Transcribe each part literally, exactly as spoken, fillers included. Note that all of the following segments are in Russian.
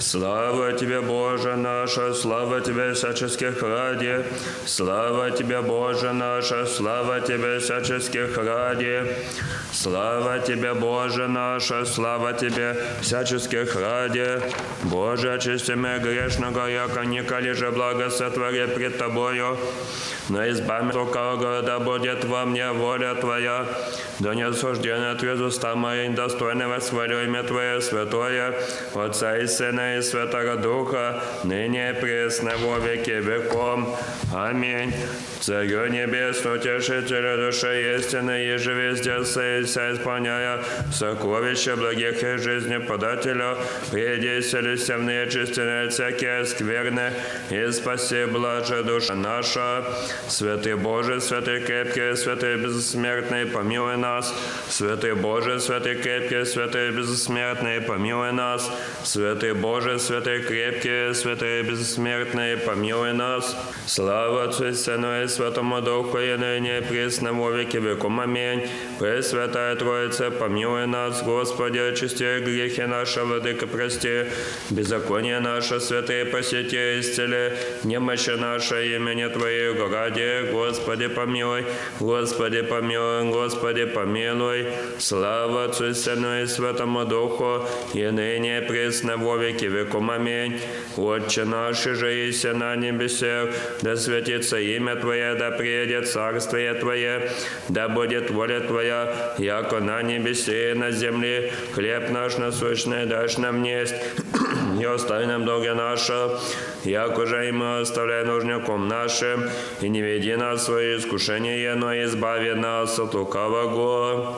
Слава Тебе, Боже наша, слава Тебе всяческих ради. Слава Тебе, Боже наша, слава Тебе всяческих ради. Слава Тебе, Боже наша, слава Тебе всяческих ради. Боже, очисти меня грешного, яко николи же благо сотвори пред Тобою. Но избавь меня от лукавого, да будет во мне воля Твоя. Да не осужденно ответ уста мои, достойно восхвалю имя Твое святое, Отца и Сына и Святого Духа, ныне и пресно во веки веком. Аминь. Царю небесный, утешителю души истины, еже везде сеися, исполняя сокровища благих и жизни подателя, приди селися в нечистенные всякие скверны, и спаси блаже душа наша. Святый Боже, святый крепкий, святый бессмертный, помилуй нас. Святый Боже, святый крепкий, святый бессмертный, помилуй нас. Святый Боже, святый крепкий, святый бессмертный, помилуй нас. Слава Отцу и Сыну и Святому Духу, и ныне и присно во веки веком. Аминь. Пресвятая Троица, помилуй нас, Господи, очисти грехи наши, владыка, прости, беззаконие наше, святые посети, исцели, немощи наши, имени Твоего ради, Господи, помилуй, Господи, помилуй, Господи, помилуй. Слава Отцу и Сыну и Святому Духу, и ныне и присно во веки веком. Аминь. Отче наш, же еси на небесах, да святится имя Твое, да приедет царствие Твое, да будет воля Твоя, яко на небесе и на земле. Хлеб наш насущный дашь нам несть, и оставь нам долги наши, яко же и мы оставляем нужником нашим, и не веди нас в свои искушения, но избави нас от лукавого.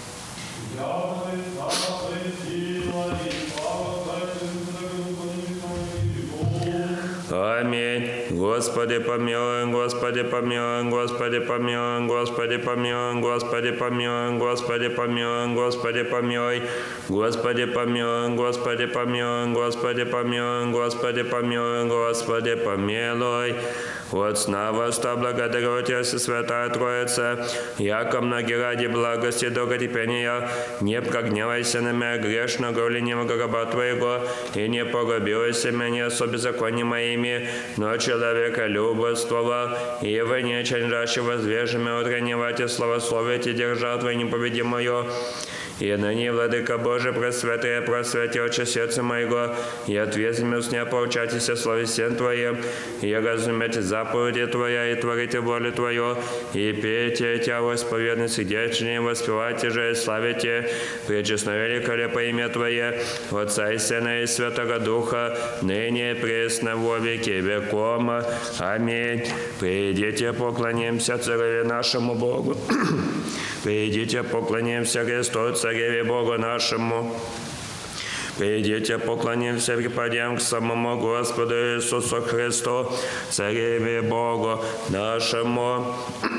Аминь. Господи помилуй, Господи помилуй, Господи помилуй, Господи помилуй, Господи помилуй, Господи помилуй, Господи помилуй, Господи помилуй, Господи помилуй, Господи помилуй, Господи помилуй, Господи помилуй. От сна воста благодарю Тебя, Святая Троица, яко многие ради благости и долготерпения, не прогневайся на меня грешного ленивого раба Твоего, и не погубилась меня со беззаконием моими, но человека любоствова, и вы не ченжащего возвежими отгоневать и славословить и держать Твою неповедимую. И ныне, Владыка Божий, просвети, просвети очи сердца моего, и отвезми сня поучайтесь словесен Твоим, и разумейте заповеди Твоя, и творите волю Твою, и пейте Тебя восповедно сердечнее, воспевайте же и славите, пречестно великолепное имя Твое, Отца и Сына и Святого Духа, ныне и пресно во веки веком. Аминь. Придите, поклонимся Цареве нашему Богу. Придите, поклонимся Христу, Цареве Богу нашему. Придите, поклонимся, припадем к самому Господу Иисусу Христу, Цареве Богу нашему.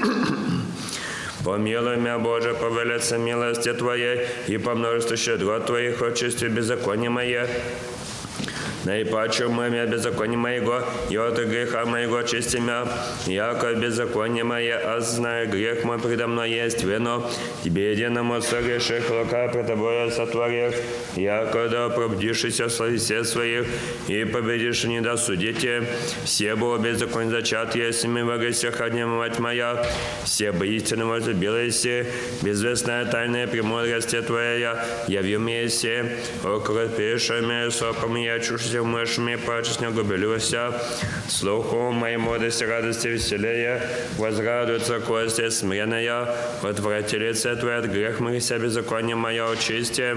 Помилуй меня, Боже, по велице милости Твоей, и по множеству щедрот Твоих очисти беззаконие мое. Наипаче умыми беззаконие моего, и от греха моего очисти меня, яко беззаконие мое, а знаю, грех мой предо мной есть вино, Тебе единому согреших, лука пред Тобою сотворив, яко да пробудишься в словесе своих, и победишь не досудите. Все было беззаконие зачат, если мы во грехах одним мать моя, все бы истинно возлюбились, безвестная тайная премудрости Твоя, яви мне все, окропившими сопом я чушь мышами, паче не губилюся, слуху моей мудрости, радости, веселее, возрадуются кости смиренная, отврати лице Твое от грех моих, вся беззаконие мое очисти.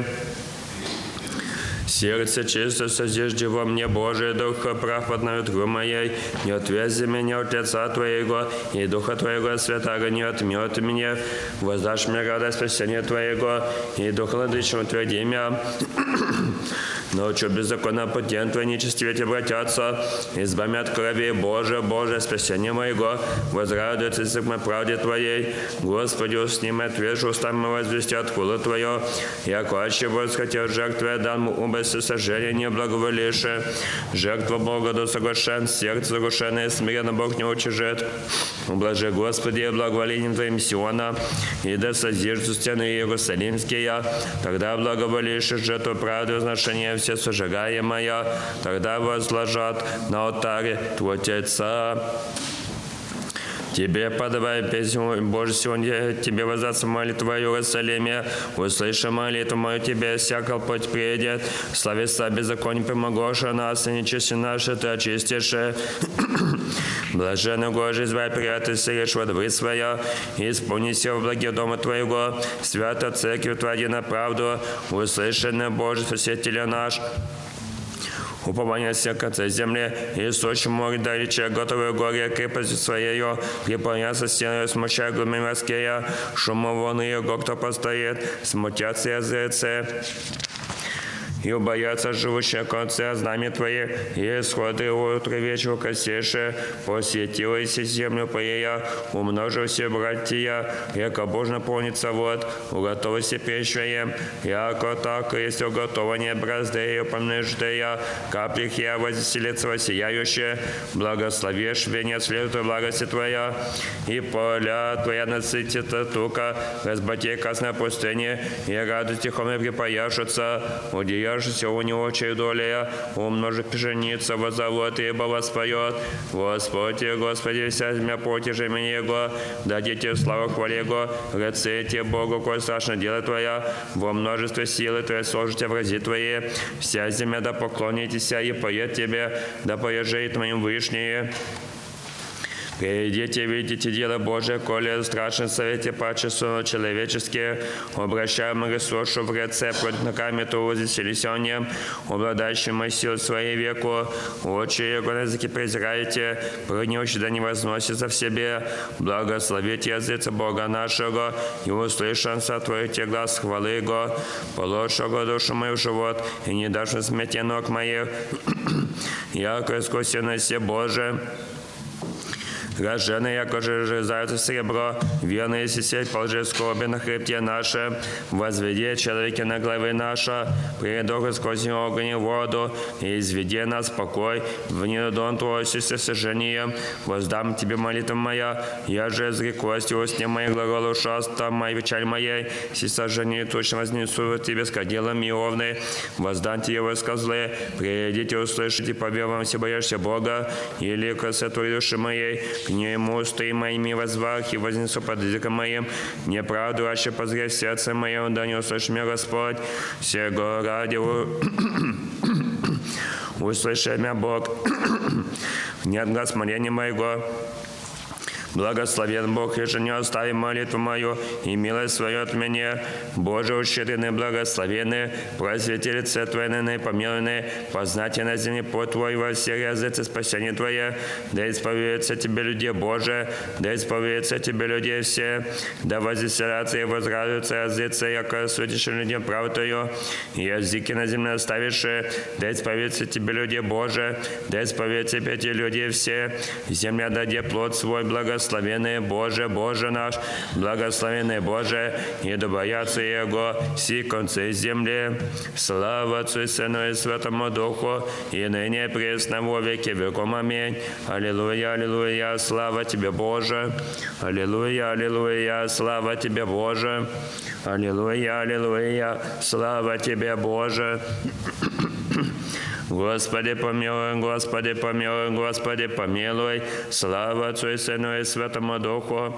Сердце чисто созижди во мне, Божий Дух прав под ветру моей, не отвези меня от лица Твоего, и Духа Твоего Святаго не отмет меня, воздашь мне радость спасения Твоего, и Дух Владычного утверди меня. Ночью беззаконно путем Твои нечестивите обратятся, избави меня от крови, Боже, Боже, спасение моего, возрадуется язык моей правде Твоей, Господи, усни меня, отвежу устами возвестят хулу Твою, яко аще восхотел жертву, дан му убыси сожаление благоволише, жертва Бога до соглашен, сердце соглашенное, смиренно Бог не учижет. Ублажи, Господи, благоволением Твоим Сиона, и да созиждут стены Иерусалимские, тогда благоволишь жертву правды, возношение огня все сожигаемое, тогда возложат на алтаре Творца. Тебе подавай песню, Боже, сегодня Тебе воздаться молитву в Иерусалиме. Услыши молитву мою Тебе, всяко путь придет. Славеса беззаконие помогоша нас, и нечисти наши Ты очистишь. Блаженный Боже, избавь приятель, сыришь водвы своя, и исполни все в благе дома Твоего. Свято церковь Твоя на правду, услышанный Боже, Спасителя наш. Упование всех концей земли, и сущим море далече, готовые горе, крепостью своею, преклоняться стеной, смущая глубины морские, шумом волны его, кто постоит, смутятся языцы. И убоятся живущие концы знамя Твои, и исходы утро вечеру косейшие, посетилась землю Твоя, умножился братья, яко Божь наполнится вот, уготовился пищеем, яко так, есть уготование бразды и помнождая, каплих я возвеселится сияющее, благословишь венец лету благости Твоя, и поля Твоя насытит тука, разбатей касна пустыни, и радость тихоми припаяшутся, удея у него чей доля, умножит пшеница, возовод, ибо воспоет. Господи, Господи, вся земля потяжи меня Его, дадите славу хвале Его, реците Богу, коль страшно дело Твоя, во множестве силы Твоей служите врази Твои. Вся земля да поклонитесь и поет Тебе, да поежеет Твоим вышние. Придите, видите дело Божие, коли в страшном совете паче суно человеческие, обращаем ресурсу в реце против ногами то возвеселисением, обладающим сил своей веку, очи его на языке презираете, прогневщи да не возносится в себе, благословите языца Бога нашего, и услышан сотворите глаз хвалы Его, положшего душу мою в живот, и не дашь на смерти ног моих, яко искусенности Божие. Роженые, яко же жизаются серебро, верно, если сеть положи скорби на хребте наше, возведи человеке на главе наша, придох сквозь огонь и воду, и изведи нас покой, в недон Твой сожжением, воздам Тебе молитва моя, я же с рекостью устне моей глаголу шаста, моей печаль моей, си сожжение точно вознесу Тебе с кадилом Иовны, воздам Тебе войска злые, придите, услышите, повел вам, все боишься Бога, или красоту души моей, к нему уста моими возвах и вознесу под языком моим, неправду, аще позрев сердце мое, да не услышь меня Господь, сего ради услыши меня Бог, нет глаз моления моего. Благословен Бог, и же не остави молитву мою, и милость свою от меня. Боже, ущеренный, благословенный, просвети лице Твое, помилуй, познайте на земле путь Твой во все языцы спасения Твое, да исповедуются Тебе люди Божие, да исповедуются Тебе люди все, да возвеселятся и возрадуются языцы, яко судишь людям правду Твою, и языки на земле оставишь, да исповедуются Тебе люди Божие, да исповедуются Тебе те люди все, земля даде плод свой, благословенный, Благословенный Боже, Боже наш, благословенный Боже, и да боятся Его все концы земли. Слава Отцу и Сыну и Святому Духу, и ныне пресно во веки веком. Аминь. Аллилуйя, аллилуйя, слава Тебе, Боже. Аллилуйя, аллилуйя, слава Тебе, Боже. Аллилуйя, аллилуйя, слава Тебе, Боже. Господи помилуй, Господи помилуй, Господи помилуй, слава Отцу и Сыну и Святому Духу,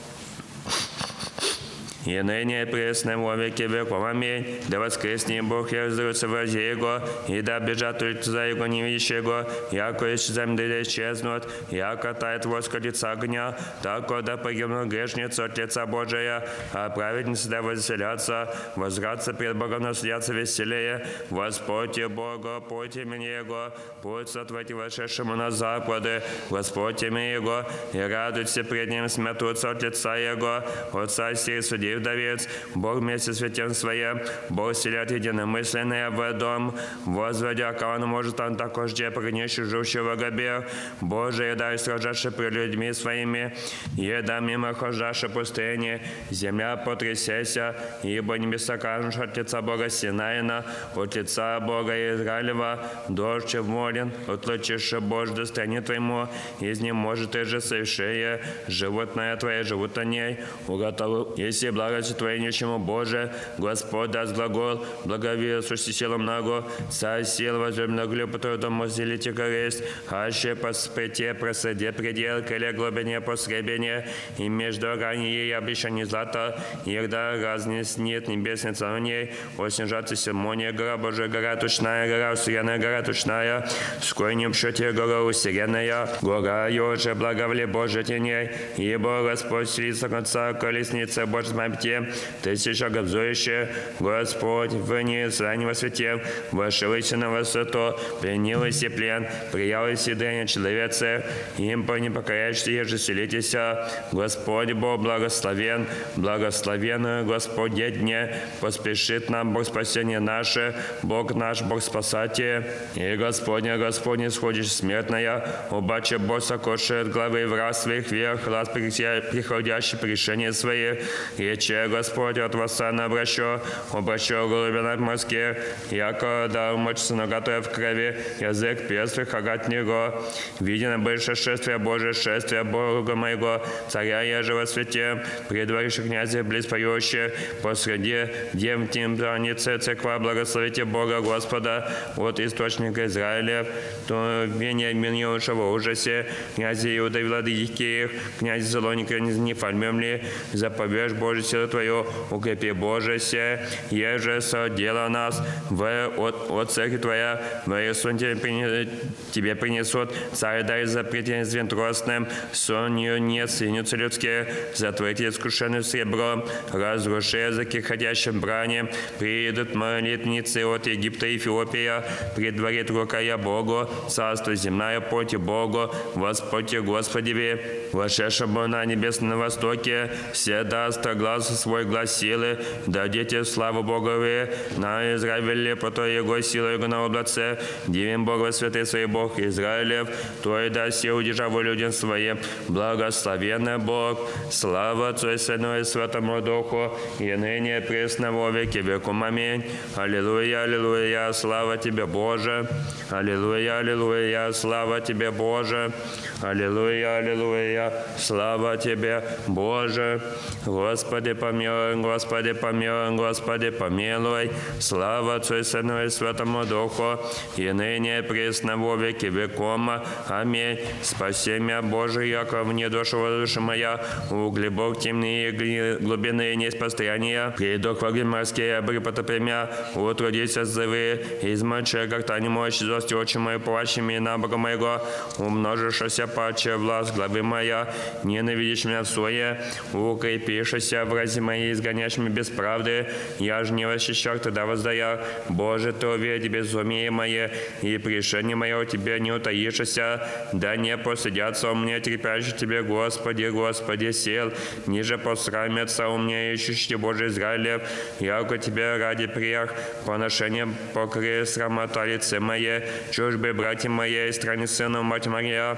и ныне и пресно во веки веков. Аминь. Да воскресни Бог и разрушится врази Его, и да бежат за Его невидящего, яко исчезаем, да исчезнут, яко тает воск от лица огня, тако да погибнут грешницы от лица Божия, а праведницы да возвеселятся, возвратятся пред Богом, насладятся веселее. Господи Бога, путь имени Его, путь сотворите вошедшему на запады, Господь имени Его, и радуйтся пред Ним, смятутся от лица Его, Отца сей судей вдовец, Бог вместе святен Своем, Бог селят единомысленные в дом, возводя, кого он может, он також же прогнивший живущего гобе, Боже, еда и сражаши пред людьми Своими, еда мимо хожаши пустыни, земля потрясеся, ибо небеса кажут от лица Бога Синаина, от лица Бога Израилева, дождь молен, отлучишь Божь до стране Твоему, из них может и же совершее, животное Твое живут о ней, уготовил, если благо благосотворенничему Боже, Господь даст глагол, благовестующий силом наго, царь сил возлюбленного глюпоту дому зелите коресть, аще по спыте просаде предел, келе глубине посребение, и между ранее ей обещание злата, егда разнеснет небесный царней, оснижаться Симония, гора Божия, гора тучная, гора усиренная, гора тучная, в койнем счете гора усиренная, гора Йоже, благовле Божия теней, ибо Господь селится конца, колесница Божьей мапте, тысяча гобзующая, Господь вниз, ранее во свете, вошелся на высоту, пленилась и плен, приялась и дрянь человеце, им по непокоряющей еже селитесь, Господь Бог благословен, благословен Господь дне, поспешит нам Бог спасение наше, Бог наш, Бог спасатель, и Господня, Господне сходишь смертная, убаче Бог сокошит главы враг своих вверх, глаз приходящий при решении свои, рече Господь от вас на обращу, обращу голубя над морские, яко да умочится наготове в крови, язык перств хагат него, видено больше шествия Божие, шествия Бога моего, царя еже во свете, предворивших князя близ поющие, посреди дем тем бранице церква, благословите Бога Господа, от источника Израиля, то Вениамин юноша в ужасе, князи Иуда и владыки их, князь Зелоника не фальмем ли, заповешь Божию силу Твою, укрепи Божие се, еже содела нас в от, от церкви Твоя, в Иисусе Тебе принесут, царь дай запретение звентростным, сонью нет, синицы людские, затворите искушенную сребром, разруши языки ходящим брани, приедут молитвницы от Египта и Эфиопия, пред дворе рукая Богу, царство земное поте Богу, Господи Господи, вошедшему на небесном востоке, все даст глаз свой глаз силы, дадите славу Богове, на Израиле, по той Его силу Его на облаце, дивим Бога святый свой Бог Израилев, то и да все удержаву людям своим, благословенный Бог, слава Отцу и Сыну и Святому Духу, и ныне пресно во веки веком. Аминь. Аллилуйя, аллилуйя, слава Тебе, Боже. Аллилуйя, аллилуйя, слава Тебе, Боже. Аллилуйя, аллилуйя, слава Тебе, Боже. Господи, помилуй, Господи, помилуй, Господи, помилуй. Слава Отцу и Сыну и Святому Духу, и ныне пресно во веки веком. Аминь. Спаси меня, Боже, яко вне душа душа моя, у глубок темные глубины не постояния. Приду к враги морские, обры потопи меня, утрудися зовы, измочи, как та не мощь, зости очи мои, плачами на Бога моего, умножишься паче власть главы моя, ненавидишь меня в свое, укрепишься в разе моей, изгоняешь меня без правды, я же не восхищал, тогда воздая, Боже, Ты увидь безумие мое, и пришение мое у Тебя не утаишься, да не посадятся у меня, терпящие Тебе, Господи, Господи, сил, ниже посрамятся у меня, ищущие Божий Израилев, яко Тебе ради приях, поношением покры срамота лице мое, чужбы, братья мои, стране сына, мать Мария,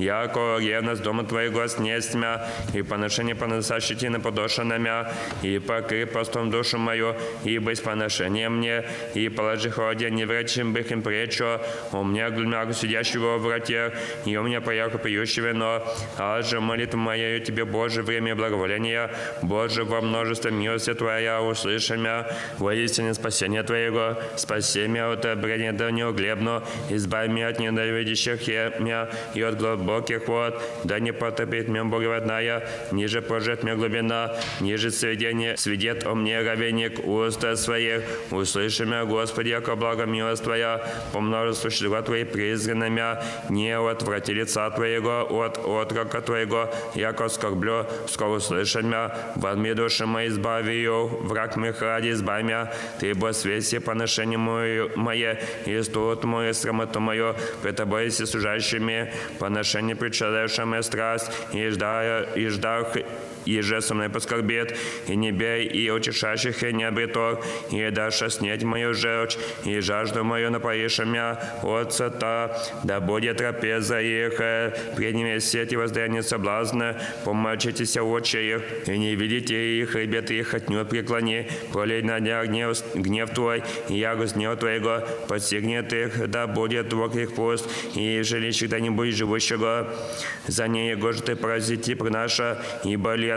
яко ревность дома Твоего снесть мя, и поношение поносящие на подошву мя, и покры постом душу мою, и быть поношением мне, и положи холодя не врачем бых им пречу, у меня глумяку сидящего в вратях, и у меня пояку пьющего вино, а же молитва моя Тебе, Боже, время благоволения, Боже, во множестве милости Твоя, услыши мя, воистине спасение Твоего, спаси меня от обрения да неуглебно, избави меня от ненавидящих меня и от глубоких вод, да не потопит меня боговодная, ниже прожит меня глубина, ниже сведение, свидет о мне равенник уста своих, услыши меня, Господи, яко благо милость Твоя, по множеству щедро Твоей презрена мя, не отврати лица Твоего, от отрока Твоего, яко скорблю, скоро услыши меня, возьми души мои, избави ее, враг моих ради, избави меня, Ты бо свеси поношение мое, мое, и студ мою, срамоту мою, пред Тобой си служащими, поношение предчелавшими страсть, и ждая, и ждах, и же со мной поскорбит, и не бей, и утешащих, и не обреток, и дашь снять мою желчь, и жажду мою напоишь меня от сота, да будет трапеза их, пред ними сеть и воздаяние соблазна, помочитесь очи их, и не видите их, ребят их отнюдь преклони, пролей на днях гнев, гнев Твой, и ягость гнев Твоего, постигнет их, да будет вок их пуст, и жилищ когда-нибудь живущего, за ней его же Ты поразити принаша, ибо лет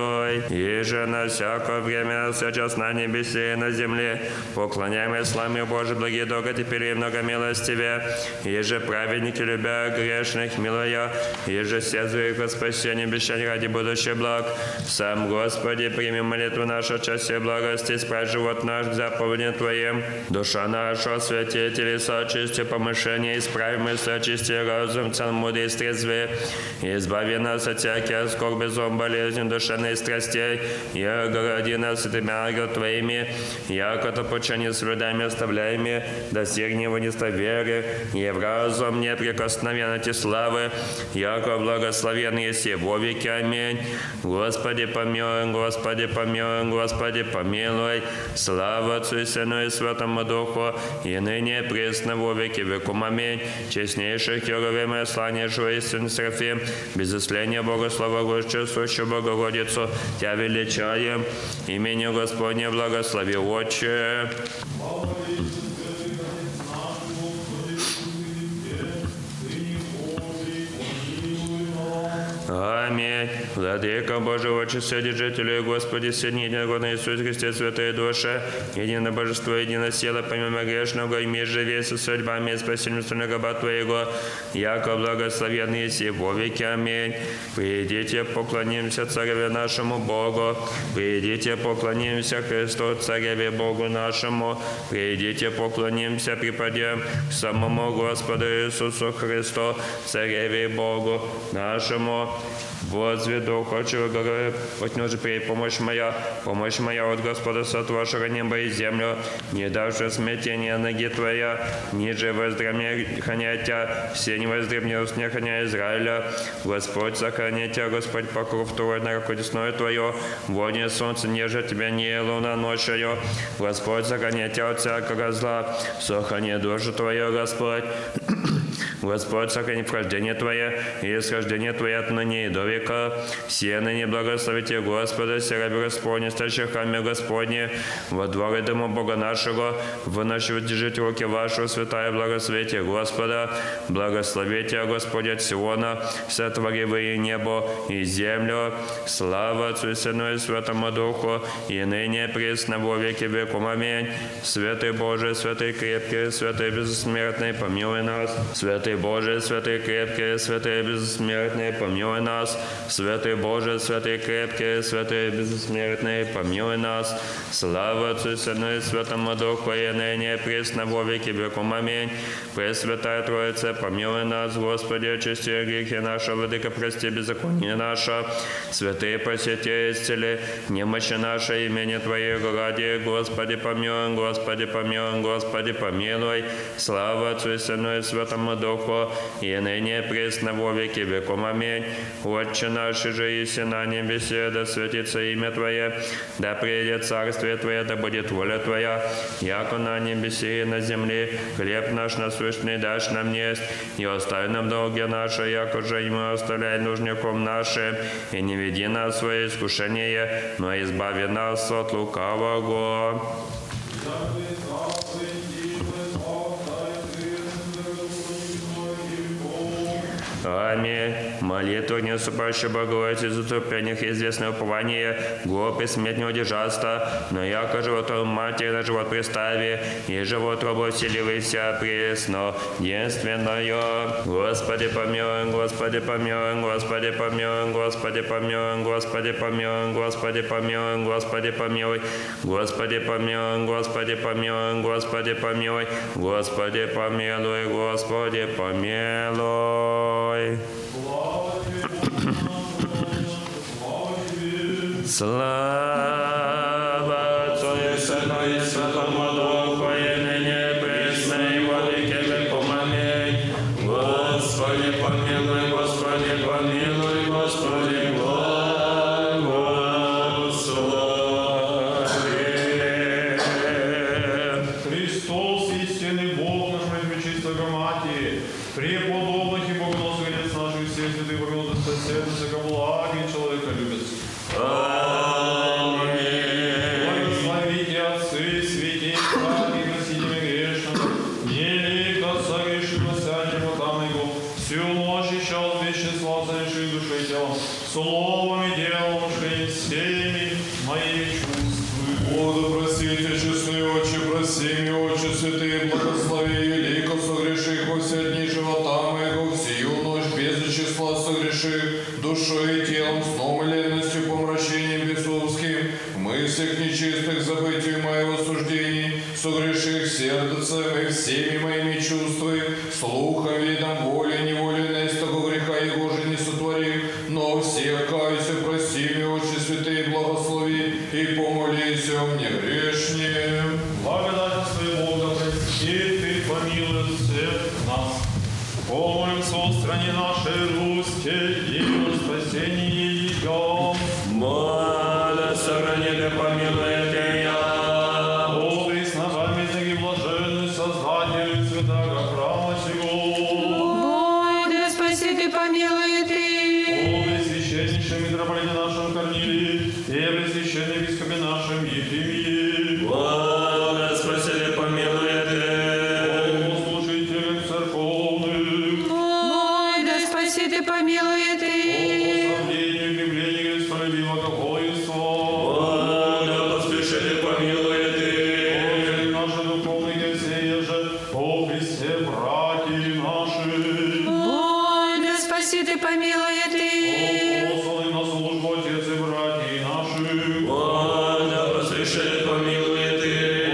помилуй. И же на всякое время, сейчас на небесе и на земле, поклоняемые славе Божий, благие долго теперь и много милостиве. И же праведники, любя грешных, милуя, и же все злых во спасение, обещаний ради будущих благ. Сам, Господи, прими молитву нашу, части благости, исправь живот наш к заповедям Твоим. Душа наша, святители, сочисти помышления, исправь мысли, очисти разум, целомудрие и трезве. Избави нас от всяких скорби, злом, болезни, душевных страстей, и огради нас святыми ангел Твоими, яко то почини соблюдаем и оставляем, достигнем вынеста веры, и в разум неприкосновенности славы, яко благословен есть во веки. Аминь. Господи, помилуй, Господи, помилуй, Господи, помилуй. Слава Отцу и Сыну и Святому Духу, и ныне пресно во веки веком. Аминь. Честнейших Херувим и славнейшего истинный Серафим, без исления Бога, слава Господи, сущую Богородицу, Тя величаем, имени Господне благослови, Отче. Аминь. Владыка Божий, Отче, Содержителю, Господи, Сильный, Единородный Иисус Христе, Святая Душа, единое Божество, единое сила, помимо грешного, и мир живее со судьбами и спасением раба Твоего, яко благословенный есть во веки. Аминь. Придите, поклонимся Цареве нашему Богу, придите, поклонимся Христу, Цареве Богу нашему, придите, поклонимся, припадем к самому Господу Иисусу Христу, Цареве Богу нашему. Возведу, хочу, говорю, отнюжи прей, помощь моя, помощь моя от Господа, сотворшего небо и землю, не давшего смятения ноги Твоя, ниже воздрамня хранятя, все не воздремни усне храня Израиля. Господь сохраня Тебя, Господь, покров Твой на руку десную Твою, водне солнце неже Тебя не луна ночью. Господь сохраня Тебя от всякого зла, сохраня душу Твою, Господь. Господь, сохрани вхождение Твое и исхождение Твое отныне и до века. Все ныне благословите Господа, все раби Господни, стоящих в храме Господне, во дворе дома Бога нашего, выносите держите руки ваши, святая, благословите Господа, благословите Господи от Сиона, сотвори вы и небо, и землю. Слава Отцу и Сыну и Святому Духу, и ныне пресно во веки веков. Аминь. Святый Божий, святый крепкий, святый бессмертный, помилуй нас. Святый Боже, святый крепкий, святый бессмертный, помилуй нас. Святый Боже, святый крепкий, святый бессмертный, помилуй нас. Слава Отцу и Сыну и Святому Духу, и ныне пресно во веки веков. Аминь. Пресвятая Троица, помилуй нас, Господи, очисти грехи наши, Владыка, прости беззаконие наше. Святые посети, исцели немощи наши, имени Твоего ради. Господи, помилуй, Господи, помилуй, Господи, помилуй. Слава Отцу и Сыну и Святому Духу, и ныне пресно во веки веков. Аминь. Отче наш, же еси на небесе, да святится имя Твое, да придет царствие Твое, да будет воля Твоя, яко на небесе и на земле. Хлеб наш насущный дашь нам несть, и оставь нам долги наши, яко же и мы оставляем нужником нашим, и не веди нас в свое искушение, но избави нас от лукавого. Аминь. Молитву не уступающую Богородице, затруднениях известное упование, глупый смерть не удержаться, но яко животом матери на живот пристави, и живот робо вселивайся пресно, единственное. Господи помилуй, Господи помилуй, Господи помилуй, Господи помилуй, Господи помилуй, Господи помилуй, Господи помилуй, Господи помилуй, Господи помилуй, Господи помилуй, Господи помилуй, Господи помилуй. Слава Отцу и Сыну и Святому Духу, и ныне пресно и во веки веков. Аминь. Господи помилуй, Господи помилуй, Господи благослови. Христос, истинный Бог наш, во имя чистого Матери, преподобных и богословенец наших всех святых Богородиц, соседей, всякоблагий человеколюбец. Аминь. Благословите отцы, святейшие. рассуждений, согреших сердцем и всеми моими чувствами, слухом, видом, волей, неволей, нестого греха его же не сотворил, но всех кайся, прости мне, Отче святый, благослови, и помолись о мне грешнем. Благодать Твоя Бога, прости, Ты помилуй всех нас. Помолимся о стране нашей Руси и о спасении ее. Боже, сохрани, да помилует я. О, преснопамятник и блаженный Создатель святого храма сего. Боже, спаси Ты, помилуй Ты. О, пресвященнейший митрополите нашем Корнилии и пресвященный епископе нашем Ефимии. Боже, спаси, да помилует О, служителях церковных. Боже, спаси Ты, помилуй Ты. О, пособлению явлению христолюбивого воинства. Боже, поспеши, да помилует О, наши духовные все же, о Христе, братья наши. Боже, спаси Ты, помилуй Ты. О, посланный на службу Отец и братья наши. Боже, поспеши, да помилует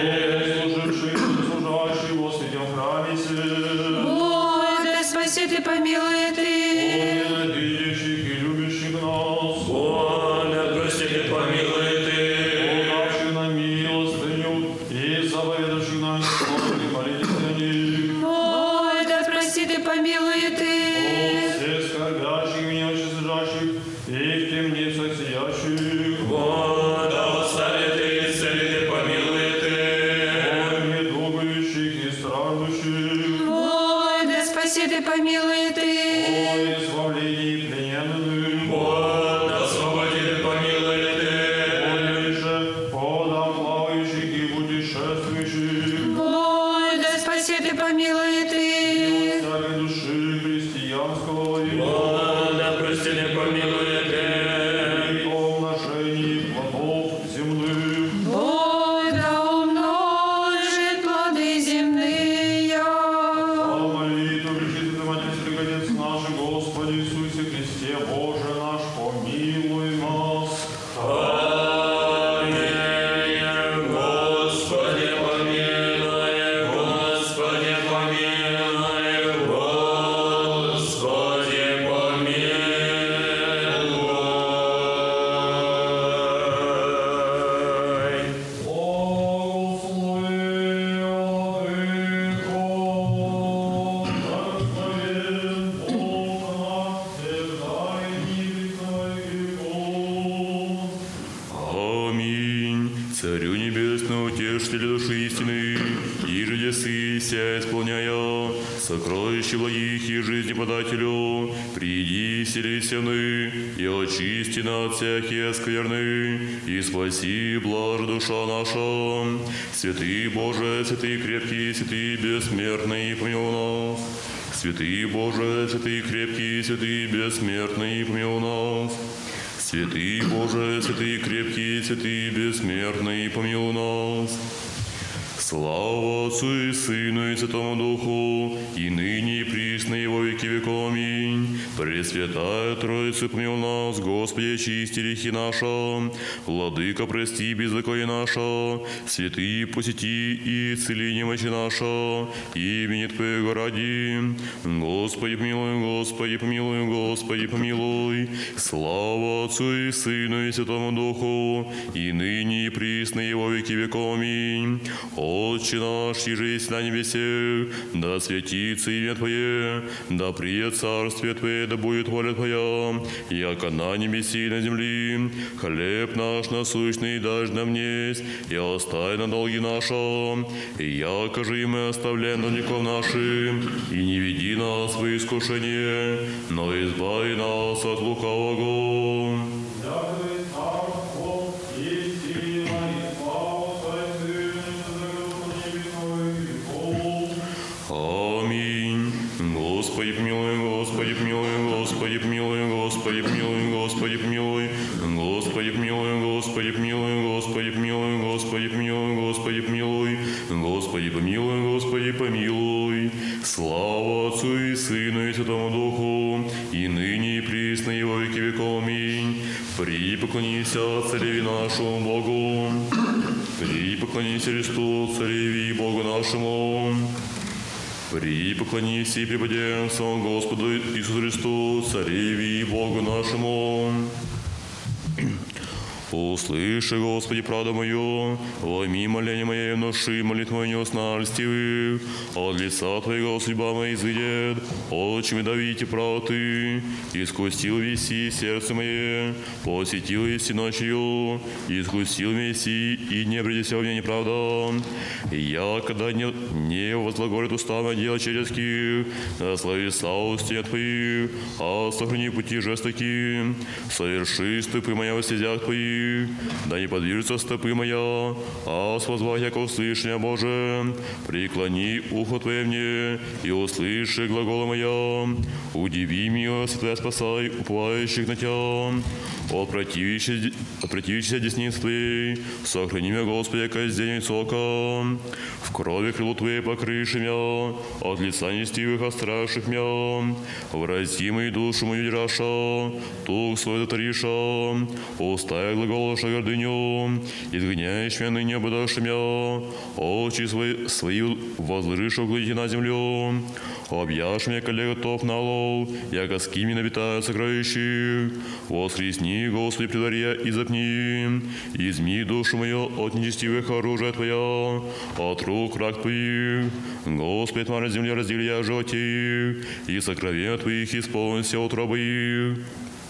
О, служивший и служащий во святом храме се. Боже, спаси Ты, помилуй Ты. О, ненавидящих и любящих нас. Боже, прости, да помилует О, наших на милостыню и заповедавших нам несловных молитвенник. Боже, спаси Ты, помилуй О, Ты. всех скорбящих, немощи сидящих и в темницах сидящих. Боже, остави Ты, исцели Ты, помилует О, недугающих и страждущих. Боже, спаси Ты, помилуй О, Ты. избавлении плененных. Боже, освободи Ты, помилует О, лише подам плавающих и путешествующих. Боже, спаси Ты, помилуй И Ты. всякой души христианского и Боже, прости, да помилует и о множении плодов земных. Бог да умножит плоды земные. О молитву пречистой Матерь, Отец наш, Господи Иисусе Христе, Боже наш, помилуй нас. Аминь. Господи, помилуй, Господи, помилуй, Господи, помилуй. Аминь. Царю небесному, утешителю души истины, и же десы ся исполняя сокровища благих и жизни подателю, приди, селися вны, и очисти нас от всякие скверны, и спаси, блажь душа наша. Святый Боже, святый крепкий, святый бессмертный, помилуй нас. Святый Боже, святый крепкий, святый бессмертный, помилуй нас. Святый Боже, святый крепкий, святый бессмертный, помилуй нас. Слава Отцу и Сыну и Святому Духу, и ныне и присно и во веки веков. Аминь. Пресвятая Троица, помилуй нас, Господи, очисти грехи наши, Владыка, прости беззаконие наше, святые, посети и исцели немощи наши, имени Твоего ради. Господи, помилуй, Господи, помилуй, Господи, помилуй. Слава Отцу и Сыну и Святому Духу, и ныне и присно и во веки веков. Аминь. Отче наш, иже есть на небесе, да святится имя Твое, да придет царствие Твое, да будет воля Твоя, яко на небеси и на земли. Хлеб наш насущный дашь нам несть, и оставь на долги наши, и яко же и мы оставляем должников нашим, и не веди нас в искушение, но избави нас от лукавого. Аминь. Господи, помилуй, Господи, помилуй, Господи, помилуй, Господи, помилуй, Господи, помилуй, Господи, помилуй, Господи, помилуй, Господи, помилуй, Господи, помилуй, Господи, помилуй, Господи, помилуй, Господи, помилуй. Слава Отцу и Сыну и Святому Духу, и ныне и присно и во веки веков. Аминь. Приди, поклонися Цареве нашему Богу. При поклонись Христу, Цареви и Богу нашему. При поклонись и преподемствам Господу Иисусу Христу, Цареви и Богу нашему. Услыши, Господи, правду мою, ломи моление мое, внуши молитву мою снарстивых, от лица Твоего судьба моя изыдет, отчими давите правоты, искусил веси сердце мое, посетил веси ночью, искусил веси, и не предися у меня неправда. Я, когда не, не возглаголит устами дел человеческих, на словеса устья Твоих, а сохрани пути жестоки, соверши стопы моя во стезях Твоих, да не подвижется стопы моя, а с возвах, яко услышания Боже, преклони ухо Твое мне, и услыши глагола моя, удиви меня, Святая, спасай уповающих на Тебя, от противящихся, от противящихся десниц Твоей, сохрани меня, Господи, яко день высоко, в крови крылу Твоей покрыши меня, от лица нестивых остраших меня, врази мою душу мою дираша, тух свой затариша, уставя глаголоша гордыню, изгоняешь меня ныне ободашь меня, очи свои, свои возложишь углядите на землю, объяшь меня, коллега, готов на лов, яко с кими набитают сокровищих, восхресни, Господи, при дворе и запни, изми душу мою от нечестивых оружия Твоя, от рук враг Твоих, Господи, тьма на земле раздели я животе их, и сокровения Твоих исполнится утробы их.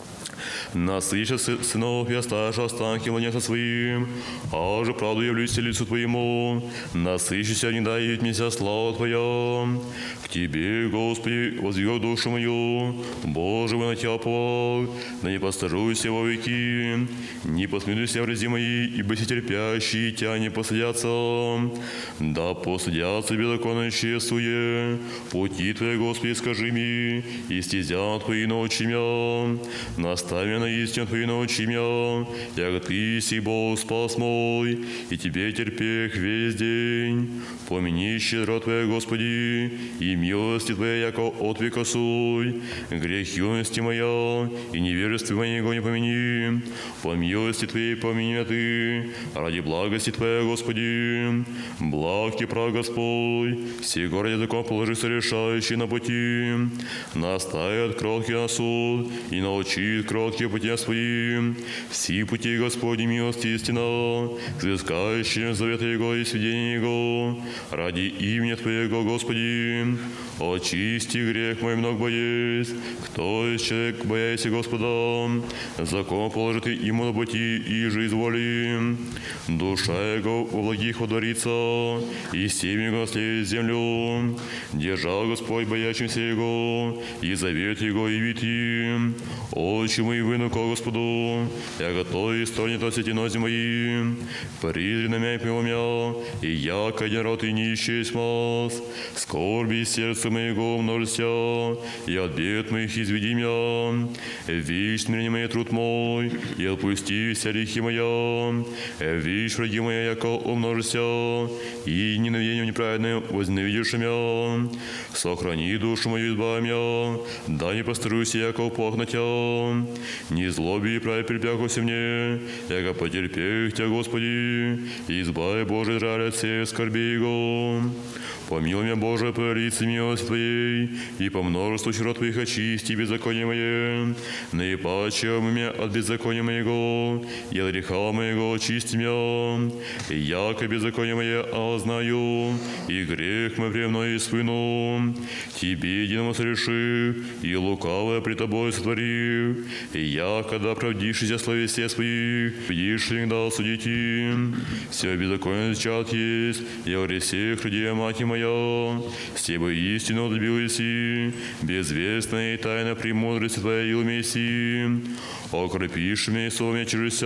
Насыща сынов и оставши останки младенца своим, а же правду явлюсь лицу Твоему, насыщися, не дай явить мне слава Твоя. К Тебе, Господи, возвел душу мою, Боже, вы на Тебя уповал, да не постажуйся во веки, не посмеюся врази мои, ибо все терпящие Тебя не посадятся, да посадятся беззаконные суе, пути Твои, Господи, скажи мне, и стезя Твои научи меня, наставь на истину Твою научи меня, яко Ты сей Бог спас мой, и Тебе терпех весь день. Помяни щедро Твоя, Господи, и милости Твоя, яко от века суй, грех юности моя, и невежество моего не помяни. По милости Твоей помяни меня Ты, ради благости Твоя, Господи. Благ Ти, прав Господь, сей город языком положи сорешающий на пути, наставит кротки на суд, и научит кротки пути своим, все пути Господни милости истина, к взыскающим завета Его и сведения Его, ради имени Твоего, Господи, очисти грех мой много боясь, кто из человек боясь Господа, закон положит ему на пути и же изволи, душа Его во благих водворится, и семя Его наследит землю, держал Господь боящимся Его, и завет Его явит им, очи мои выну ко Господу, я готов и столь то сетинози мои, призри на меня и меня, и яко один род и не исчесть мас, скорби сердца моего множества, и от бед моих изведи меня, вишь мне мой труд мой, и отпусти вся грехи моя, вишь враги моя, яко умножься, и ненавидением неправедным возненавидишь меня, сохрани душу мою, избави меня, да не постаруйся, яко упах на Тебя, не злоби и праве припяхуся мне, яко потерпех Тебя, Господи, избави, Боже, жаль от всех скорби Его. Помилуй меня, Боже, по лице милости Твоей, и по множеству щедро Твоих очисти беззаконие мое, наипаче меня от беззакония моего, и от греха моего очисти меня, и яко беззаконие мое ознаю, и грех мой премной испыну, Тебе единому сореши, и лукавое пред Тобой сотвори, и я, когда оправдившись словесе своих, видишь ли, дал судить им, все беззаконие чад есть, я в гресе хради мать моя, все бы истину добилась и безвестная и тайна премудрости Твоей и умеси, окропишь меня и словом чужися,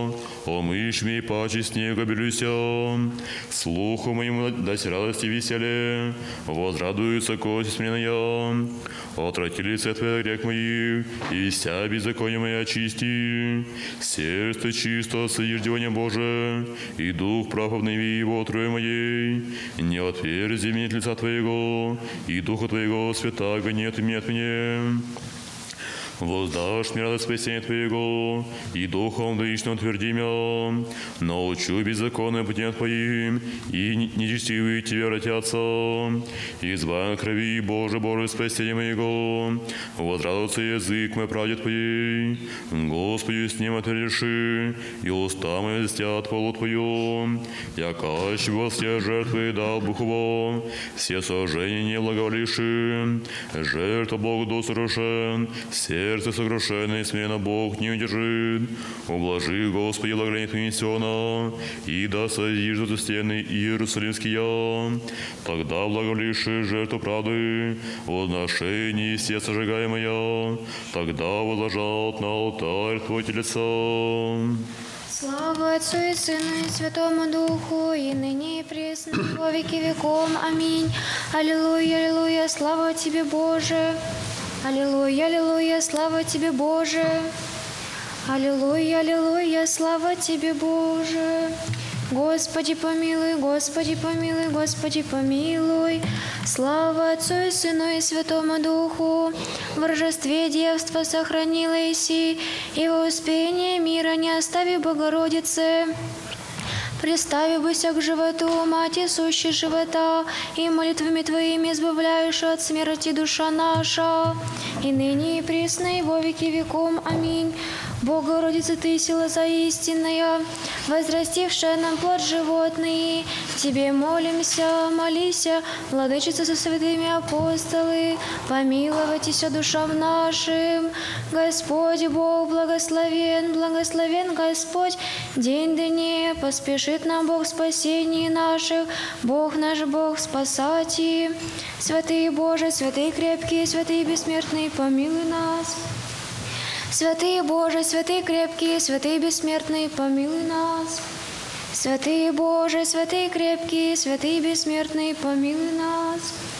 омышь меня и паче снег обелюся, слуху моему дать радости и веселе, возрадуются кости смиренная, отврати лице Твое грех моих, и вся беззаконие моя очисти, сердце чисто соединение Боже, и дух прав обнови его трое моей, не отверзи мне от лица Твоего, и духа Твоего святаго нет и нет мне. Воздашь мне радость спасения Твоего, и духом дышным утверди меня. Научу беззаконным путям Твоим, и нечестивые Тебе вратятся. Избавь крови, Боже, Боже, спасение моего. Возрадуется язык мой правде Твоей. Господи, с ним отверши, и уста мои звестят хвалу Твою. Я каще во все жертвы дал Бухово, все сожжения не благоволивши. Жертва Богу до совершен, сердце сокрушенное, смиренно Бог не удержит. Ублажи, Господи, благоволение принесено, и да созиждут стены Иерусалимские. Тогда благоволивши жертву правды, возношение все сожигаемое, тогда возложат на алтарь Твой телеса. Слава Отцу и Сыну и Святому Духу, и ныне и присно, и во веки веков. Аминь. Аллилуйя, аллилуйя, слава Тебе, Боже. Аллилуйя, аллилуйя, слава Тебе, Боже. Аллилуйя, аллилуйя, слава Тебе, Боже. Господи помилуй, Господи помилуй, Господи помилуй. Слава Отцу и Сыну и Святому Духу. В рождестве девства сохранила Иси, и во успение мира не остави Богородице. Представи быся к животу, Мати сущей живота, и молитвами Твоими избавляешь от смерти душа наша, и ныне и присно, и во веки веком. Аминь. Богородица, Ты сила заистинная, возрастившая нам плод животный, Тебе молимся, молися, Владычица со святыми апостолы, помиловайтеся душам нашим. Господь Бог благословен, благословен Господь, день дни, поспешит нам Бог спасения наших, Бог наш Бог спасати. Святый Боже, святый крепкий, святый бессмертный, помилуй нас. Святый Боже, святый крепкий, святый бессмертный, помилуй нас. Святый Боже, святый крепкий, святый бессмертный, помилуй нас.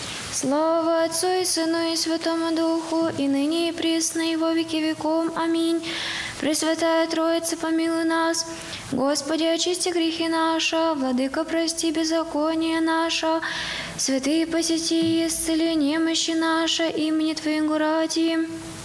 Слава Отцу и Сыну и Святому Духу, и ныне и присно, и во веки веков. Аминь. Пресвятая Троица, помилуй нас. Господи, очисти грехи наши, Владыка, прости беззаконие наше. Святые, посети и исцели немощи наши, имени Твоего ради.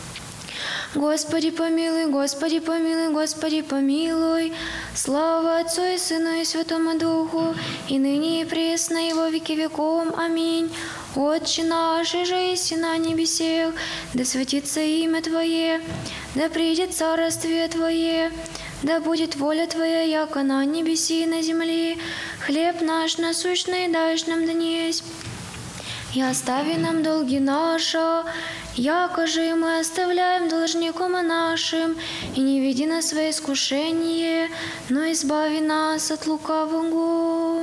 Господи помилуй, Господи помилуй, Господи помилуй. Слава Отцу и Сыну и Святому Духу, и ныне и присно, и во веки веков. Аминь. Отче наш, и же еси на небесех, да светится имя Твое, да придет царствие Твое, да будет воля Твоя, яко на небеси и на земли. Хлеб наш насущный дашь нам днесь, и остави нам долги наши, яко же и мы оставляем должникам нашим, и не веди нас в свои искушения, но избави нас от лукавого.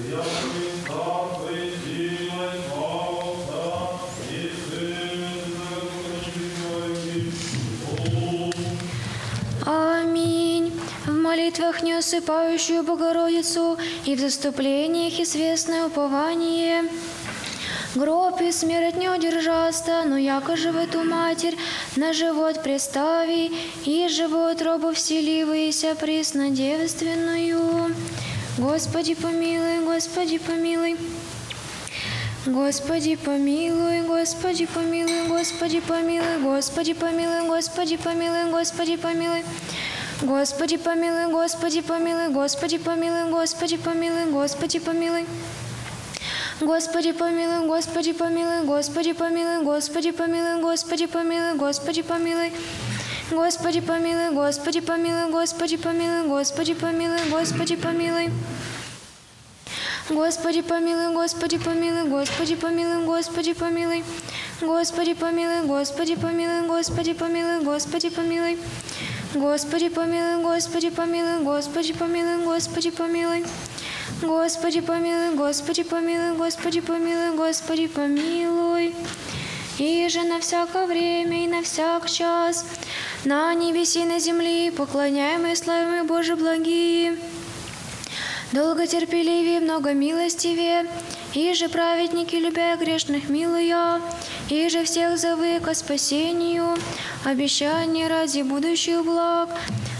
Аминь. В молитвах неусыпающую Богородицу и в заступлениях известное упование. Гроб и смерть не удержаста, но яко же в эту Матерь на живот представи, и живот робу вселивайся присно девственную. Господи помилуй, Господи помилуй. Господи помилуй, Господи помилуй, Господи помилуй, Господи помилуй, Господи помилуй, Господи помилуй. Господи помилуй, Господи помилуй, Господи помилуй, Господи помилуй, Господи помилуй. Господи помилуй, Господи помилуй, Господи помилуй, Господи помилуй, Господи помилуй, Господи помилуй. Господи помилуй, Господи помилуй, Господи помилуй, Господи помилуй, Господи помилуй. Господи помилуй, Господи помилуй, Господи помилуй, Господи помилуй. Господи помилуй, Господи помилуй, Господи помилуй, Господи помилуй. Господи помилуй, Господи помилуй, Господи помилуй, Господи помилуй. Господи помилуй, Господи помилуй, Господи помилуй, Господи помилуй. И же на всякое время и на всяк час, на небеси и на земле, поклоняемые славимые Божи благие, долготерпеливее, многомилостивее, и же праведники, любя грешных, милуя, и же всех зовы ко спасению, обещание ради будущих благ,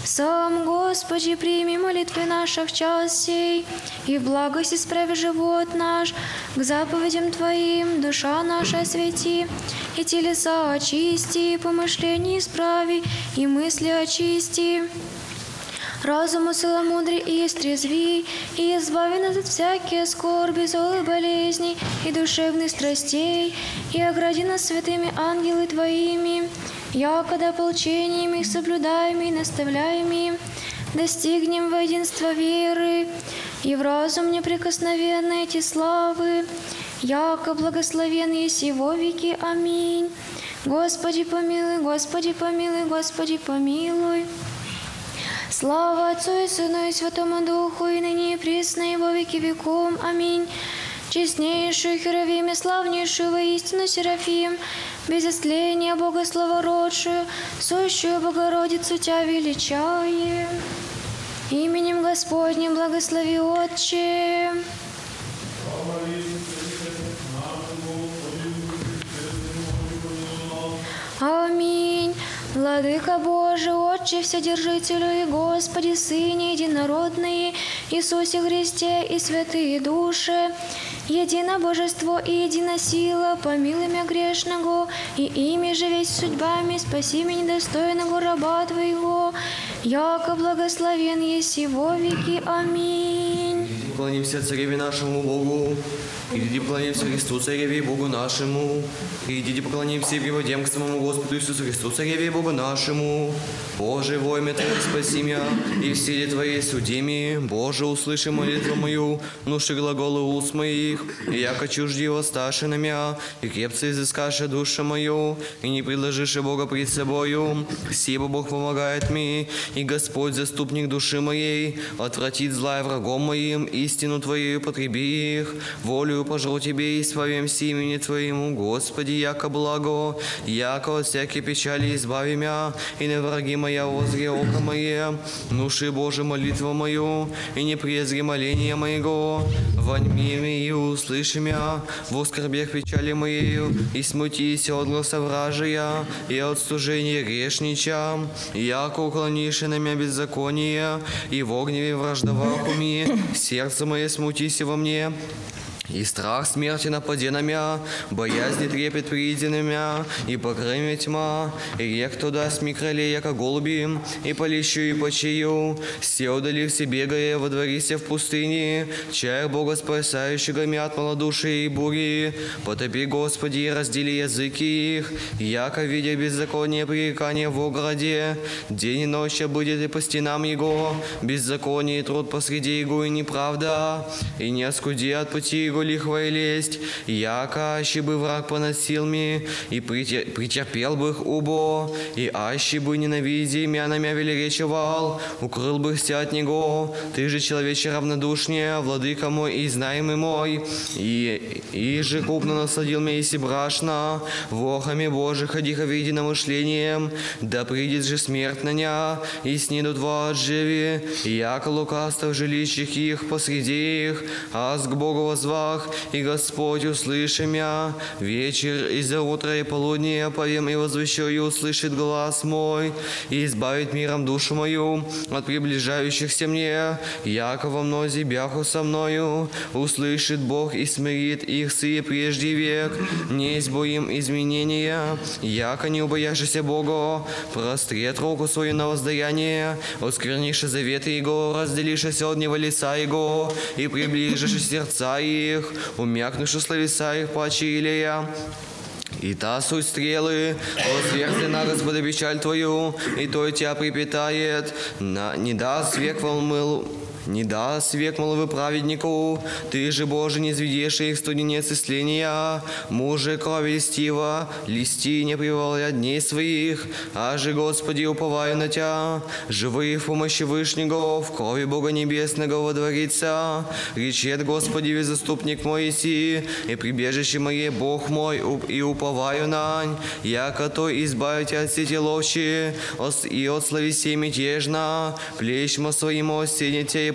Сам, Господи, прими молитвы наших в час сей, и в благости справи живот наш, к заповедям Твоим душа наша освети, и телеса очисти, и помышления исправи, и мысли очисти. Разуму целомудрий и истрезви, и избави нас от всякие скорби, злой болезней и душевных страстей, и огради нас святыми ангелы Твоими, якогда ополчениями их соблюдаеми и наставляеми, достигнем воединства веры, и в разум неприкосновенной эти славы, яко благословен есть его веки. Аминь. Господи помилуй, Господи помилуй, Господи помилуй. Слава Отцу и Сыну и Святому Духу, и ныне и присно, и во веки веков. Аминь. Честнейшую Херувим и славнейшую воистину Серафим, без истления Бога славородшую, сущую Богородицу Тя величаем. Именем Господним благослови, Отче. Аминь. Владыка Божий, Отче Вседержителю и Господи, Сыне Единородный, Иисусе Христе и святые души, едино Божество и едина сила, помилуй меня грешного, и ими же весь судьбами спаси меня недостойного раба Твоего, яко благословен есть его веки. Аминь. Поклонимся Цареве нашему Богу, идите поклонимся Христу, Цареве и Богу нашему, идите поклонимся и приводим к самому Господу Иисусу Христу, Цареве и Богу нашему. Боже, во имя Твое спаси меня, и в силе Твоей суди меня. Боже, услыши молитву мою, внуши глаголы уст моих, и яко чуждиво сташи на меня, и крепце изыскаши душу мою, и не предложишь Бога пред собою. Сибо Бог помогает мне, и Господь заступник души моей, отвратит злая врагом моим, истину Твою потреби их, волю пожру Тебе и исповемся имени Твоему, Господи, яко благо, яко от всякой печали избави меня, и на враги моя возри око мое, внуши, Боже, молитву мою, и не презри моления моего, воньми ми и услыши меня, в оскорбях печали моею, и смутись от гласа вражия, и от стужения грешнича, яко уклонишь на меня беззаконие, и в огневе враждовах уми, сердце мое смутись во мне. И страх смерти нападе на меня, боязни трепет приди на меня, и покрой меня тьма, и рек туда с крыле, яко голуби, и полещу и почию, все удалился бегая, водворися в пустыне, чай Бога спасающего меня от малодушия и бури, потопи, Господи, и раздели языки их, яко видя беззаконие пререкания в ограде, день и ночь будет и по стенам его, беззаконие и труд посреди его и неправда, и не оскуди от пути его лихва и лесть, яко аще бы враг поносил ми, и претерпел бы их убо, и аще бы ненавиди меня на меня велеречевал, укрыл бы их от него, ты же человече равнодушнее, владыка мой и знаемый мой, и, и же крупно насладил меня и брашно, вохами Божих ходиха видено мышлением, да придет же смерть на ня, и снидут во отживе, яко лукавство в жилищах их посреди их, аз к Богу возвал, и Господь услыши меня, вечер и за утро и полудня повем и возвещу, и услышит глаз мой, и избавит миром душу мою от приближающихся мне, яко во мнозе бяху со мною, услышит Бог и смирит их сые прежде век, не избоим изменения, яко не убояшися Бога, прострет руку свою на воздаяние, осквернишь заветы Его, разделишься от него лица Его, и приближишь сердца их, умякнувши словеса их паче Илия. И та суть стрелы, возверзи на Господа печаль Твою, и то Тебя припитает, на, не даст век волмыл. Не даст век молвы праведнику, ты же, Боже, не зведешь их студенец исления, муже крови льстива, листи не приволя дней своих, а же, Господи, уповаю на Тя, живы в помощи Вышнего, в крови Бога Небесного водворится, речет, Господи, везаступник мой иси, и прибежище мое, Бог мой, и уповаю нань, яко то избавить от сети ловчи, и от словесей мятежна, плечма своим осенете и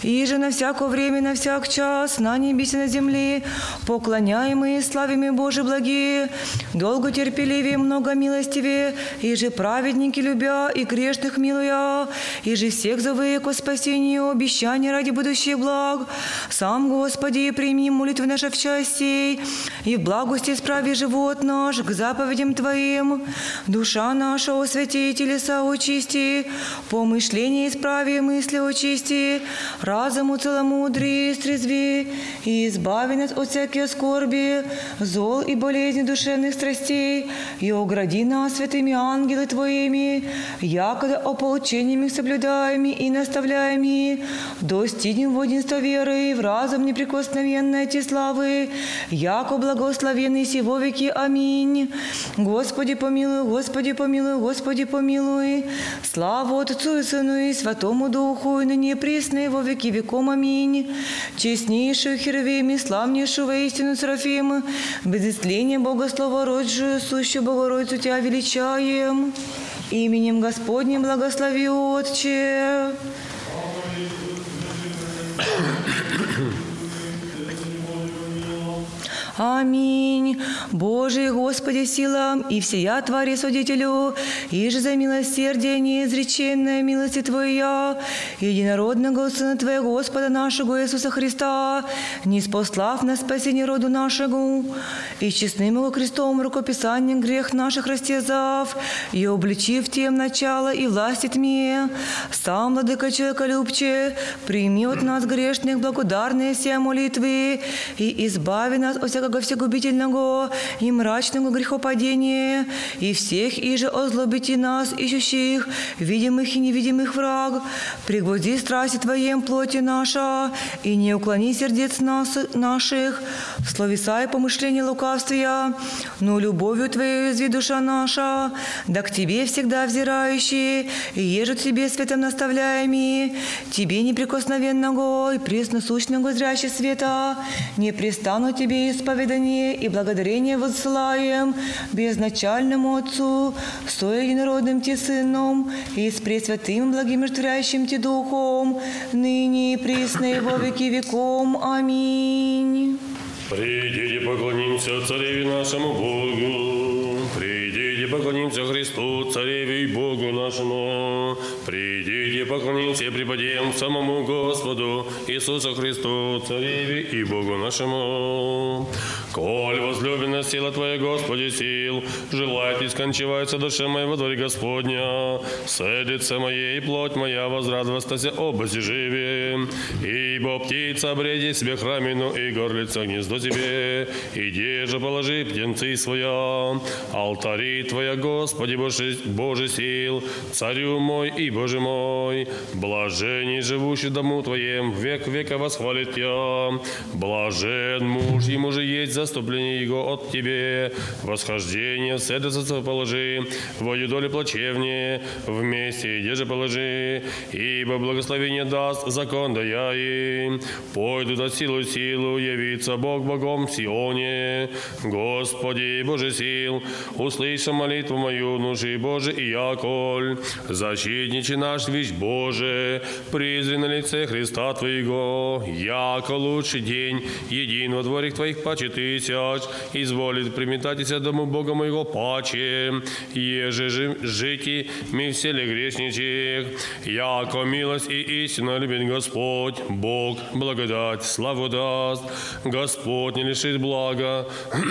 и же на всякое время, на всяк час, на небесе, на земле, поклоняемые славями Божий благие, долго терпеливее, много милостивее, и же праведники любя, и грешных милуя, и же всех зовые ко спасению, обещания ради будущих благ. Сам, Господи, прими молитвы наши в части, и в благости справи живот наш к заповедям Твоим. Душа наша освяти, телеса очисти, помышления исправи, мысли очисти, разуму целомудрии стрезви, и избави нас от всякой скорби, зол и болезни душевных страстей, и огради нас святыми ангелы Твоими, якогда ополчениями соблюдаеми и наставляеми, достигнем воденства веры, в разум неприкосновенной Ти славы, яко благословенный сего веки. Аминь. Господи помилуй, Господи помилуй, Господи помилуй. Слава Отцу и Сыну и Святому Духу, и ныне присно и во веки веком. Аминь. Честнейшую Херувим и славнейшую воистину Серафим, без истления Богослова роджую, сущую Богородицу Тебя величаем. Именем Господним благослови, Отче. Аминь. Божий Господи силам и всея Твари Судителю, и же за милосердие неизреченное милости Твоя, единородного Сына Твоего Господа нашего Иисуса Христа, ниспослав на спасение роду нашему, и честным Его крестом рукописанием грех наших растязав, и обличив тем начало и власти тьме, сам, Владыка человеколюбче, прими от нас грешных благодарные все молитвы, и избави нас от всякого всегубительного и мрачного грехопадения, и всех иже озлобите нас, ищущих видимых и невидимых враг, пригвозди страсти Твоем плоти наша, и не уклони сердец нас, наших в словеса и помышления лукавствия, но любовью Твоей изви душа наша, да к Тебе всегда взирающие, и ежу Тебе светом наставляемые, Тебе неприкосновенного и пресносущного зрящего света, непрестанно Тебе исповедание и благодарение воссылаем безначальному Отцу, со единородным Ти Сыном и с Пресвятым благим и Творящим Ти Духом, ныне и присно и во веки веком. Аминь. Придите, поклонимся Цареве нашему Богу. Придите, поклонимся Христу, Цареве и Богу нашему. Придите, поклонимся и преподем самому Господу Иисусу Христу, Цареве и Богу нашему. Коль возлюбленная сила Твоя, Господи, сил, желает искончивается душа моя во дворе Господня, седится моя и плоть моя возрадовастася обози живе, ибо птица обреди себе храмину и горлица гнездо тебе, и деже положи птенцы своя, алтари Твоя, Господи, Боже, Боже сил, Царю мой и Боже мой, блаженней живущий в дому Твоем, век века восхвалит Тебя, блажен муж, ему же есть заступление Его от Тебе, восхождение в седлице положи, во юдоле плачевне, вместе и деже положи, ибо благословение даст закон дая им, пойдут от силу силу, явится Бог Богом в Сионе. Господи, Боже сил, услыши молитву мою, нужи Боже и яколь, защитничи наш вещь Боже, призри на лице Христа Твоего, яко лучший день, един во дворах Твоих паче тысяч, изволит приметатися дому Бога моего паче, еже жити ми все ли грешничих, яко милость и истина любит Господь, Бог благодать, славу даст, Господь не лишит блага,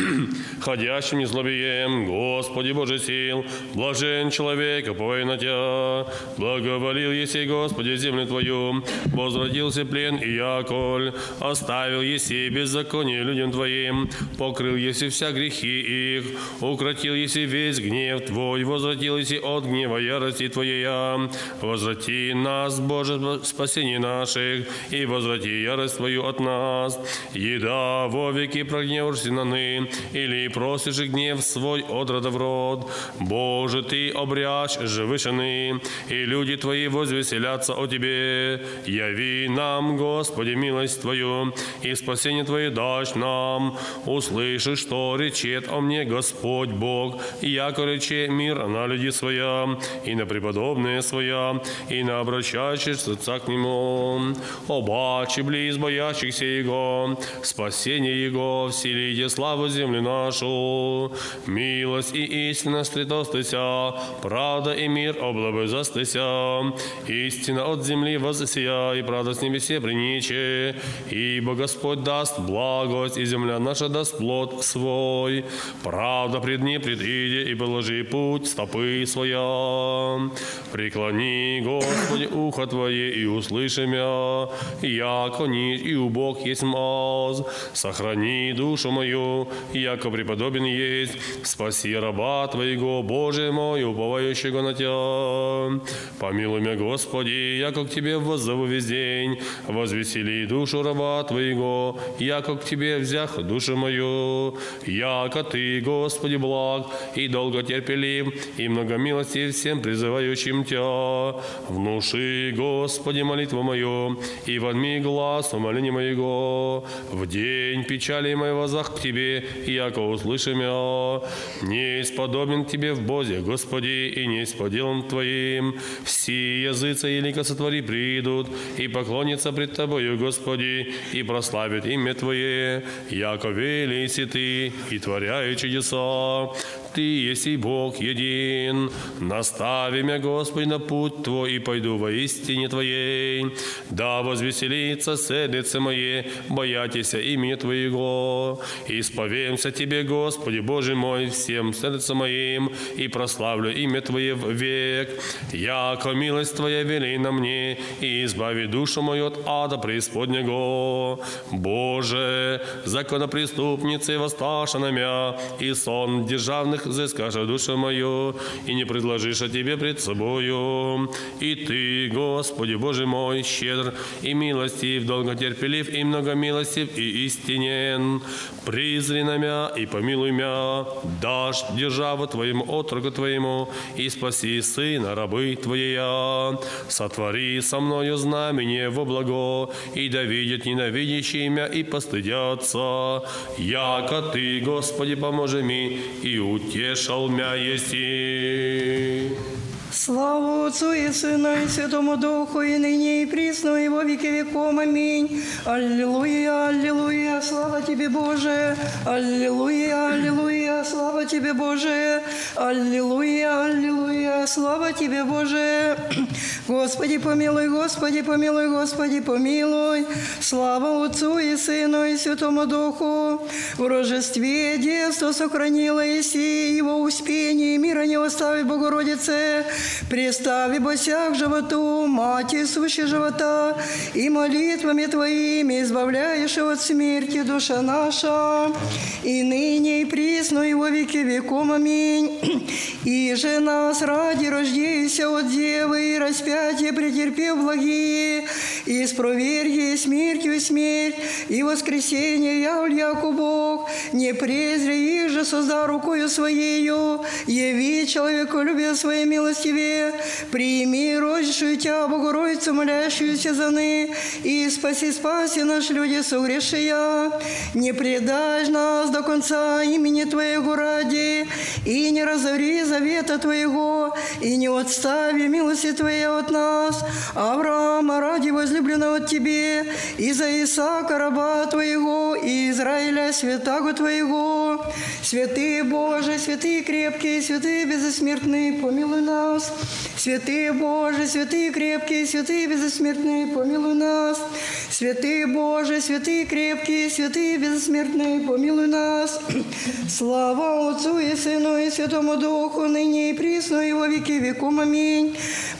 ходящим незлобием, Господи Боже сил, блажен человек, уповая на Тебя, благоволил Есей, Господи, землю Твою, возвратился плен и яколь, оставил Есей беззаконие людям Твоим, покрыл Есей вся грехи их, укротил Есей весь гнев Твой, возвратил Есей от гнева ярости Твоей, возврати нас, Боже, спасение наших, и возврати ярость Твою от нас, еда во веки прогневаешься на ны, или просишь гнев свой от рода в род, Бог Боже, Ты обрящ живышины, и люди Твои возвеселятся о Тебе. Яви нам, Господи, милость Твою, и спасение Твое дашь нам. Услыши, что речет о мне Господь Бог, яко рече мир на люди своя, и на преподобные своя, и на обращающихся к Нему. Обаче близ боящихся Его, спасение Его, вселите славу землю нашу. Милость и истина стритостыся, правда и мир облобызастыся. Истина от земли возвсия, и правда с небесе приниче. Ибо Господь даст благость, и земля наша даст плод свой. Правда пред ней предиде, и положи путь стопы своя. Преклони, Господи, ухо Твое, и услыши мя, яко ниж и убог есть маз. Сохрани душу мою, яко преподобен есть. Спаси раба Твоего, Боже мой, уповающего на Тебя. Помилуй меня, Господи, яко к Тебе воззову весь день. Возвесели душу раба Твоего, яко к Тебе взях душу мою. Яко Ты, Господи, благ и долготерпелив, и многомилостив всем призывающим Тебя. Внуши, Господи, молитву мою, и вонми глаз умоления моего. В день печали моего возах к Тебе, яко услыши мя. Не исподобен Тебе в Бозе, Господи, и не исподелан Твоим. Все языцы елико сотвори придут, и поклонятся пред Тобою, Господи, и прославят имя Твое, яко велиси Ты, и творяй чудеса. Ты есть и Бог един. Настави меня, Господи, на путь Твой, и пойду во истине Твоей. Да возвеселится сердце мое, боятися имени Твоего. Исповемся Тебе, Господи, Боже мой, всем сердцем моим, и прославлю имя Твое в век. Яко милость Твоя вели на мне, и избави душу мою от ада преисподнего. Боже, законопреступницы воссташа на мя, и сон державных взыскаша душу мою, и не предложишь о Тебе пред собою. И Ты, Господи, Боже мой, щедр и милостив, долготерпелив и многомилостив и истинен. Призри на мя и помилуй мя, дашь державу Твоему отроку Твоему, и спаси сына рабы Твоя. Сотвори со мною знамение во благо, и да видят ненавидящие мя и постыдятся. Яко Ты, Господи, поможи ми, и утешал мя еси. Слава Отцу и Сыну и Святому Духу, и ныне и присно, и во веки веком. Аминь. Аллилуйя, аллилуйя, слава Тебе, Боже. Аллилуйя, аллилуйя, слава Тебе, Боже. Аллилуйя, аллилуйя, слава Тебе, Боже. Господи, помилуй, Господи, помилуй, Господи, помилуй. Слава Отцу и Сыну и Святому Духу. В рождестве детство сохранило Иси, Его успение мира не остави, Богородице. Представи босяк животу, Мати сущей живота, и молитвами Твоими избавляешь от смерти душа наша, и ныне и присно, и во веки веком. Аминь. И же нас ради рождейся от девы, и распятие претерпев благие, и с проверье смертью смерть, и воскресение явль яко Бог, не презри их же созда рукою Своею, яви человеку любя своей милости. Прими родившую Тебя, Богородицу, молящуюся за ны, и спаси, спаси наш люди согрешия. Не предашь нас до конца имени Твоего ради, и не разори завета Твоего, и не отстави милости Твоей от нас. Авраама ради возлюбленного от Тебе, и за Исаака раба Твоего, и Израиля святаго Твоего. Святые Боже, святые крепкие, святые безсмертные, помилуй нас. Святые Боже, святые крепкие, святые безсмертные, помилуй нас. Святые Боже, святые крепкие, святые безсмертные, помилуй нас. Слава Отцу и Сыну и Святому Духу, ныне и присно, и во веки веком. Аминь.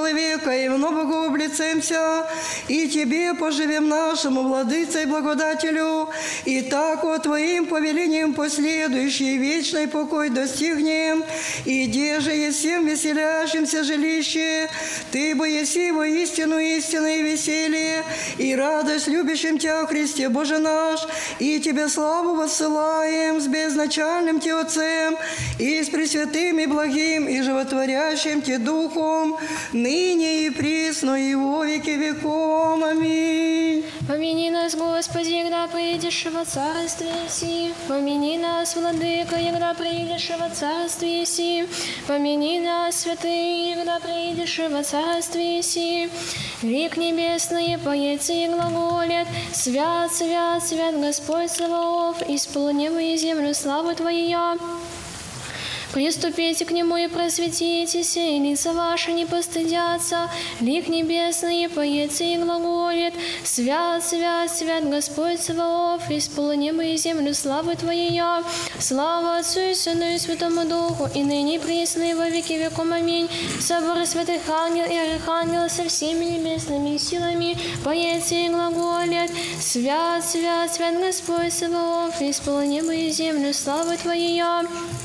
человека, и вновь богооблицемся, и Тебе поживем нашему, Владыце и Благодателю, и так от Твоим повелением последующий вечный покой достигнем, и деже есть всем веселящимся жилище, Ты бы еси воистину истинное веселье, и радость любящим Тебя, Христе Боже наш, и Тебе славу воссылаем с безначальным Те Отцем, и с Пресвятым и благим, и животворящим Те Духом, ныне и присно, и во веки веком. Аминь. Помяни нас, Господи, когда приидешь во Царствие Си. Помяни нас, Владыка, когда приидешь во Царствие Си. Помяни нас, святые, когда приидешь во Царствие Си. Век небесный поет и глаголет: свят, свят, свят Господь Саваоф, исполнил и землю славу Твоя. Приступите к Нему и просветитесь, и лица ваши не постыдятся. Лик небесный поет и глаголет: свят, свят, свят Господь Саваоф, исполним и землю славы Твоя. Слава Отцу и Сыну и Святому Духу, и ныне и присно и во веки веком. Аминь. Собор святых ангел и архангел со всеми небесными силами поет и глаголет: свят, свят, свят Господь Саваоф, исполним и землю славы Твоя.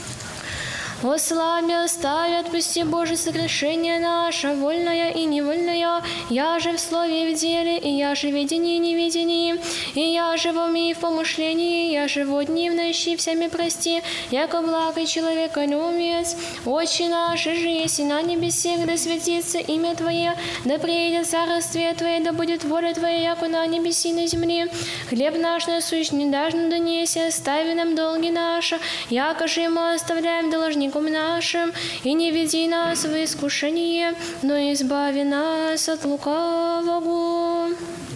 О славе, остави, отпусти, Боже, согрешение наше, вольное и невольное, я же в слове и в деле, и я же в видении и невидении, и я же в уме и в помышлении, я же в дни и в ночи всеми прости, яко благ и человеколюбец. Отче наш, же есть и на небесе, да светится имя Твое, да приедет царствие Твое, да будет воля Твоя, яко на небеси и на земле. Хлеб наш насущный дашь нам донеси, остави нам долги наши, яко же мы оставляем должников нашим, и не веди нас в искушение, но избави нас от лукавого.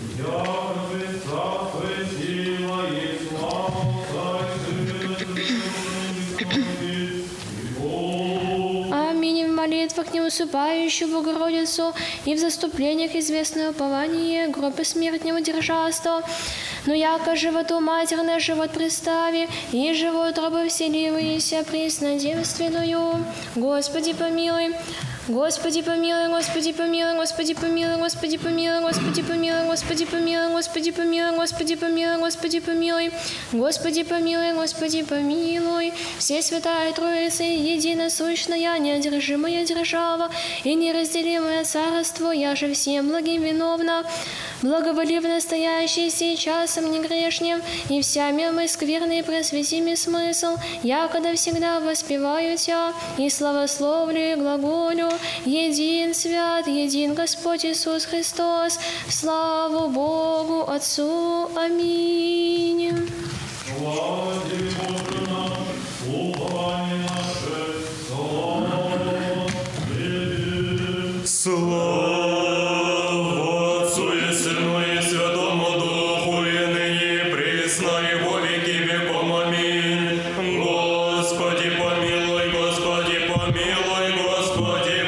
Аминь. В молитвах не усыпающую Богородицу и в заступлениях известное упование, гроб и смерть не удержаство. Но яко животу матерное живот представи, и живот раба вселивайся преснодевственную. Господи помилуй. Господи помилуй, Господи помилуй, Господи помилуй, Господи помилуй, Господи помилуй, Господи помилуй, Господи помилуй, Господи помилуй, Господи помилуй, Господи помилуй, Господи помилуй. Все святая Троица, единосущная, неодержимая держава и неразделимое царство, я же всем благим виновна. Благоволи в настоящий сейчасом негрешним, и всеми мы скверный просветими смысл, я когда всегда воспеваю Тебя и славословлю и глаголю: един свят, един Господь Иисус Христос, славу Богу Отцу. Аминь. Слава Тебе, Боже наш, упование наше, слава Тебе. Слава Отцу и Сыну и Святому Духу, и ныне и присно и во веки веком. Аминь. Господи помилуй, Господи помилуй, Господи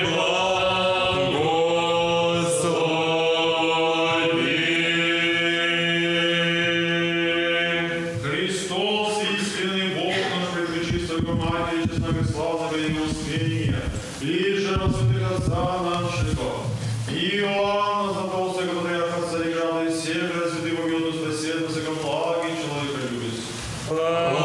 Христос, истинный Бог наш, пречистую Матерь, честного и славного и успения, и же святых отца нашего, и Иоанна, запался, который от царя града и севера, святый помилуй, спасет, высокоблагий человеколюбец.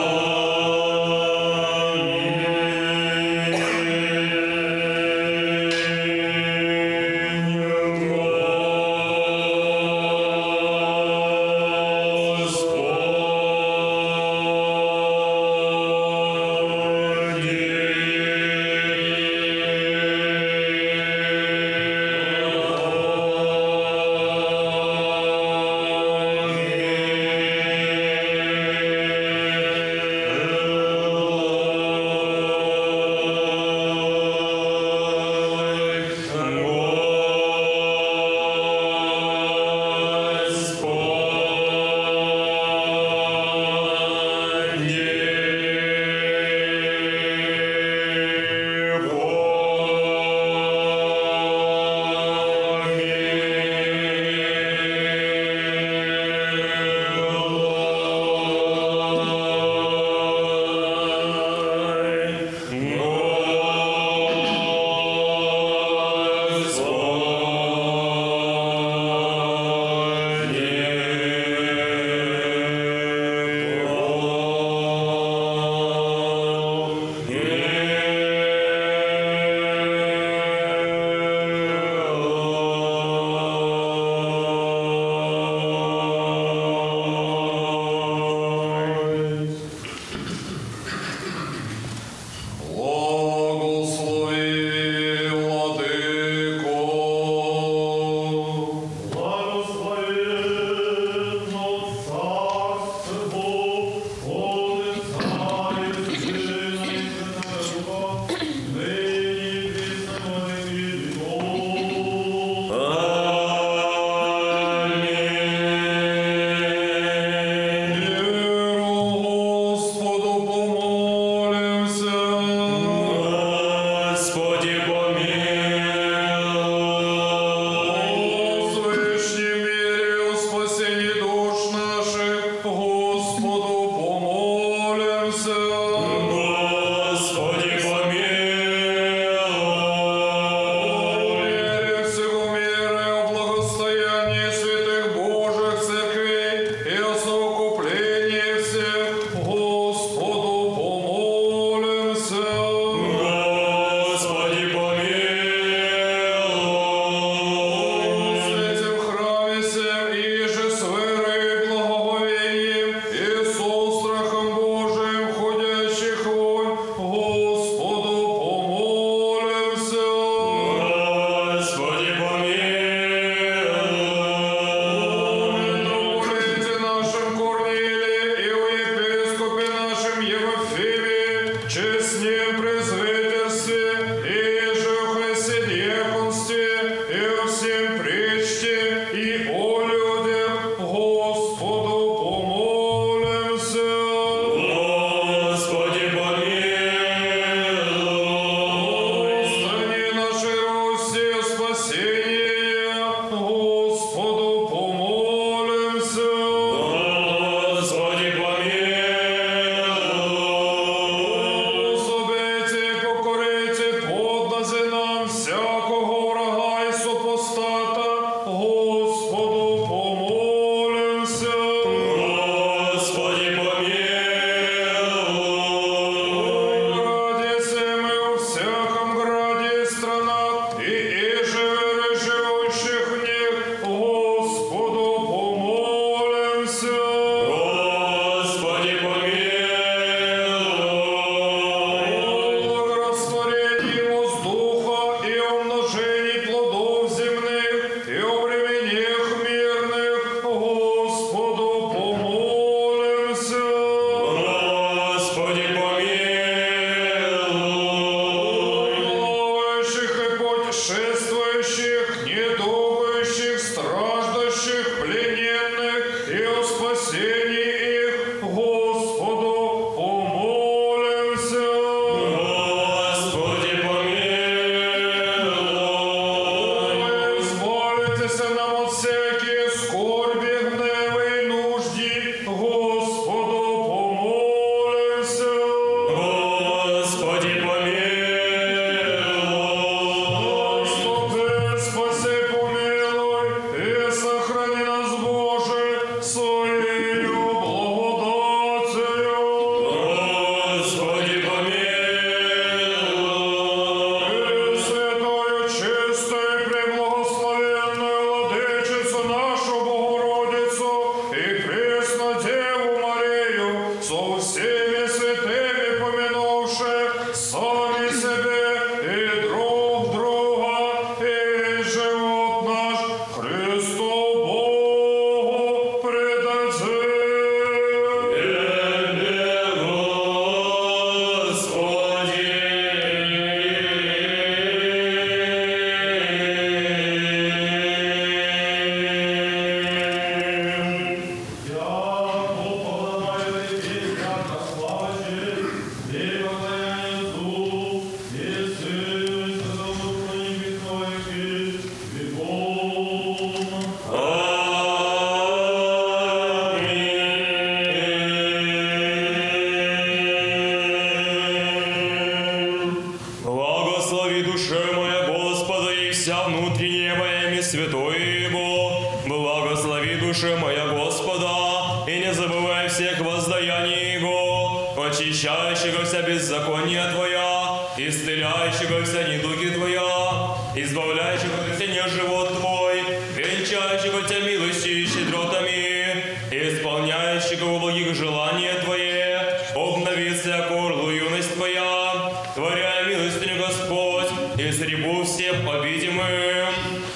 всех воздаяний Его, очищающего вся беззакония Твоя, исцеляющего вся недуги Твоя, избавляющего от живот Твой, венчающего Тебя милостью и щедротами, исполняющего благих желания Твое, обнови всякую орлу юность Твоя, творя милостыню Господь, и сребу всем обидимым.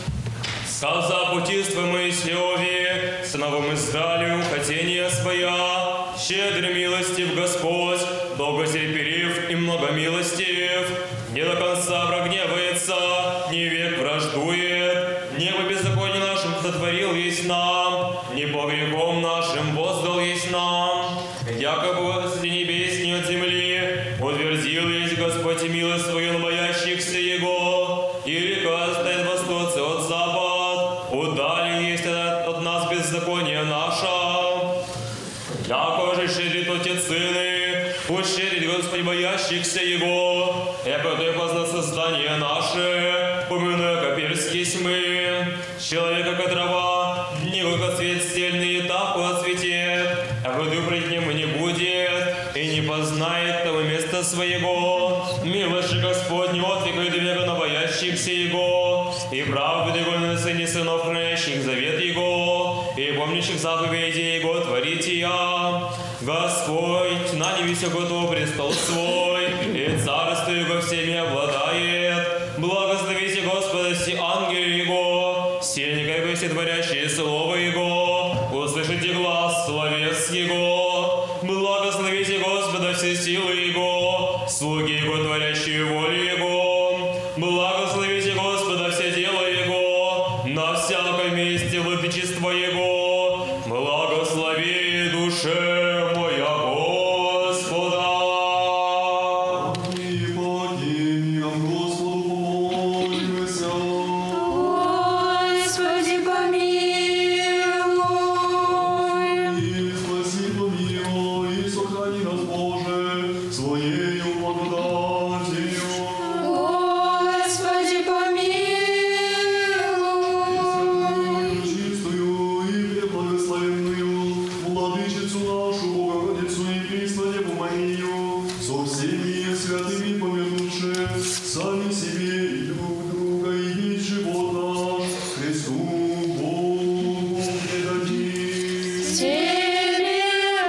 Сказа путиства Моисееве, с новым издалью хотения своя, щедрый милостив Господь, долго терпелив и много милостив, не до конца прогневается, не век враждует, небо беззаконие нашим сотворил есть нам, не по грехом нашим воздал есть нам, якобы среди небес не от земли, утвердил есть Господь милость свою на боящихся Его, и река стоит восток от запад, удален есть от, от нас беззаконие наше. Яко же щедрит Отец Сыны, пусть щедрит Господь боящихся Его, яко Ты познал создание наше, помянуя капельс есть мы, человека которого не как цвет стельный, и так отцветет, а предупредить нему не будет, и не познает того места своего. Милость же Господня отвекает века на боящихся Его, и правду Его на сыне сынов, хранящих завет Его, и помнящих заповеди Его творите я. Господь на небе все готов престол свой, и царство Его всеми обладает. Благословите Господа все ангелы Его, все некогда все творящие слово Его, услышите глаз словес Его. Благословите Господа все силы Его, слуги Его, творящие волю Его. Благословите Господа все дела Его, на всяком месте владычество Его. Благослови душе моя Господа. И падением Господу помолимся. Господи, помилуй. И спаси, помилуй, и сохрани нас, Боже, Своею благодатью. Господи, помилуй. Чистую и преблагословенную Владычицу нашу, Богородицу и Преснодеву Марию, со всеми святыми помянувши, сами себе и друг друга, и весь живот наш Христу Богу предадим. Тебе,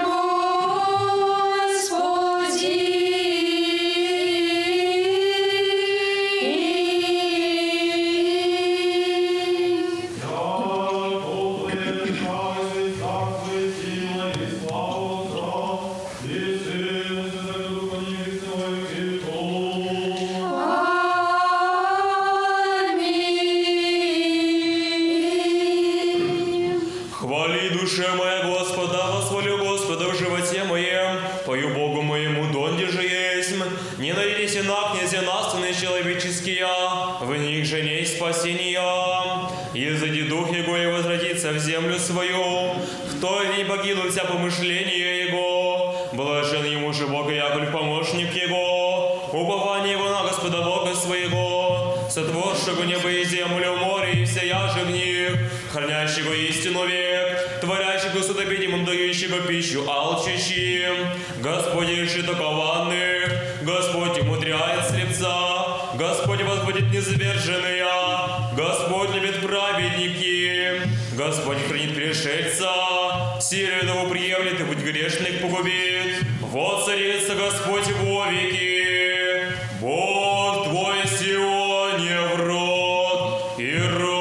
Хвали душе моя Господа, восхвалю Господа в животе моем, пою Богу моему, донде же есть. Не надейтесь на князя наственные человеческие, в них же не есть спасения. Изыди дух Его и возвратится в землю свою, в той не погибнут вся помышления Его. Блажен ему же Бог и Яковлев помощник Его, упование Его на Господа Бога своего, сотворшего небо и землю, море и вся яже в них, хранящего истину век, творящего судобедимым, дающего пищу алчащим. Господь решит окованных, Господь умудряет слепца, Господь возводит низверженные, Господь любит праведники, Господь хранит пришельца, силою его приемлет и путь грешных погубит. Вот царица Господь во веки, Бог твой Сионе в род и род.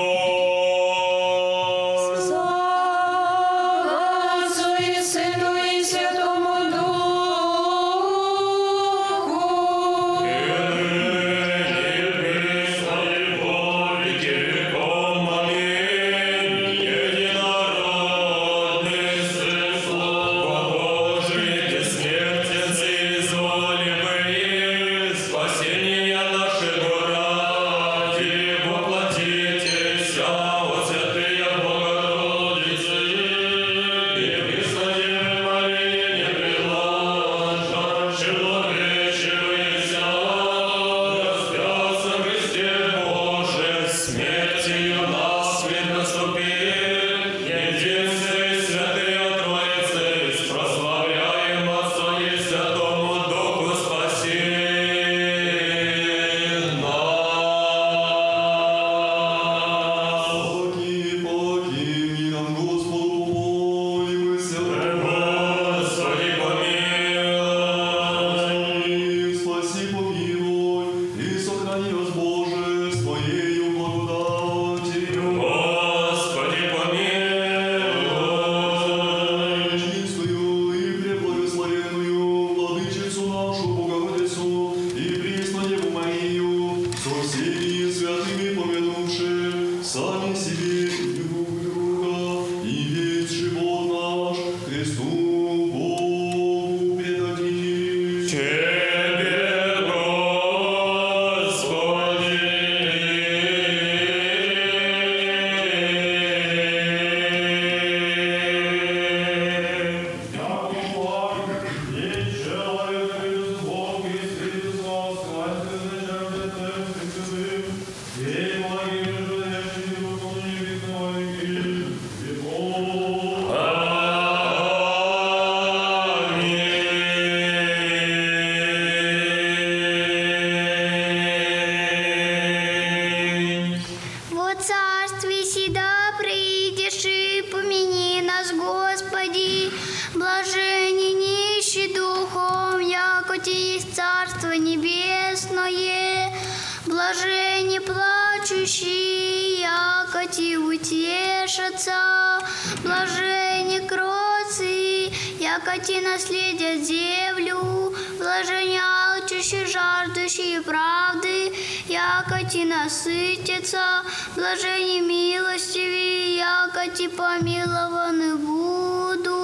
Отцу и Сыну и Святому Духу. И ныне присно и во веки веков. Аминь. Единородный Сын, Слова Божий, бессмертен, изволи вы Господи, блажени нищий духом, яко Ти есть Царство Небесное, блажени плачущие, яко Ти утешатся, блажени кроцы, яко Ти наследят землю, блажени алчущие, жаждущие правды, яко Ти насытятся, блажени милостивые, яко Ти помилованы будут.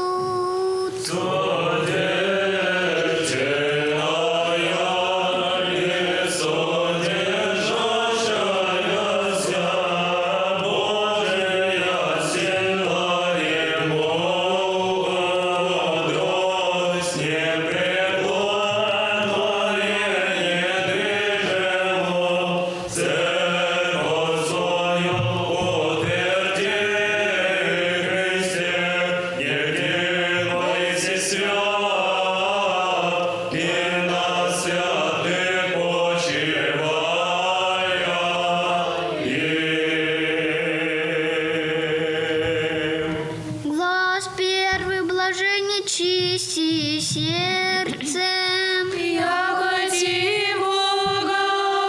Глаз первый, блаженне чисти сердцем, яко Ти Бога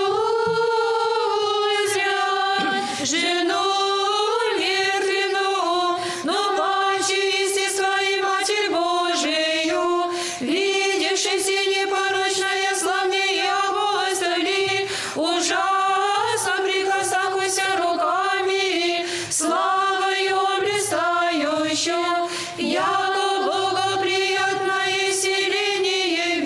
узрят, жену мертвенну, но почисти своей Матерь Божию, видевшись непорочное славнее апостолей, ужасно прикасахуся руками, славою блистающую, яко благоприятное селение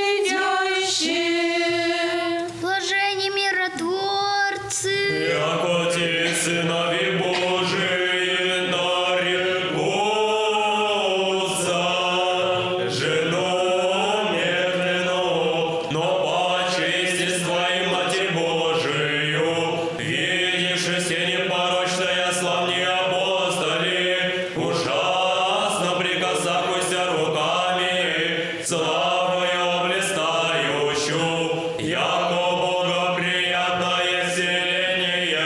видящее. блаженне миротворцы, Яко Ти сынови Божии нарекутся, жену мертвенну, но почисти с Твоей Матерь Божию, видевшись непорочное славнее апостолей, ужасно прикасахуся руками, славою блистающую, яко благоприятное селение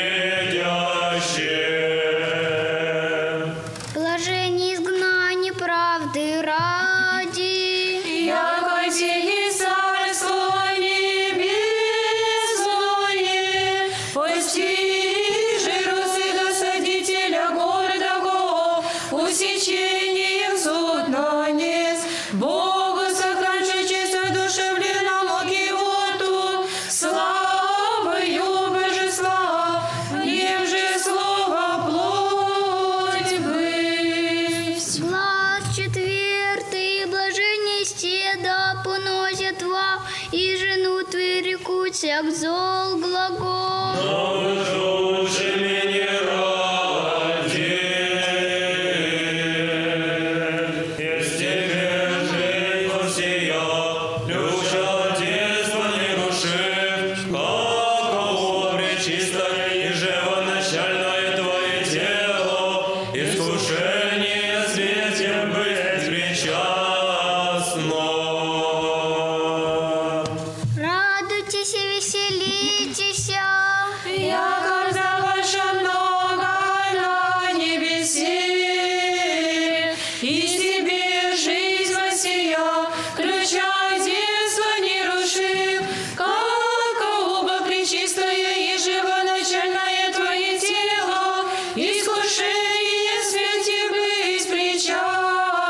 видящее. блаженне изгнание правды ради, Яко Ти есть Царство Небесное, постижи росы досадителя гордого, усечением суд нанес, Богу сохранши честь одушевленному кивоту, славою божества, нем же слово плоть быть. глаз четвертый, блаженне стеда поносят вам, и жену Твою рекут всяк зол глагол. Лучше меня ради, есть теперь жизнь сия, ключа детства не рушив, каково пречистое и живоначальное Твое тело, искушение светем быть причастно. Радуйтесь и веселитесь, Яко за ваша много на небесе, и себе жизнь воссия, ключа детства не рушив, как оба пречистое и живоначальное Твое тело, искушение свете быть причастно.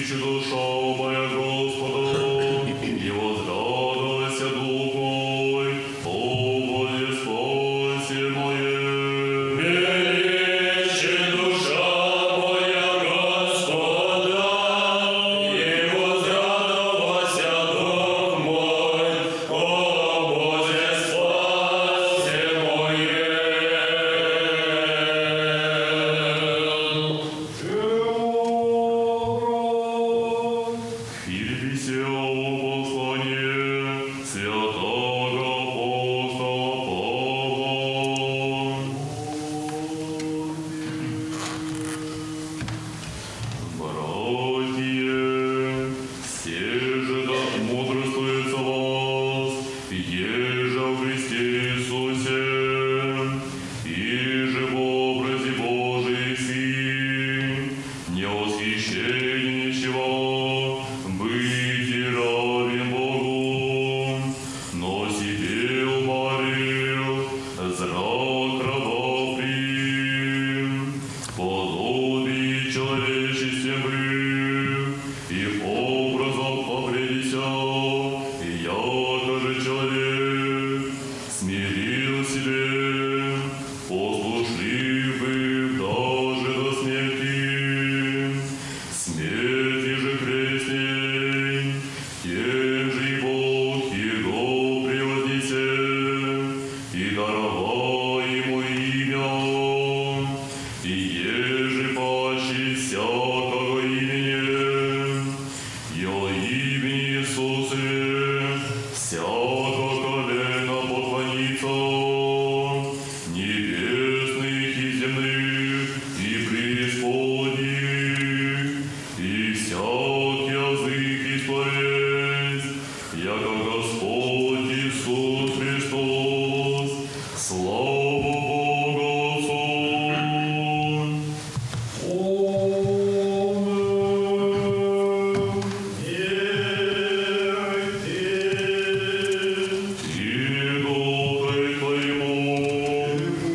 Возвеличи душа моя Господу, и возрадовайся дух мой, о Боге спасенное. Величи душа моя Господа, и возрадовайся дух мой, о Боге спасе мое. Филиппе послание святого апостола Павла. Братья, все же да мудрствуется вас, еже в Христе Иисусе, и же в образе Божий Сын, не восхищение ничего, быть равен Богу, но себе уморил, зрак раба прим, подобие человечестве был, и образом обрелися, и яко же человек смирил себе, послушлив быв даже до смерти, смерти же крестней, тем же и Бог его превознесе, и дарова ему имя, и еже паче всякого имени, и о имени Иисусе всяко колено поклонится, небесных и земных, и преисподних, и всяк язык исповесть, яко Господь Иисус Христос, слава Богу Отцу. И духе Твоему,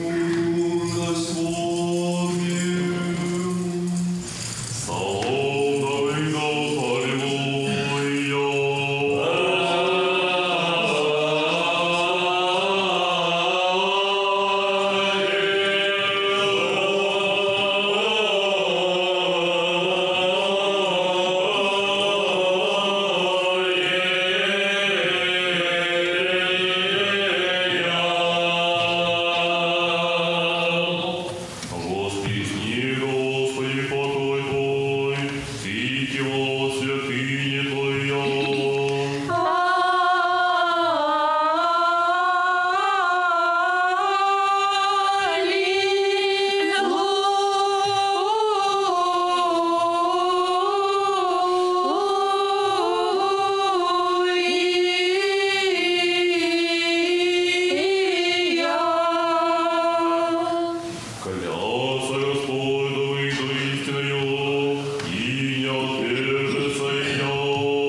Воскресни, Господи, покой Твой, Ты его святыне Твоя. Клялся Господь, да выйду истиною, и не отвержется я.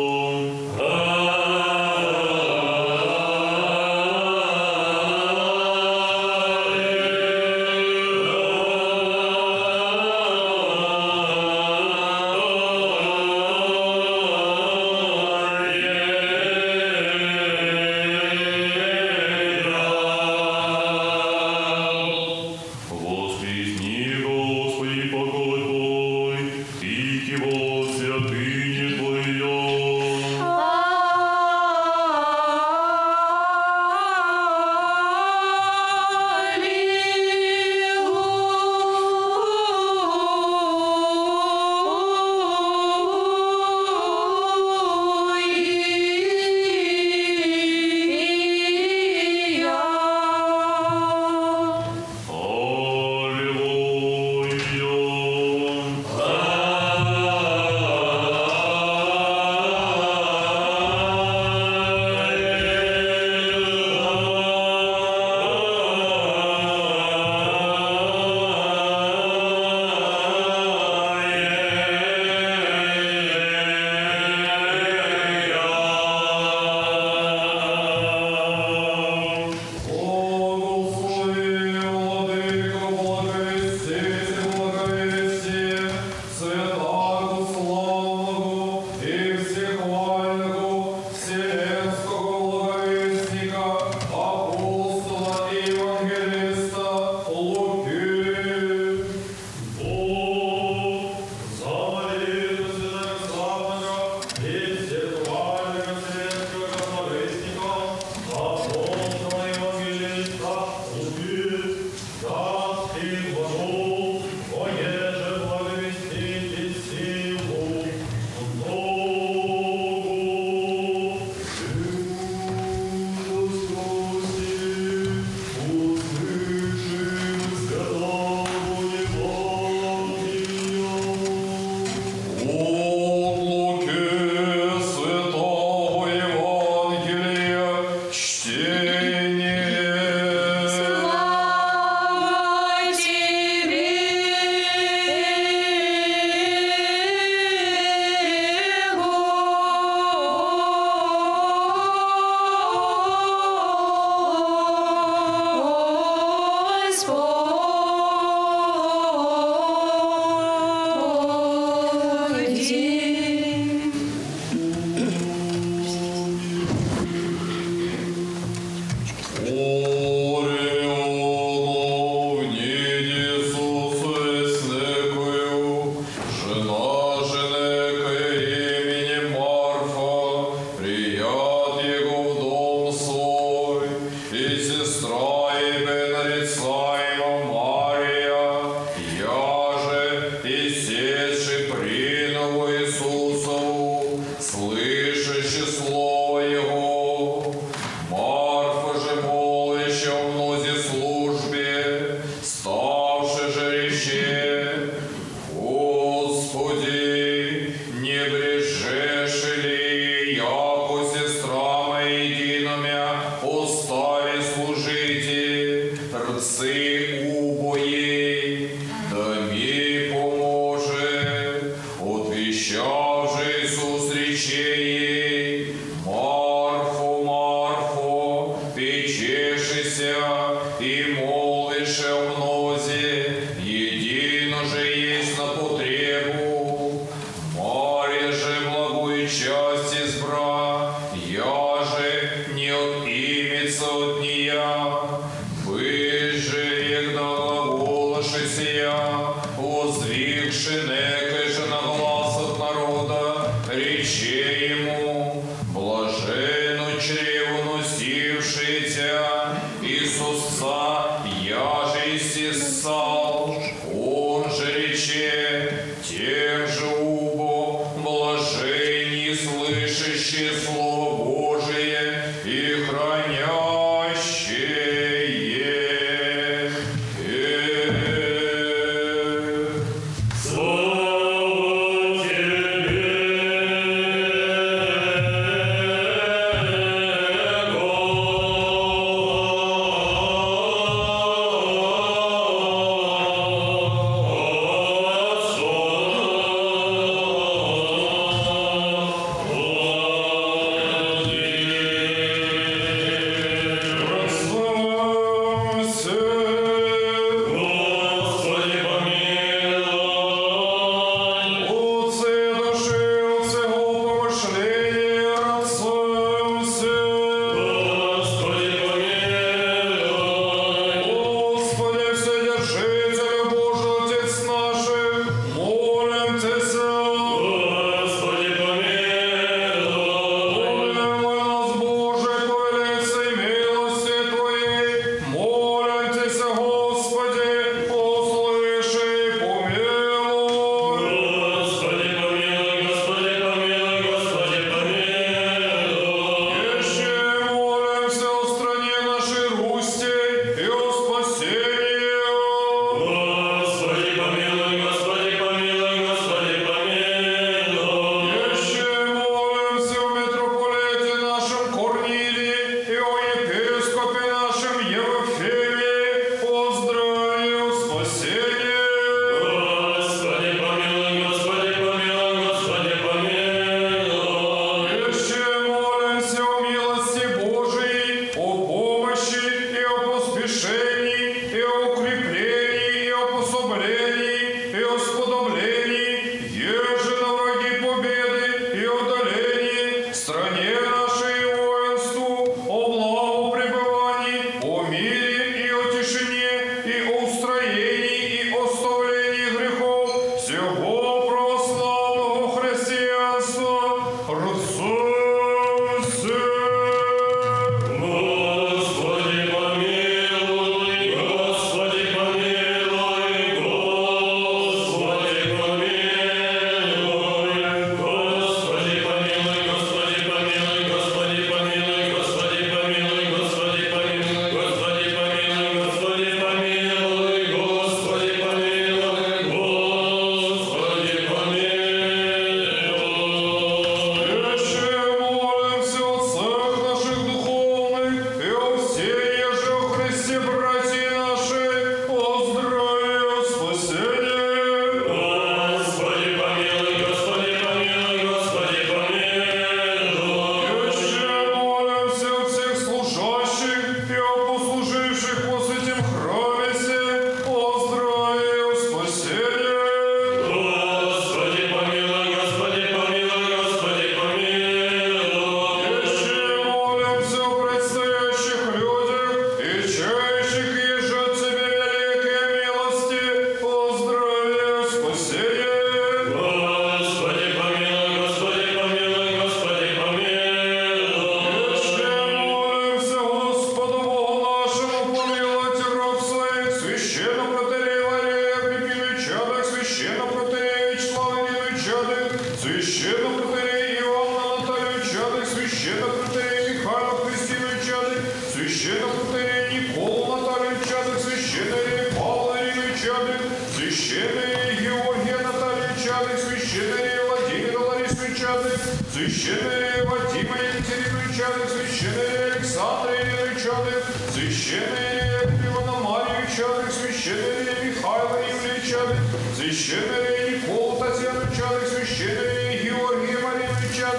рече ей: Марфо, Марфо, печешися и молвише о мнозе, едино же есть на потребу. Мария же благую часть избра, я же не отимется от нея. Вы же, егда глаголошися я, воздвигши некой же на глаз от народа, рече ему: блаженно чреву носившийся, Иисуса я же иссисал. Он же рече тем же убо: блаженни слышащие Слово Божие и хранящие. Священная Вадима Екатерину Чадык, священная Александра Ирину Чадык, священная Ивана Марию Чадык, священная Михаила Юлию Чадык, священная Николу Татьяну Чадык, священная Георгия Марию Чадык,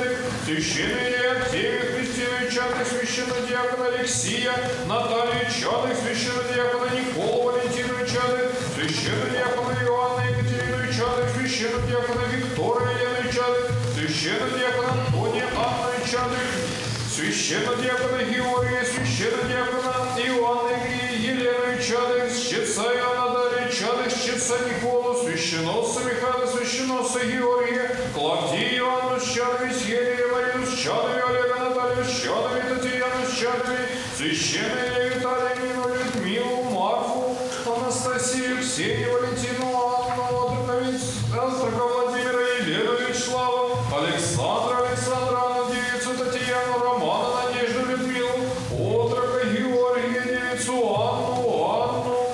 священный Артемия, Христину Чады, священного диакона Алексия, Наталью Чады, священного диакона Николу, Валентину Чады, священного диакона Иоанна, Екатерину Чады, священного диакона Виктора, Елену Чады, священного диакона Антония, Анну Чады, священного диакона Георгия, священного диакона Иоанна и Елену Чады, чтеца Иоанна Дарья Чады, чтеца Николу, священноса Михаила, священноса Георгия, Клавдия Иоанну с чадами, Сергия Марину с чадами, Олега Наталью с чадами, Татьяну с чадами, священную Виталия, Нину, Людмилу, Марфу, Анастасию, Ксению, Валентину, Анну, Астрака, Владимира, Елену, Вячеслава, Александра, Александра, Анну, девицу Татьяну, Романа, Надежду, Людмилу, Отрока, Георгия, девицу Анну, Анну,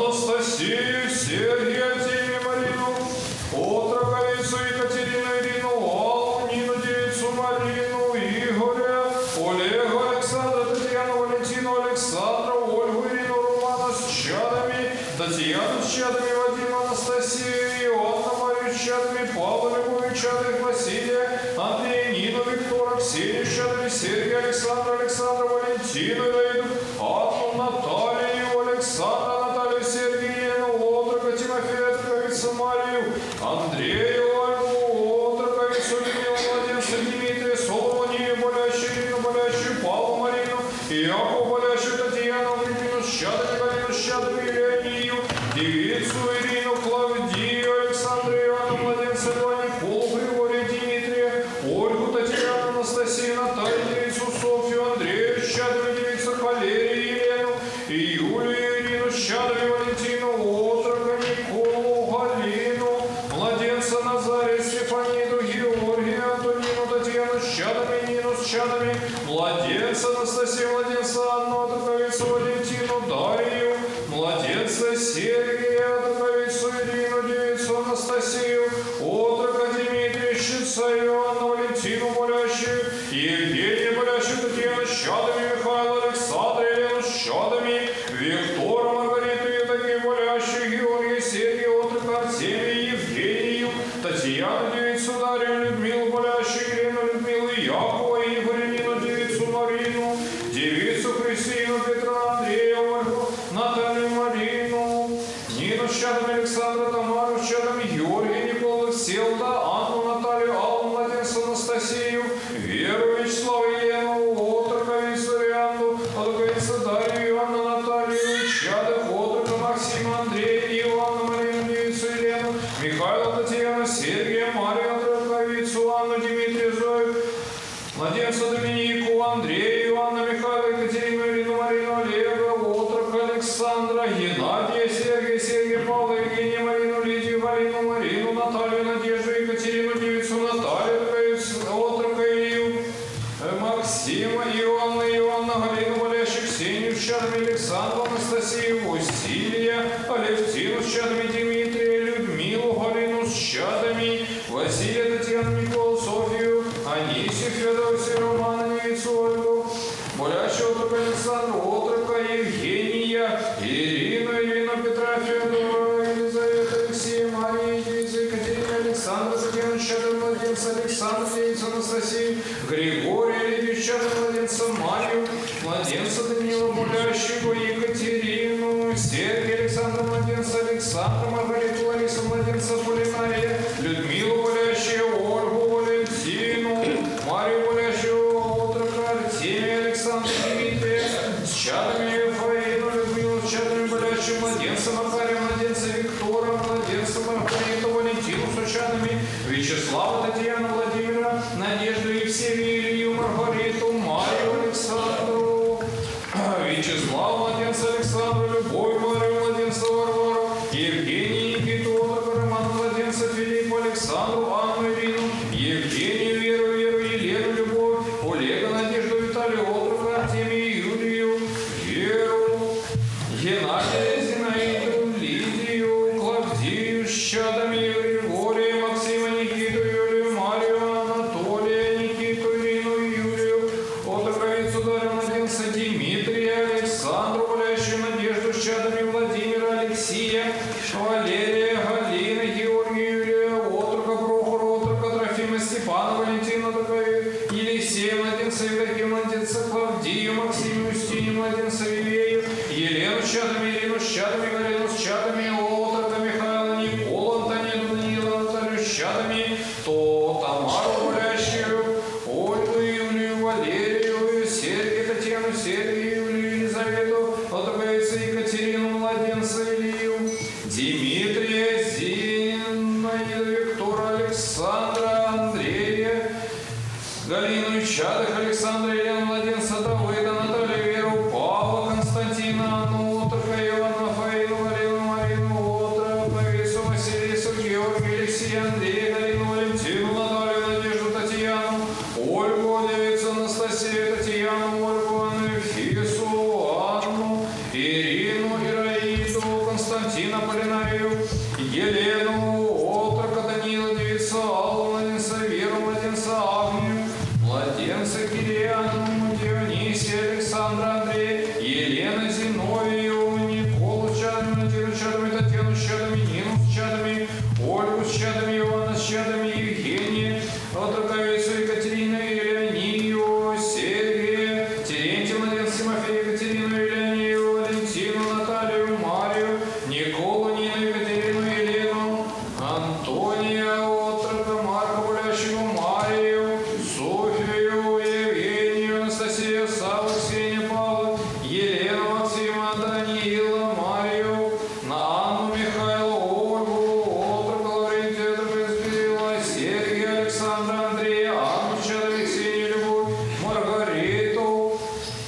Анастасию, Сергия, Артемия, Марину, Отрока, девицу Екатерину, Ирину, Аллу, Нину, девицу Марину, Игоря, Олега, Александра, Татьяну, Валентину, Александра, Ольгу, Ирину, Романа с чадами, Татьяну с чадами, Вадима, Анастасию, Иоанна, Марию с чадами, Павла, Любовью чадами, Василия, Андрея, Нину, Виктора, Ксению с чадами, Сергия, Александра, Александра, Валентину, Леиду, Анну, Наталью, Александра, Наталью, Сергия, Елену, Отрока, Тимофея, Троицу, Марию, Андрею, Ольгу, Отрока, Исулину, младенца, Дмитрия, Соломонию, болящую, Ирину, болящую, Павлу, Марину, Иакову, болящую, Татьяну, Агриппину с чадами, Галину с чадами, Леонию, девицу Ирину, Клавдию, Александру, Иоанну, младенца, Льва, Николу, Григория, Дмитрия, Ольгу, Татьяну, Анастасию, Наталью, девицу Софью, Андрею с чадами, девицу Валерию, Елену, и Юлию, Ирину с чадами, Валентину, Отрока, Николу, Галину, младенца Назария, Стефаниду, Георгия, Антонину, Татьяну с чадами, Нину с чадами, младенца Анастасию, младенца Анну, Отроковицу, Валентину, Дарью, младенца Сергия, Отроковицу, Ирину, девицу Анастасию, Отрока, Дмитрия, чтеца Иоанна, Валентину, болящую, Евгения, болящую, Татьяну с чадами, Михаила, Александра, Елену с чадами, Виктора, Маргариту, Евдокию, болящую, Георгия, Сергия, Отрока, Артемия, Евгению, Татьяну, девицу Дарью, Людмилу, болящую, Елену, Людмилу, Якова, Игоря, Нину, девицу Марину, девицу Христину, Петра, Андрея, Ольгу, Наталью, Марину, Нину с чадами, Александра, Тамару с чадами, Георгия, Николу, Селда, Анну, Наталью, Аллу, младенца Анастасию, Веру, Вячеславу, Елену, Отроковицу, Рианду, Отроковицу, Дарью, Иоанна, Наталью, чадах, Отрока, Максима, Андрея, Иоанна, Марину, девицу Елену, Михаила, Татьяну, Сергия, Марию, Отроковицу, Анну, Дмитрия, Зою, младенца Доминику, Андрея, Иоанна, Михаила, Екатерину, Ирину, Марину, Олега, Отрока, Александра, Геннадия, Сергия, Сергия, Павла, Евгения, Марину, Лидию, Галину, Марину, Наталью, Надежду, Екатерину, девицу Наталью, Отрока, Илью, Максима, Иоанна, Иоанна, Галину, болящих, Ксению с чадами, Александру, Анастасию, Василия, Алевтину с чадами, Дмитрия, Людмилу, Галину с чадами, Василия, Татьяну, Николу, Софию, Анисию, Феодосию, Романа, девицу Ольгу, болящего Отрока, Александру, Отрока, Евгения, Ирину, Ирину, Петра, Феодора, Елизавету, Алексея, Марию, девицу Екатерину, Александра, Татьяну, чадом, младенца Александра, девицу Анастасию, Григория, Лидию, чадом, младенца Марию, младенца Данила, болящего Екатерину, Сергия, Александра, младенца Александра, Маргариту, Ларису, младенца Полинария, Людмилу, болящую Ольгу, Валентину, Марию, болящую Отрока, Артемия, Александра, Дмитрия, с чадами Фаину, Людмилу, с чадами болящую младенца Макария, младенца Виктора, младенца Маргариту, Валентину, с чадами Вячеслава, Татьяну, Владимира, Надежду, Евсевию, Илью, Маргариту, Марию, Александру, Вячеслава, младенца Александру, Любовь, Марию, младенца Варвару, Евгений, Никиту, Отрока, Романа, младенца Филиппа, Александру, Анну, Ирину, Евгению, Веру, Веру, Елену, Любовь, Олега, Надежду, Виталию, Отрока, Артемию, Юлию, Веру, Геннадия, Зинаиду, Лидию, Клавдию, с чадами, Григория, Максима, Никиту, Юлию, Марию, Анатолия, Никиту, Ирину, Юлию, Отроковицу, Дарью, младенца Дмитрия, Александру, болящую Надежду, с чадами Владимира, Алексия, Валерия, Галина, Георгия, Юлия, Отрока, Прохора, Отрока, Трофима, Степана, Валентина, Отрока, Елисея, младенца Евдокию, младенца Клавдию, Максимию, Устинью, младенца Вивею, Елену с чадами, Ирину с чадами, Галину с чадами, Отрока Михаила, Николу, Антонину, Даниила, Наталью с чадами, то Тамару гулящую, Ольгу, Юлию, Валерию, Сергию, Татьяну, Сергию, Юлию, Елизавету, Отроковицу Екатерину, младенца Илью, Дмитрия, Зинаида, Виктора, Александра, Андрея, Галину и чадых, Александра, Елену, младенца Давыда, Наталью, Веру, Павла, Константина, Анну, Отрока, Иоанна, Фаину, Галину, Марину, Отрока, Повесу, Василису, Георгия, Алексея, Андрея, Галину, Валентину, Наталью, Надежду, Татьяну, Ольгу, Девицу, Анастасию, Татьяну, Ольгу, Анну, Фису, Анну, Ирину, Ираиду, Константина, Полинарию, Елену, Отрока, Данила, Девицу, Аллу, младенца Веру, младенца Агнию, младенца Кириану, Дионисия, Александра, Андрея, Елена, Зиновию, Николу с чадами, Надиру с чадами, Татьяну с чадами, Нину с чадами, Ольгу с чадами, Ивана с чадами, Евгения, Отроковицу, Екатерину, Елеонию, Сергия, Терентия, младенца Тимофея, Екатерину, Елеонию, Валентину, Наталью, Марию, Николу, Нину, Екатерину, Елену, Антония, Отрока, Марка, Гулящего, Марию, Софию, Евгению, Анастасию, Саву, Ксению, Павла, Елену, Максима, Даниила, Марию, на Анну, Михаила, Ольгу, Отрока, Лаврентия, Кирилла, Сергия, Александра, Андрея, Анну, Чада, Ксению, Любовь, Маргариту,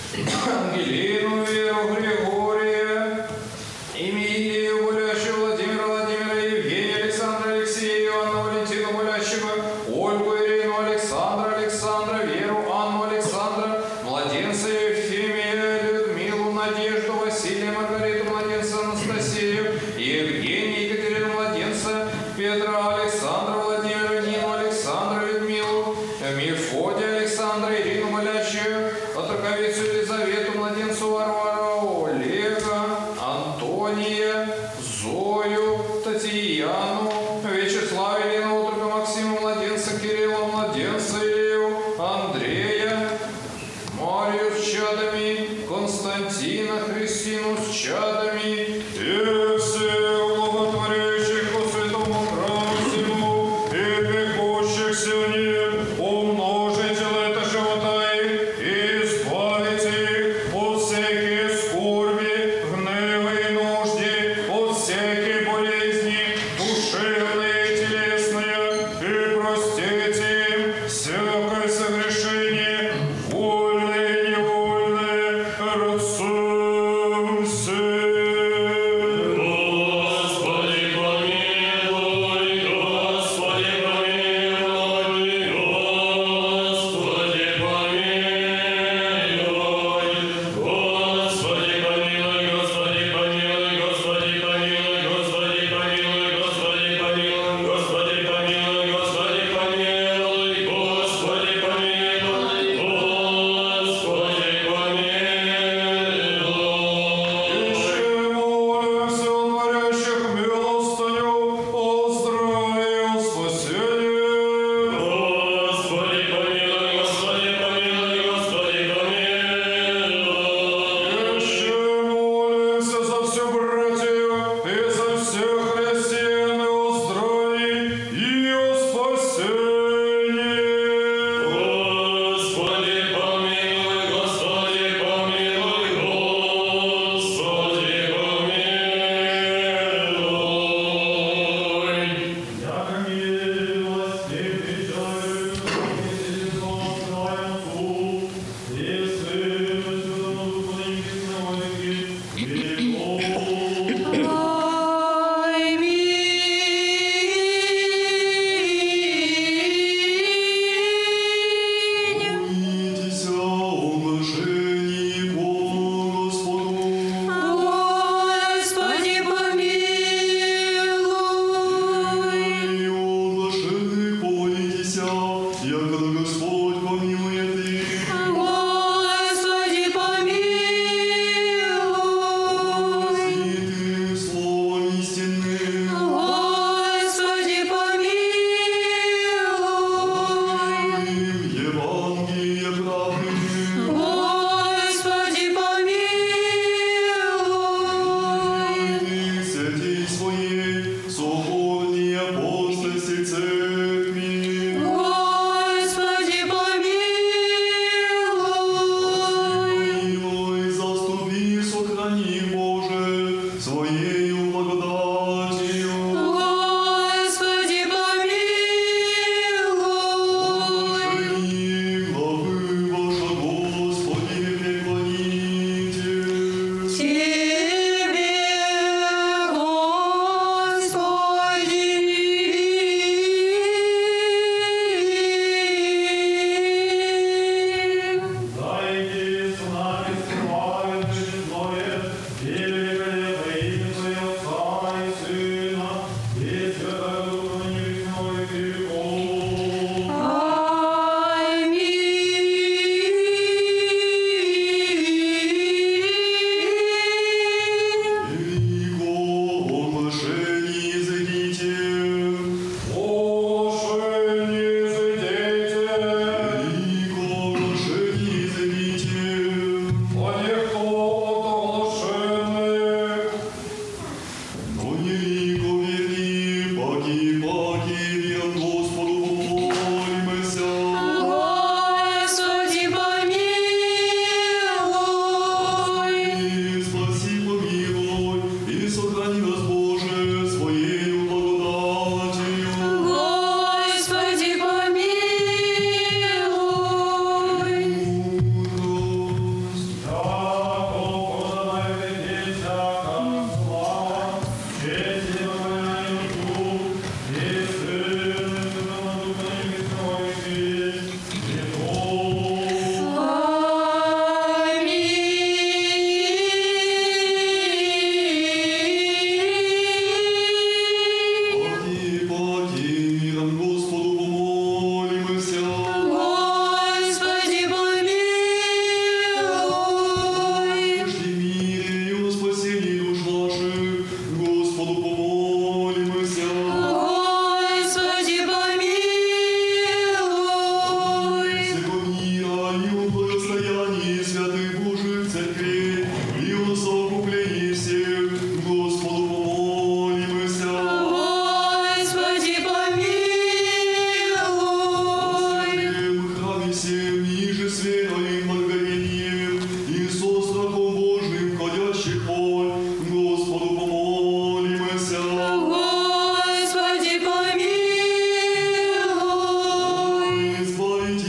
Ангелину, Веру, Григория, Эмилию, Гулящего, Владимира, Владимира, Евгения, Александра, Алексея, Иоанна, Валентину, Гулящего, Ольгу, Ирину, Александра, Александра, Веру, Анну, Александра, младенца Ефимия, Людмилу, Надежду, Василия, Маргариту, младенца Анастасию, Евгения, Екатерину, младенца Петра, Александра, Владимира, Нину, Александра, Людмилу, Мефодия, Александра, Ирину, молящую, Отроковицу, Елизавету, младенцу Варвару, Олега, Антония, Зою, Татьяну, Вячеслава, Елену, Отрока, Максима, младенца Кирилла, младенца Илью, Андрея, Марию с чадами, Константина, Христину с чадами, и всех благотворящих по святому храму всему, и пекущихся в нем, умножите лето живота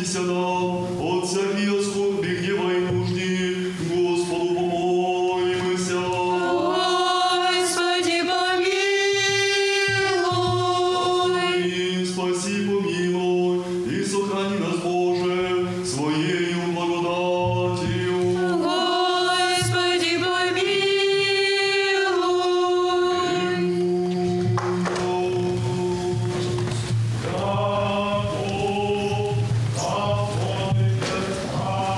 спасися нам от всяких скорби, гнева и нужды. Господу помолимся. Господи, помилуй. И спаси, помилуй, и сохрани нас, Боже, Своею благодатью. Господи, помилуй. Господи,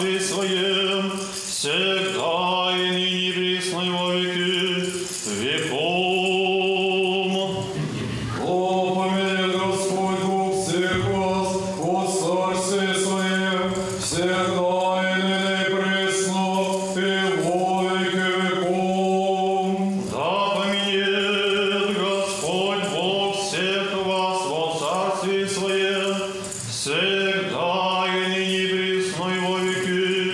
Царстве Своем, всегда и ныне и присно и во веки веком. О, помилуй, Господь, Бог всех вас, о Царстве Своем, всегда и ныне и присно и во веки веком. Да поменет Господь Бог всех вас во Царстве Своем, всегда и ныне и присно и во веки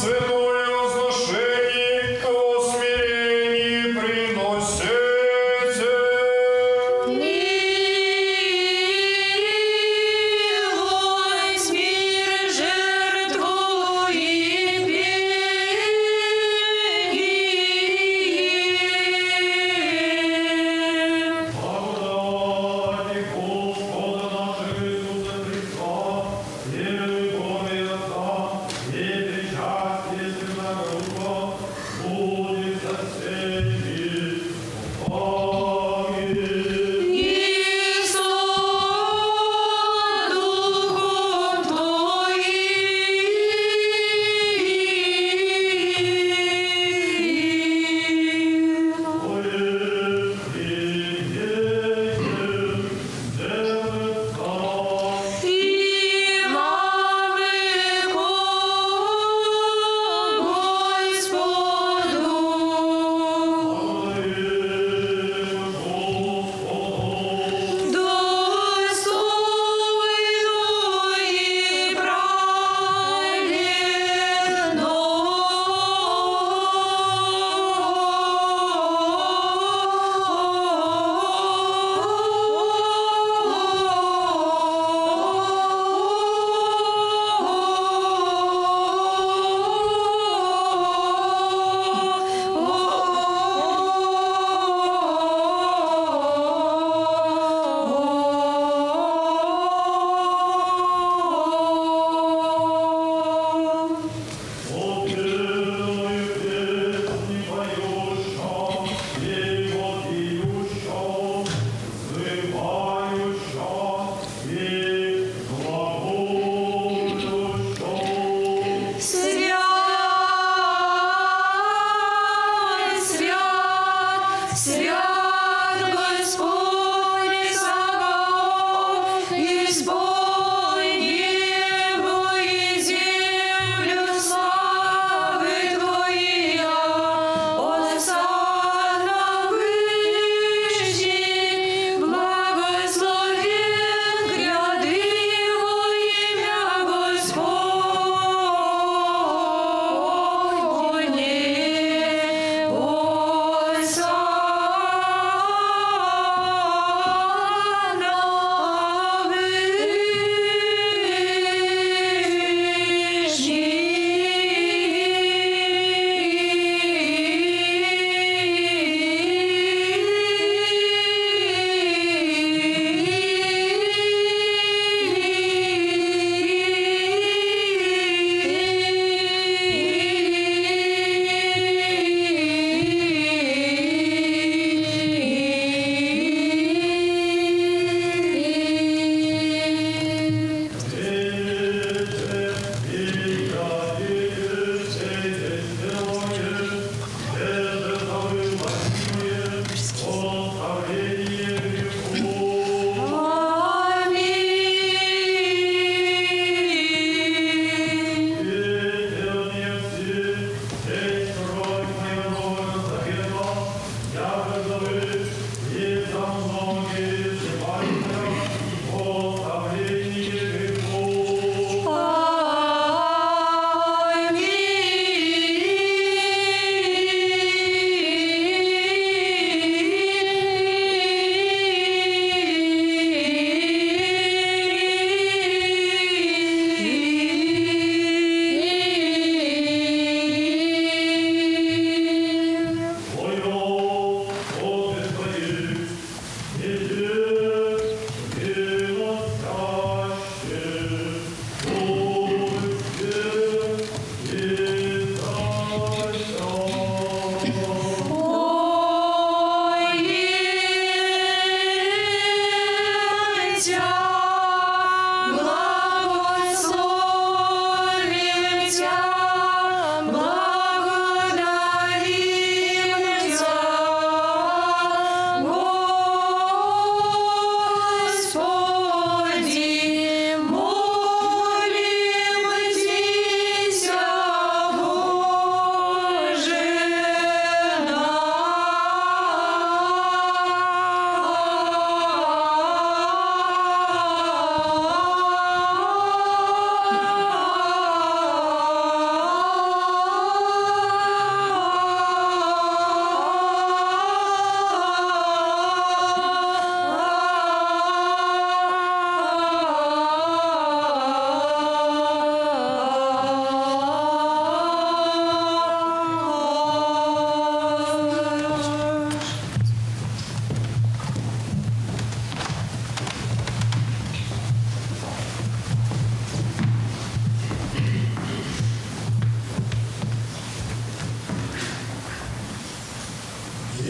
святое возношение во смирении приносите. Милость, мир, жертву и беги. Благодати Господа нашего Иисуса Христа, и любовь Отца, и причастие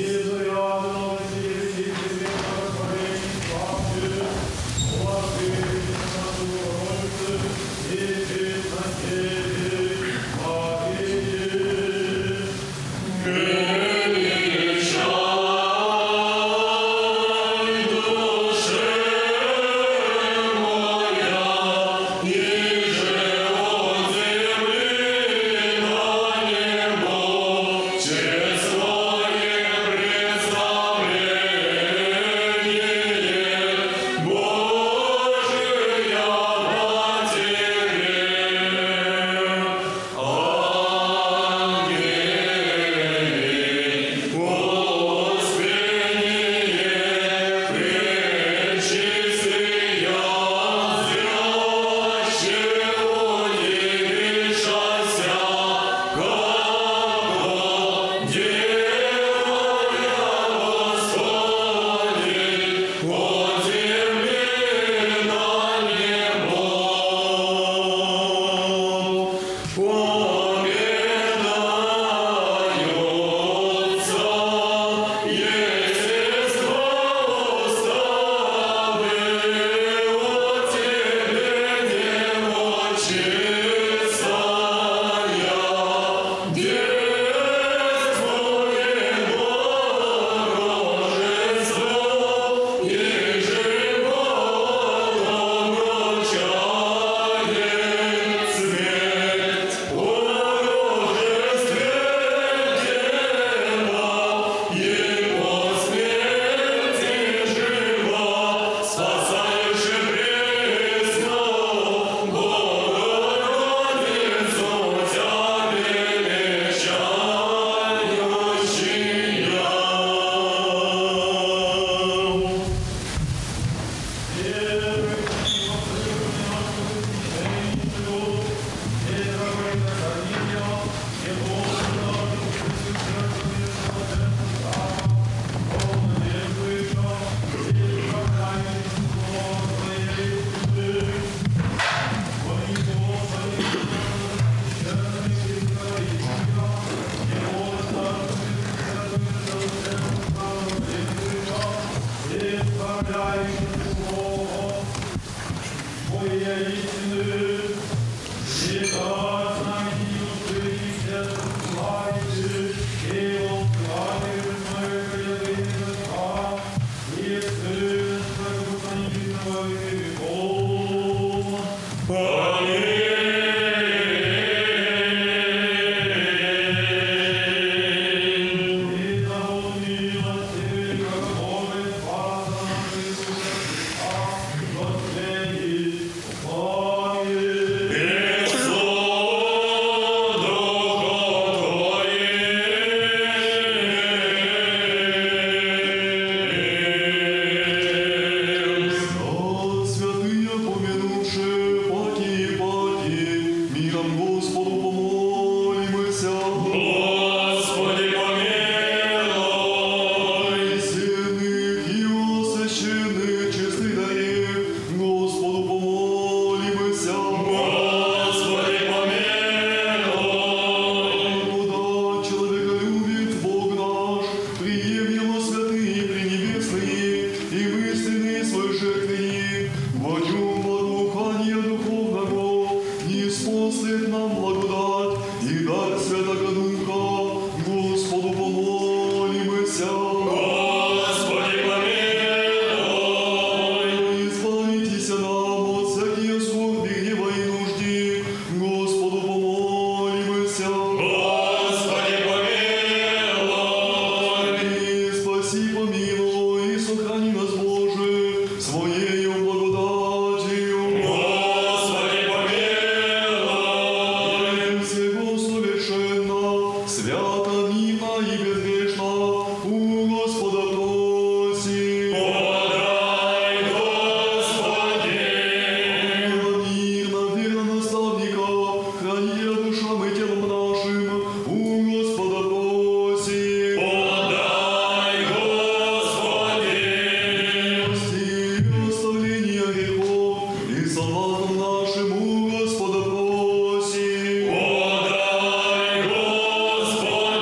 Господа просим. Подай, Господи,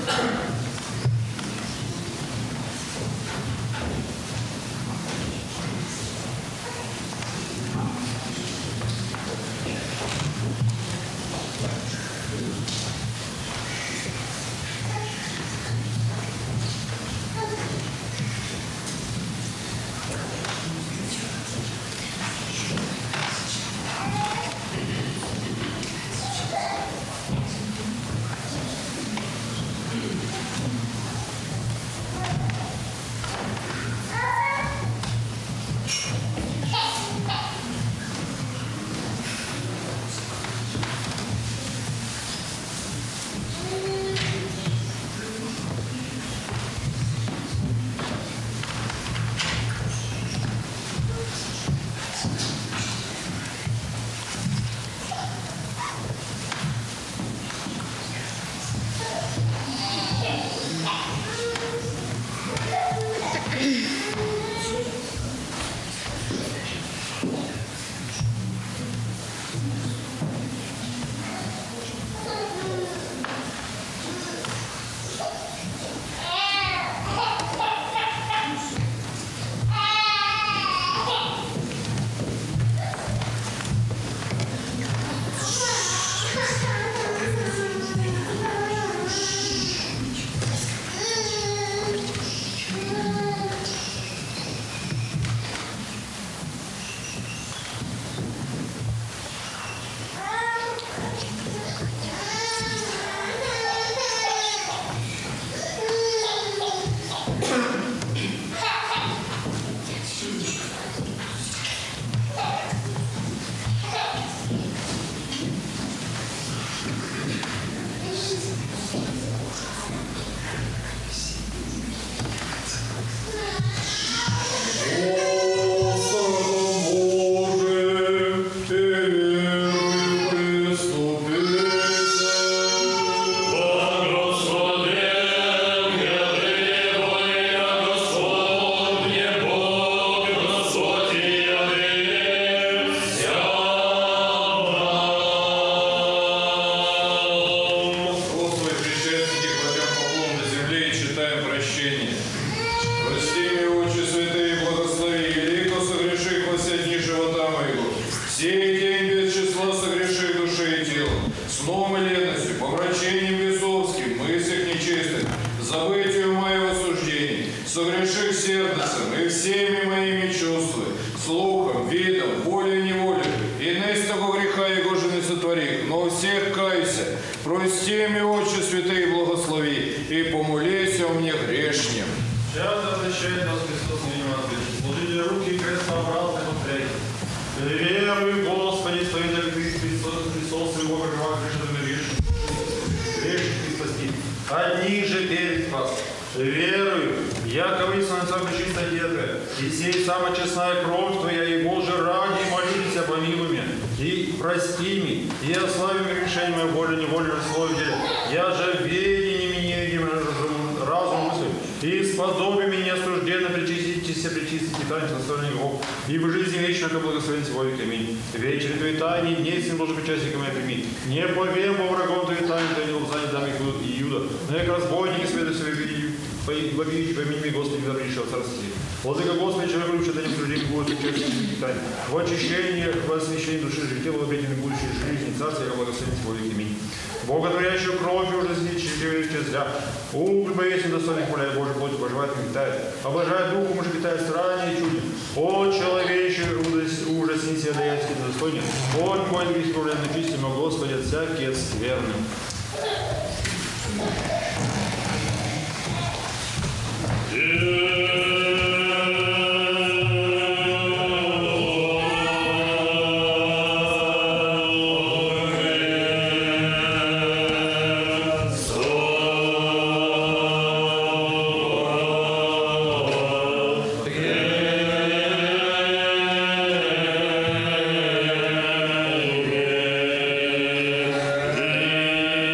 Владыка Господи, человек лучше да не суждение будет участие питания. В очищении, в освящении души, жития, в обретении будущей жизни, царствия, как благословение во веки. Аминь. Боготворящую кровь уже сничь зря. Ум прибоясен достойных моля Божий, плоть поживает и питает. Обожает духу, муж питает страннее и чуден. О, человече, ужасни себя даятельски достойнее. О, мой грех проблемный чистим, о Господи, от всякие скверны. Yeah.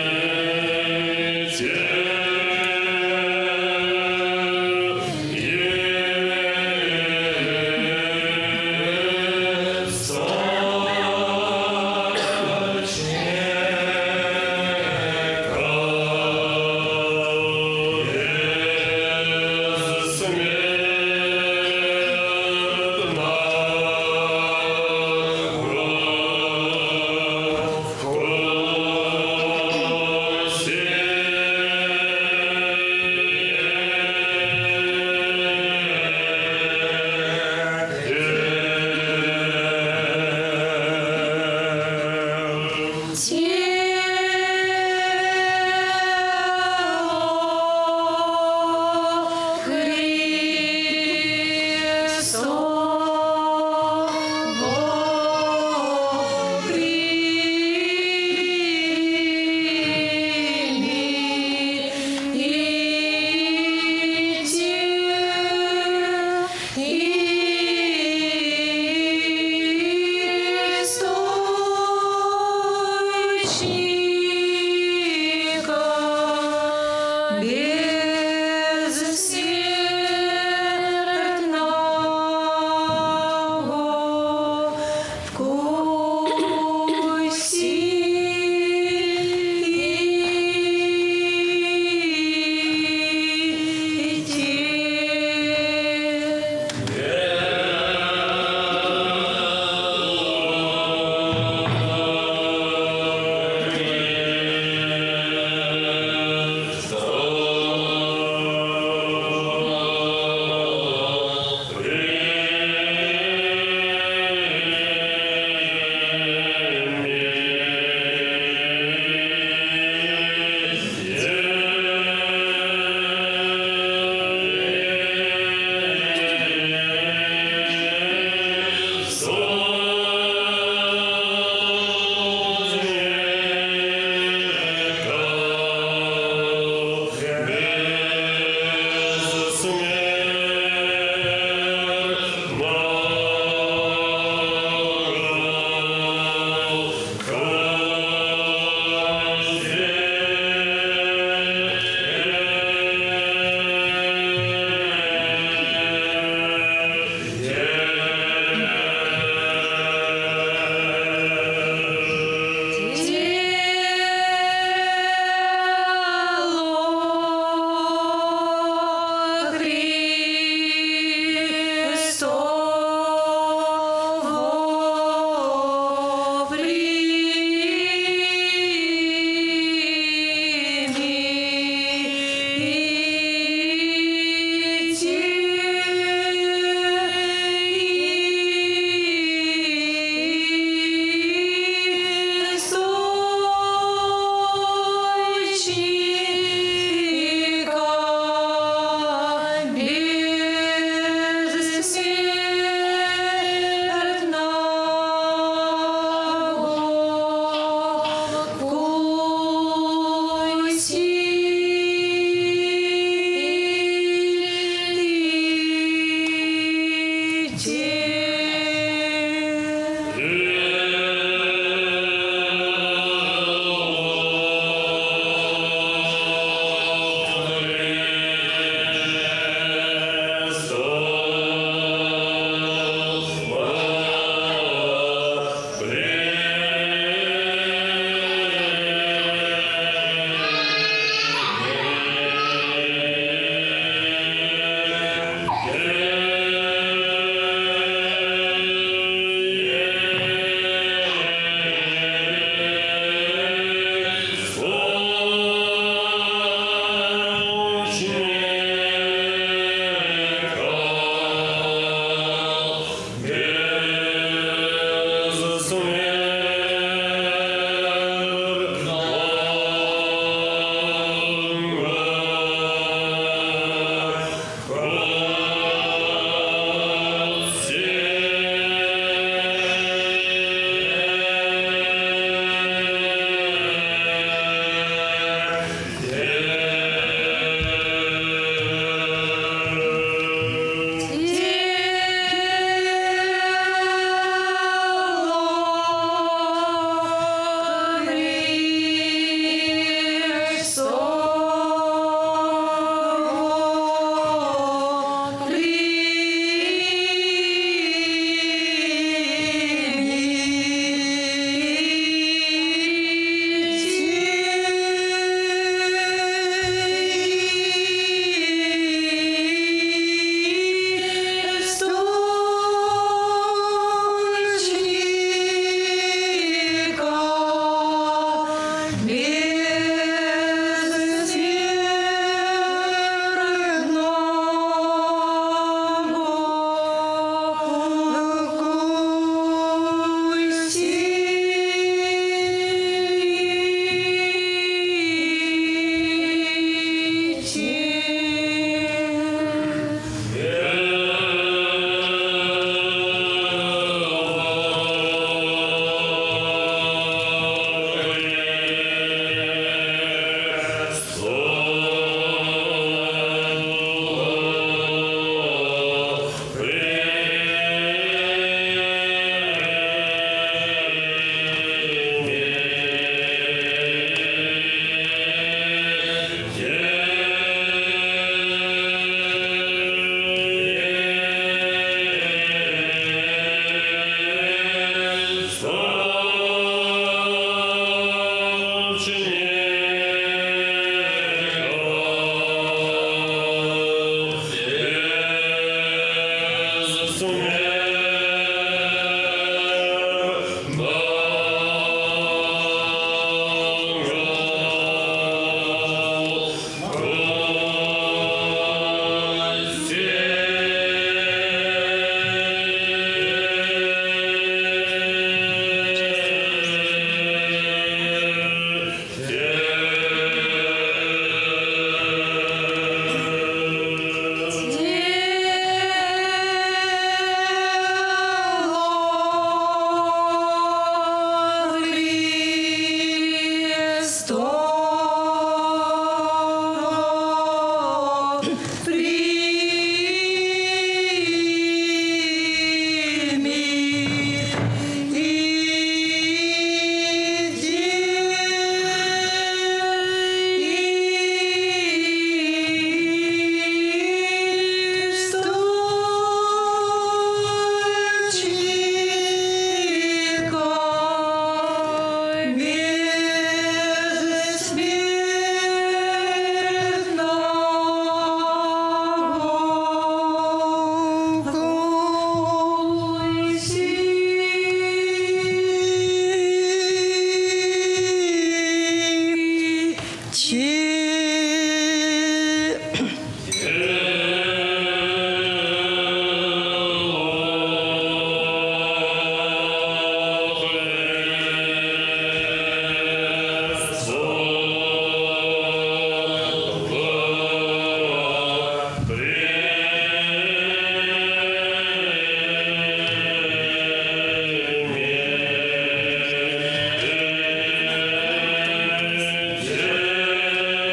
Amen.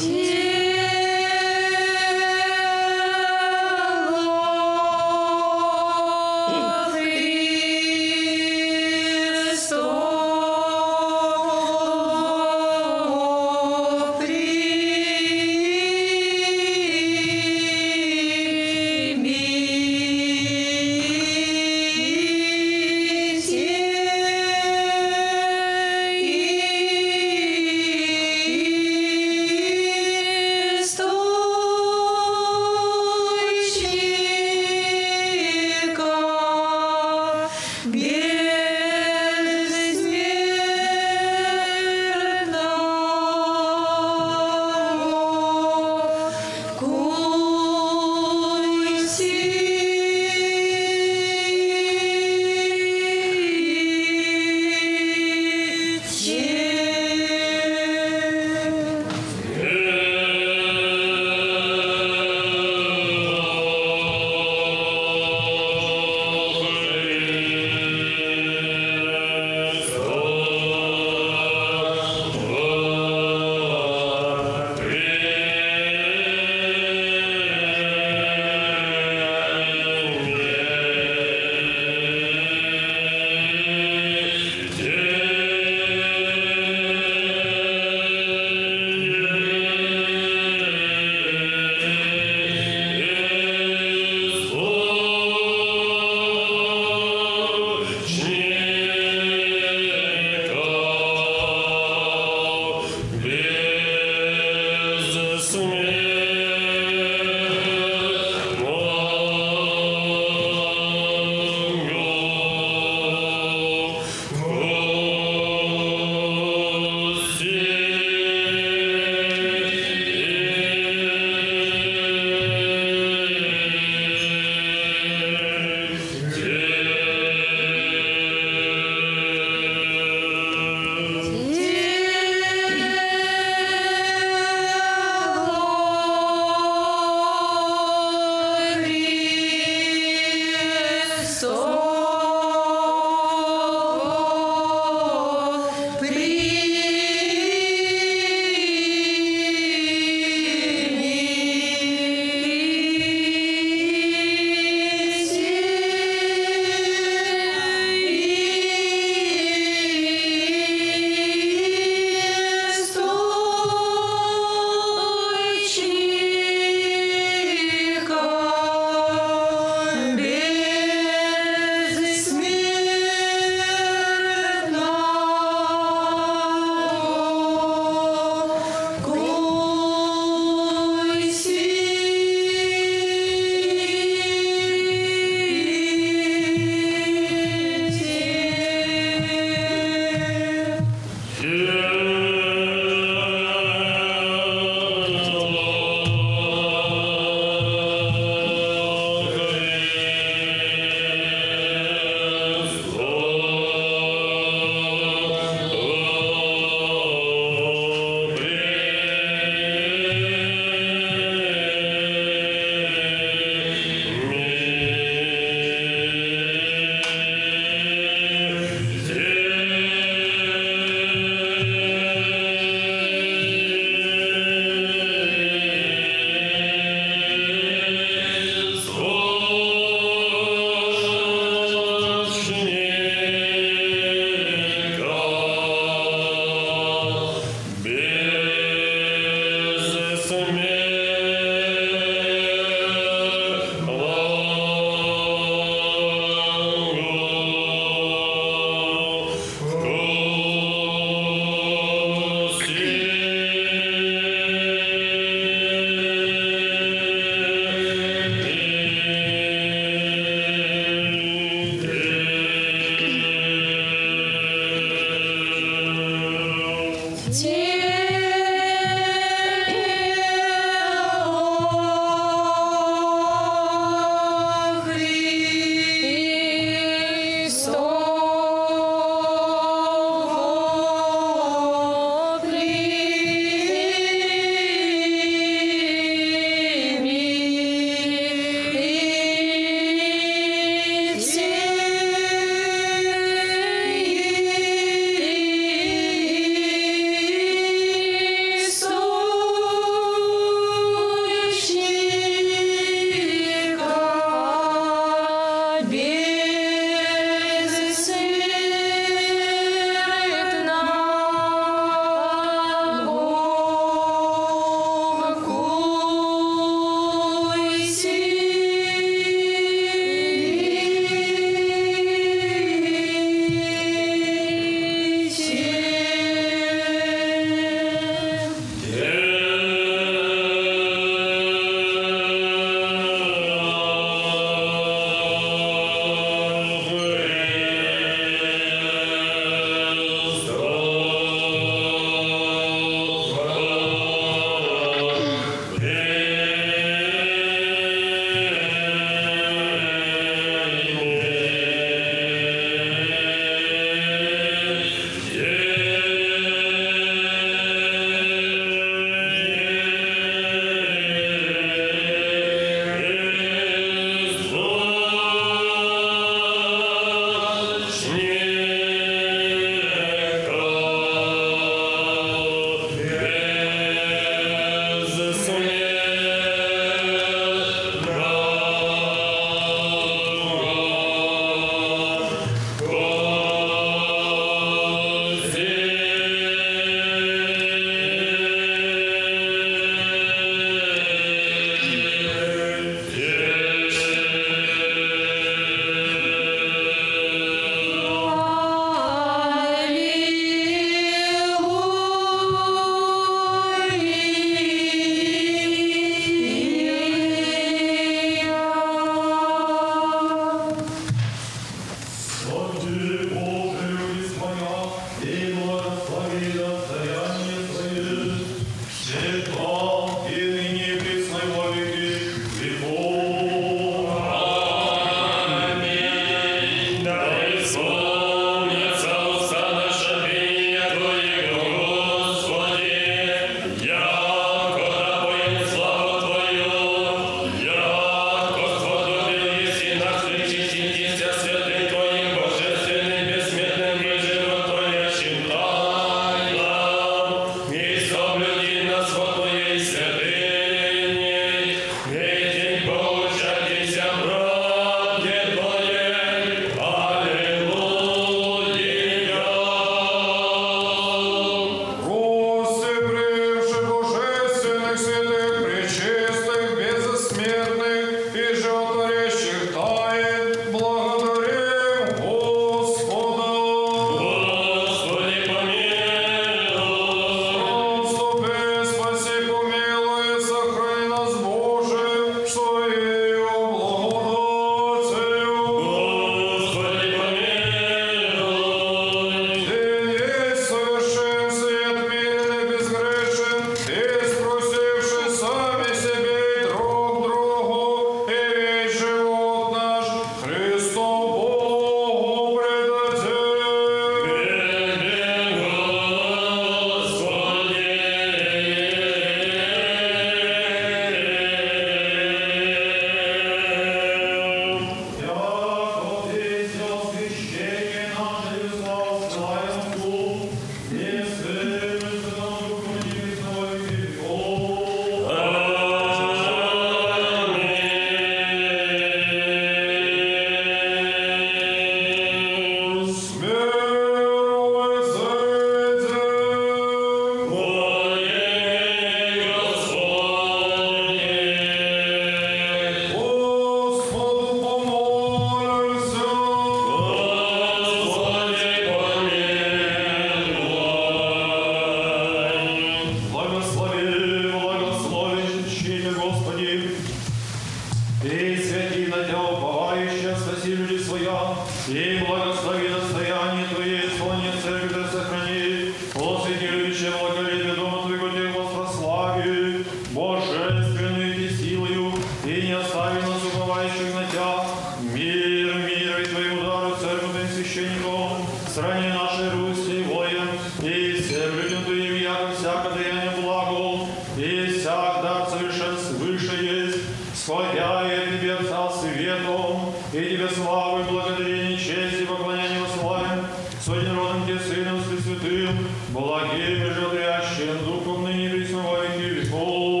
Ты святи на Тебя уповающая, спаси люди своя, и благослови достояние Твое, исполни церковь да сохрани, посвяти любящее благолепие дома Твоего Тебя воспрослави, божественную и силою, и не остави нас уповающих на Тебя. Мир, мир и Твоему дару церковь Твоим священником, стране нашей Руси, воем, и всем людям Твоим, яко всяко даяние благо, и всяк дар совершенств выше есть, схватяя Тебе Отца светом, и Тебе славу и благодарение, честь и поклонение вославим, с однородным Тебе Сыном, с Пресвятым, благим и животворящим Духом, ныне и присно во веки веков.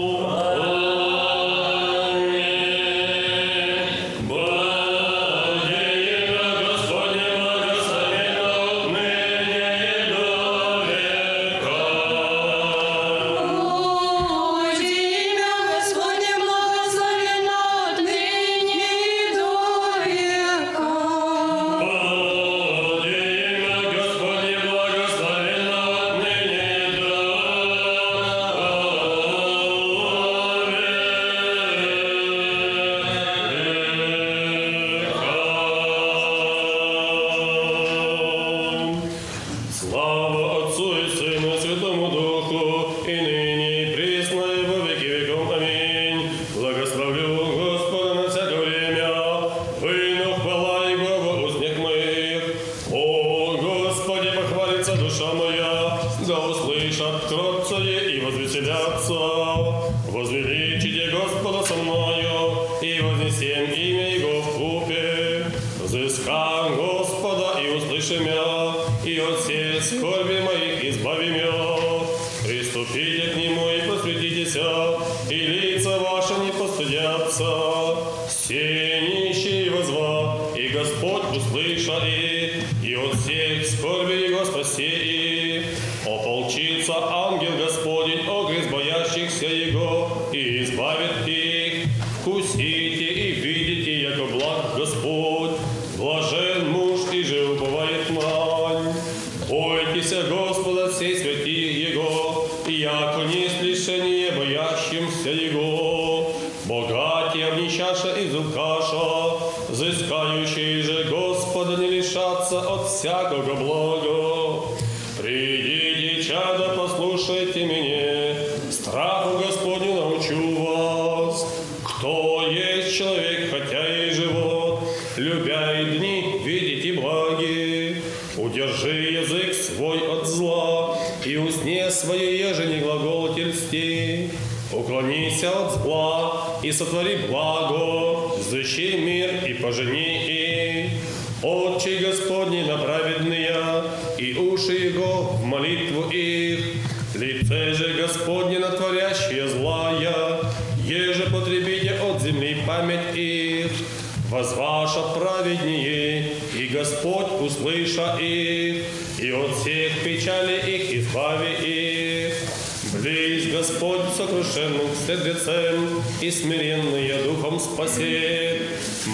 И сотвори благо, взыщи мир и пожени их. Очи Господни на праведные, и уши Его в молитву их. Лице же Господне на творящие злая, еже потребите от земли память их. Возваша праведнее, и Господь услыша их, и от всех печали их избави их. Близь Господь сокрушенным сердцем, и смиренные духом спасет.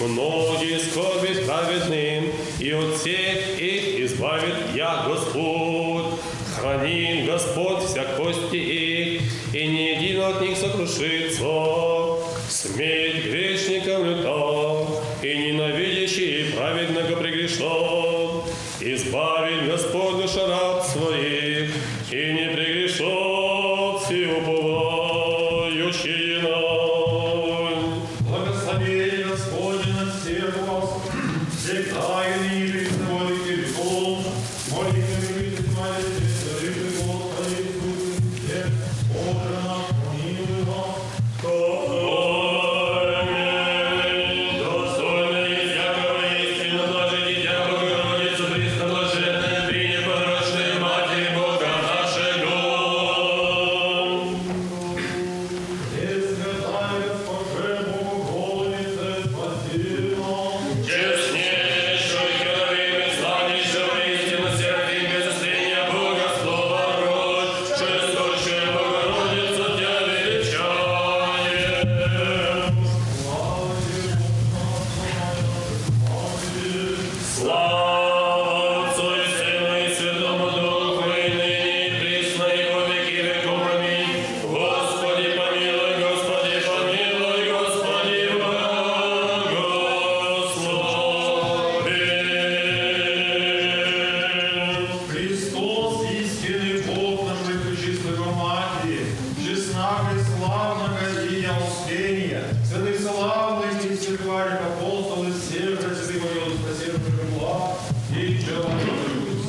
Многие скорби праведным, и от всех их избавит я Господь. Хранит Господь вся кости их, и ни един от них сокрушится. Смерть грешникам люта, и ненавидящие праведного прегрешат. Избавит Господь душа раб своих, и не прегрешат все уповающие на. Благословение Господне над всех вас, всегда и ныне и присно во веки веков. Молитвы любите, смотрите, скажите, Господи Иисусе Христе, Боже наш, помилуй нас. Честнейшая славных и церквальных апостолов, всех святых Богов, спасенных благ и человеков.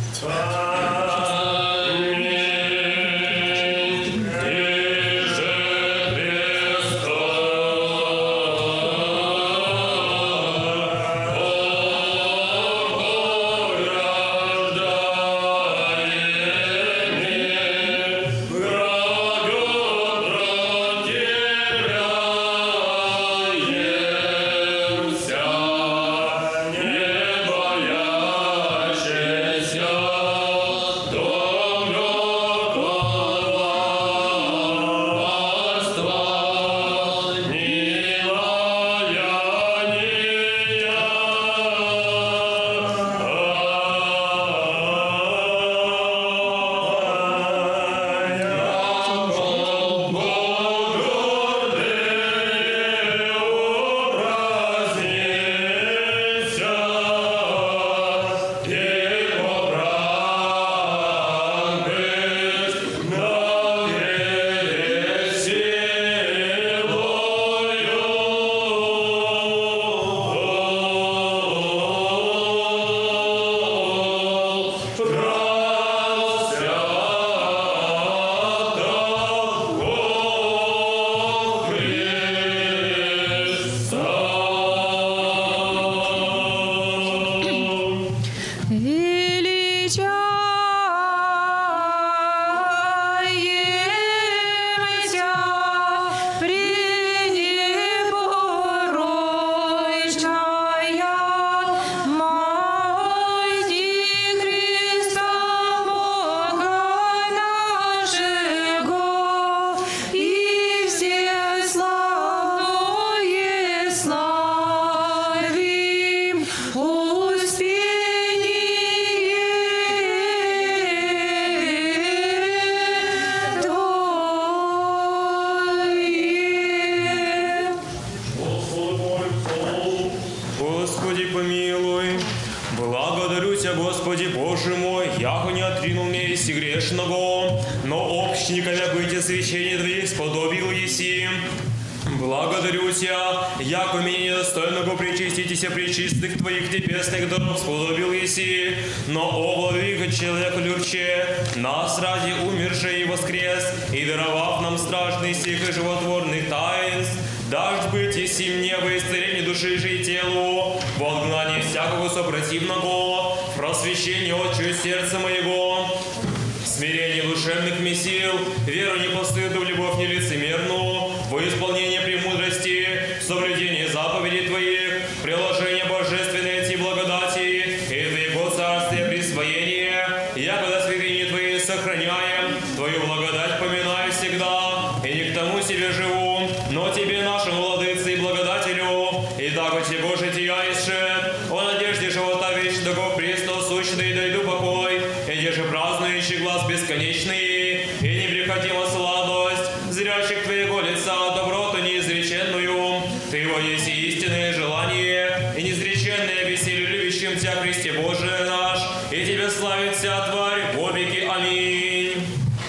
Нас ради умершей и воскрес, и даровав нам страшный стих и животворных таинств, дашь быть и сим небо и исцеление души же и телу, в отгнании всякого сопротивного, просвещение отчу сердца моего, смирение душевных месил, веру не постыду, любовь нелицемерную, во исполнение премудрости, соблюдение заповедей Твоих, приложение божественной Ти благодати, и Твоего царствия присвоение, якогда святыни Твои сохраняем, Твою благодать поминаю всегда, и не к тому себе живу, но Тебе, нашему владыце и благодателю, и так Тебе, Боже, тияйше, о надежде живота вечного престола сущный, дойду покой, и где же празднующий глаз бесконечный, и неприходима сладость, зрящих Твоего лица, доброту неизреченную, Ты его есть истинное желание, и неизреченное веселье любящим Тебя, Христе Боже наш, и Тебя славит вся тварь, во веки. Аминь.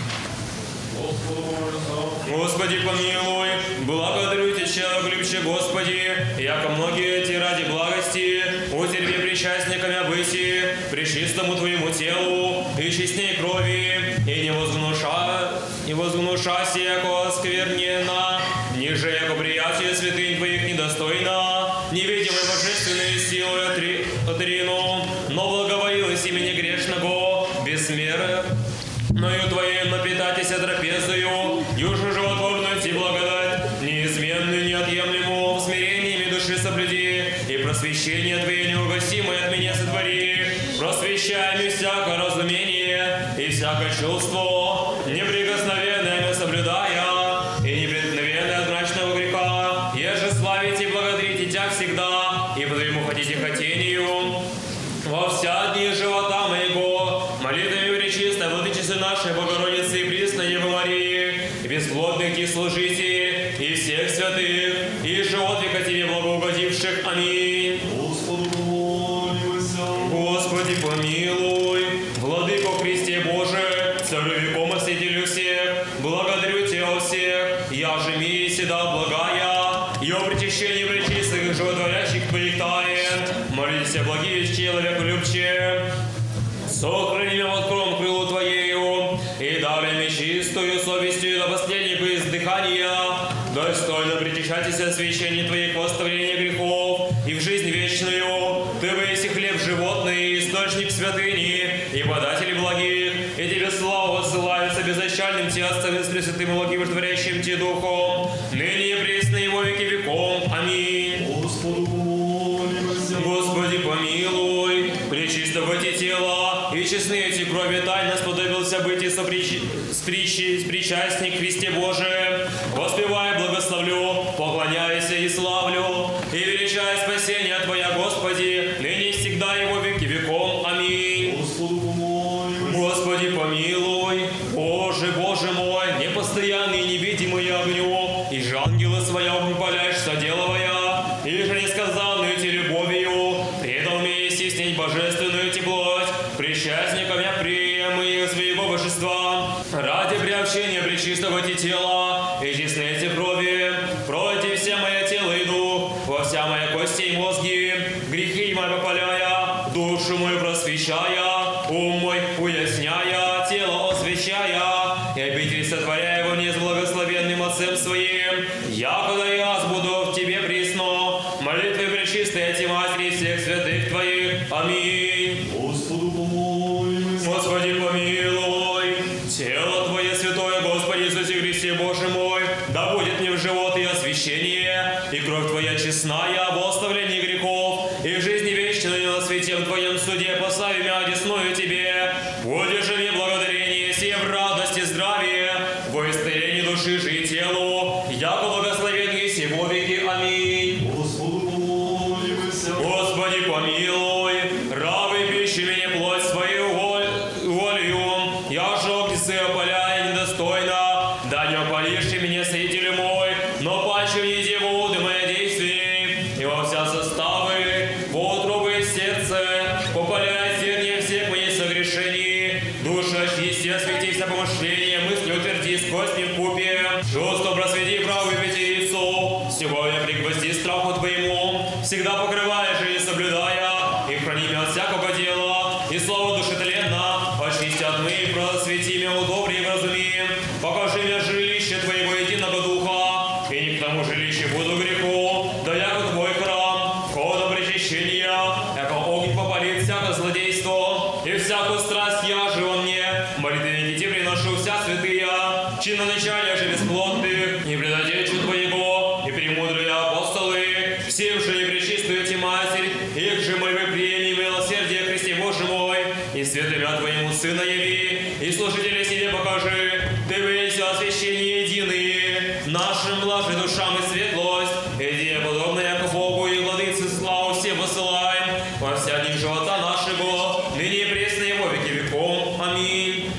Господи, помилуй, благодарю Тебя, человек любящий, Господи, яко многие эти ради благости, утерпи причастниками быти, пречистому Твоему телу и честней крови, и не возгнуша, не возгнушайся, яко осквернена, ниже, яко приятие святынь Твоих недостойно, невидимой божественной силой отрину, но благоволилось имени грешного, без меры, ною Твоим напитайтеся трапезою, южу животворную Ти благодать, неизменную, неотъемлемую, в смирениями души соблюди, и просвещение Твое неугасимое от меня сотвори, просвещай мне всякое разумение и всякое чувство, неприкосновенное соблюдая, и непреткновенное от мрачного греха, еже славите и благодарите Тебя всегда, и по Твоему хотите хотению, во вся дни живота моего, молитвами пречистой владычицы нашей Богородицы и пресной Девы Марии, и бесплодных и служителей, и всех святых, и живот века Тебе благоугодивших. Аминь. Господу помолимся. Господи, помилуй, Владыко Христе Боже, Царю веком и Святителю всех, благодарю Тебя всех, я же ми седа благая, и причащения пречистых животворящих Твоих тайн, молитесь о благие человеку любче. Сохрани меня под кром крылу Твоею, и даруй мне чистую совестью до последнего издыхания, достойно причащайтесь освящения Твоих во оставление грехов и в жизнь вечную. Ты выси хлеб животный, источник святыни и податель благих, и Тебе славу отсылаем с обезначальным Тестом и с Пресвятым и благим творящим Те Духом, ныне и пресно и во веки веков. Аминь. Господу помолимся. Господи, помилуй, пречисто в эти тела и честны эти крови тайно сподобился быть и сопричи... спричи... причастник Христе Божие. Воспевая, благословлю, поклоняйся и славлю, и величай спасение Твоя, Господи, ныне и всегда и во веки веков. Аминь. Господу помолимся. Господи, помилуй, Боже, Боже мой, непостоянный и невидимый огню, и же ангелы своем выпаляешь, соделывая, и же несказанную Те любовью, предал мне стеснить божественную теплоть, причастникам я прием их своего божества, ради приобщения пречистого Те тела, и честны эти крови, пройти все мое тело и дух, во вся моя кости и мозги, грехи мои попаляя, душу мою просвещая, ум мой уясняя, тело освещая, и обитель сотворяя во мне с благословенным Отцем Своим, якогда я буду в Тебе присно, молитвы пречистой Ти Матери всех святых Твоих. Аминь. Господу помолимся. Господи, помилуй, тело Твое святое, Господи Иисусе Христе, Боже мой, да будет мне в живот и освящение, и кровь Твоя честная об оставлении грехов, и в жизни вечной на святем Твоем суде постави меня одесную Тебе, будешь же мне благодарение сие в радости здравие, во исцелении души же и телу, яко благословен есть и во веки. Аминь. Господу помолимся. Господи, помилуй, рабы пищи мне плоть свою волею, я же огнецы опаляя недостойно, да не опалишь меня, Святитель мой, но паче не деву ты мои действия, и во вся составы, во утробы и сердце, попаляй сердце всех моих согрешений, душа очисти, осветись на помышление, мысли утверди сквозь не в купе, чувство просвети правую пятерицу, всего я пригвозди страху Твоему, всегда покрываешь и соблюдая, и храни меня от всякого дела, и слава души тленно, очисти от тьмы, и просвети меня удобри и вразуми, покажи мне жилище Твоего единого Духа, и не к тому жилище буду греху, да яко Твой храм, входом причащения, яко огонь попалит всякое злодейство, и всякую страсть я же во мне, молитвы веки Те приношу вся святые, чина началья же бесплотных, и предотечу Твоего, и премудрые апостолы, все же и пречистую Ти Матерь, их же мы приеми милосердие Христе Боже мой, и святымя Твоему Сына яви, и служители себе покажи, Ты весь освящение единые, нашим блажи душам и светлость, идея подобная к Богу и владыце славу все посылаем, во вся дни живота нашего, ныне и пресно и во веки веков. Аминь.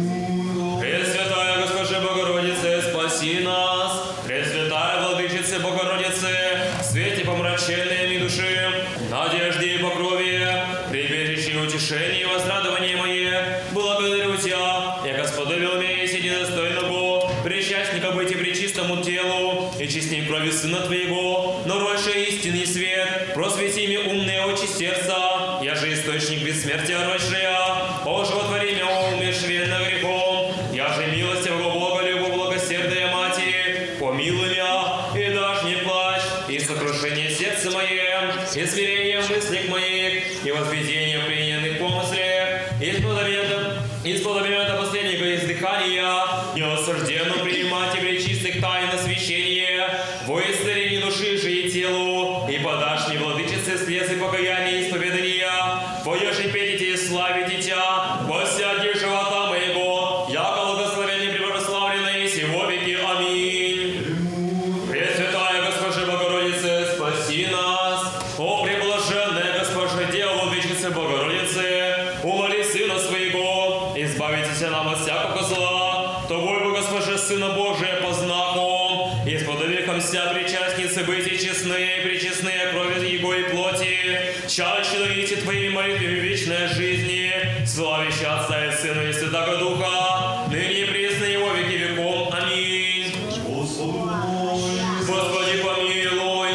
Пресвятая Госпожа Богородице, спаси нас, Пресвятая Владычице Богородице, в свете помраченной души, надежде и покрове, прибежище и утешение и возрадование мое, благодарю Тебя, яко сподобил меня есть недостойного, причастника быть и пречистому телу, и честней крови Сына Твоего, но роща истинный свет, просвети мне умные очи сердца, я же источник бессмертия рощая, о, животвори меня, о, умершвенно грехом, я же милостивого Бога любу, благосердая Мати, помилуй меня, и дашь мне плач, и сокрушение сердца мое, и смирение мыслей моих, и возведение принятых помысле, и исподобия последнего издыхания, и осужденно принимать и пречистых тайн освящения, во исцелении души же и телу, и подашь мне, владычице, слез и покаяния и исповедания, Твое же петите и славите Тебя, во вся дни живота моего, яко благословенный преблагословленный и во веки. Аминь. Пресвятая Госпожа Богородице, спаси нас, о преблаженная Госпожа Дева, Владычице Богородице, умоли Сына Своего, избавитесь нам от всякого зла, Тобой бы, Госпожа, Сына Божия, по знаку, и с подовеком вся причастницы быть и честные, причестные крови Его и плоти, чаще дарите Твоими молитвами вечной жизни, славящий Отца и Сына и Святого Духа, ныне и пресно и во веки веков. Аминь. Господу помолимся. Господи, помилуй,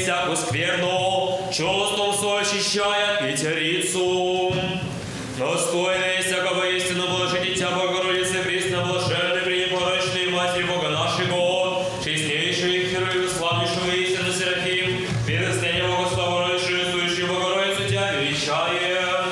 всякую скверну, чувством свой очищая пятерицу. Достойная всякого истинно блажи Дитя Богородицы, присно блаженной, пренепорочной Матери Бога нашего, честнейшей Херувим, славнейшего истинно Серафим, предоставление Бога славу родившую, сующую Богородицу Тебя величаем.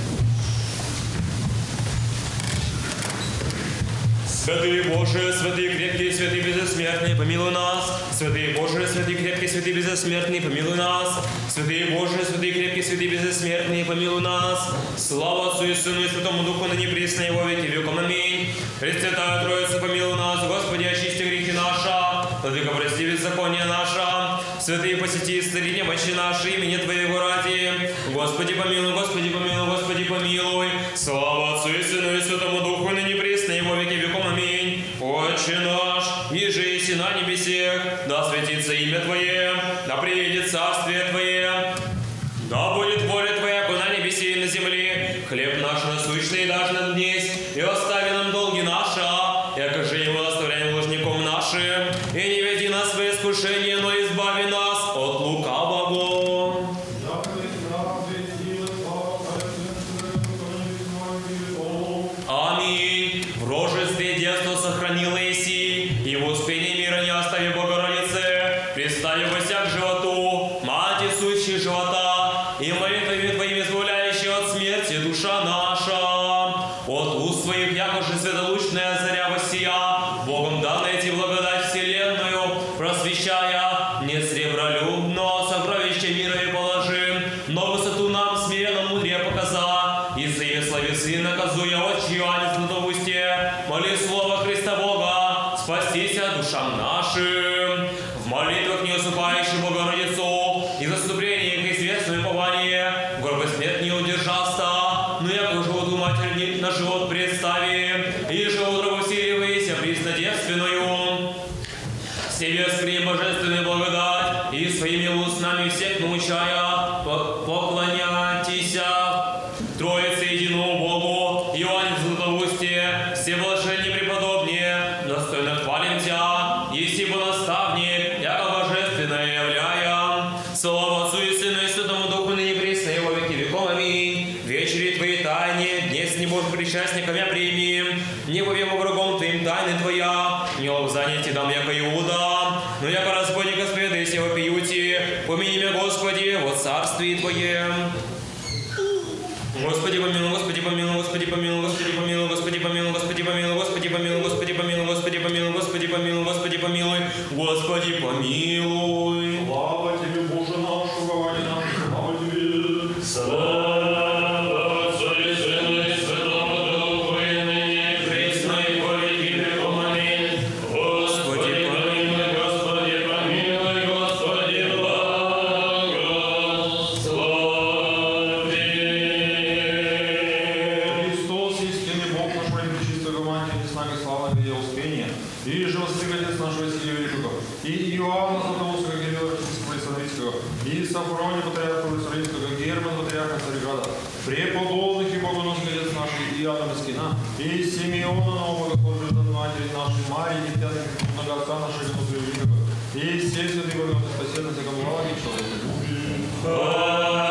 Святые Божие, святые крепкие, святые безсмертные, помилуй нас. Святые Божие, святые крепкие, святые безсмертные, помилуй нас. Святые Божие, святые крепкие, святые безсмертные, помилуй нас. Слава Отцу и Сыну и Святому Духу, ныне присно и во веки веков. Аминь. Пресвятая Троица, помилуй нас. Господи, очисти грехи наши. Владыка, прости беззаконие наше. Святые посети, исцели немощи наши, имени Твоего ради. Господи, помилуй, Господи, помилуй, Господи, помилуй. Слава Отцу и Сыну и Святому Духу, ныне присно и во веки веков. Аминь. Отче наш, иже еси на небесех, да светится имя Твое, да приедет царствие Твое, да будет воля Твоя, как на небесе и на земле. Хлеб наш насущный дашь нам днесь, и остави нам долги наши, яко же и мы оставляем должником нашим, и не веди нас в искушение, но избави нас от лукавого. Аминь. В рожестве детство сохранила Иси, и в успении мира не остави Богородице, представив всяк животу, Мать сущей живота, и молитвами Твоими избавляющей от смерти душа наша. От уст Твоих, якоже светолучная заря воссия, Богом да найти благодать вселенную, просвещая не сребролюбно, сокровище мира и положим, но высоту нам смиренно мудре показа, и свои словесы наказуя очью, а не златоусте, моли слово Христа Бога, спастися душам нашим. В молитвах не усыпающий Богородицу, и заступление их известное упование, горбы смерть не удержался, но я животу Матерь на живот представи, и живот усиливайся преснодевственную. Себе скрим божественную благодать, и своими устами всех научая, поклоняйтесь Троице единому Богу, Иоанне Златоусте, все блаженнее преподобнее, достойно хвалим Тебя, еси бы наставник, яко божественное являя. Слава Отцу и Сыну и Святому Духу, ныне присно и во веки веков. Аминь. Вечери Твои тайне, днес не Божьим причастником я примем, не повем врагом Твоим тайны Твоя, не лобзание Ти дам, яко Иуда, но яко разбойник исповедайся во пиюте, помяни меня, Господи, во царстве Твоем. Господи помилуй, Господи помилуй, Господи помилуй, Господи помилуй, Господи помилуй, Господи помилуй, Господи помилуй, Господи помилуй, Господи помилуй, Господи помилуй, Господи помилуй, Господи помилуй. Слава Тебе, Боже наш, упование наше, слава Тебе. Слава Отцу и Сыну и Святому Духу, и ныне присно и во веки веков. Аминь. Господи помилуй, Господи помилуй, Господи благослови. Христос, истинный Бог наш, моим пречистого Мантия, не с нами слава Тебе, Успения, и же воссвятец наш Василий Великого, и Иоанна Златоуста, как Гелиора Царицкого, и Сафрония Патриарха Царицкого, Герман Патриарха Цареграда, преподобных и богоносных отец наших Иоанна Маскина, и Симеона Нового Богослужителя Матери нашей Марии, и пятых много Отца нашего Иисуса Великого, и все святые богоносные спасения, всякого блага и человека.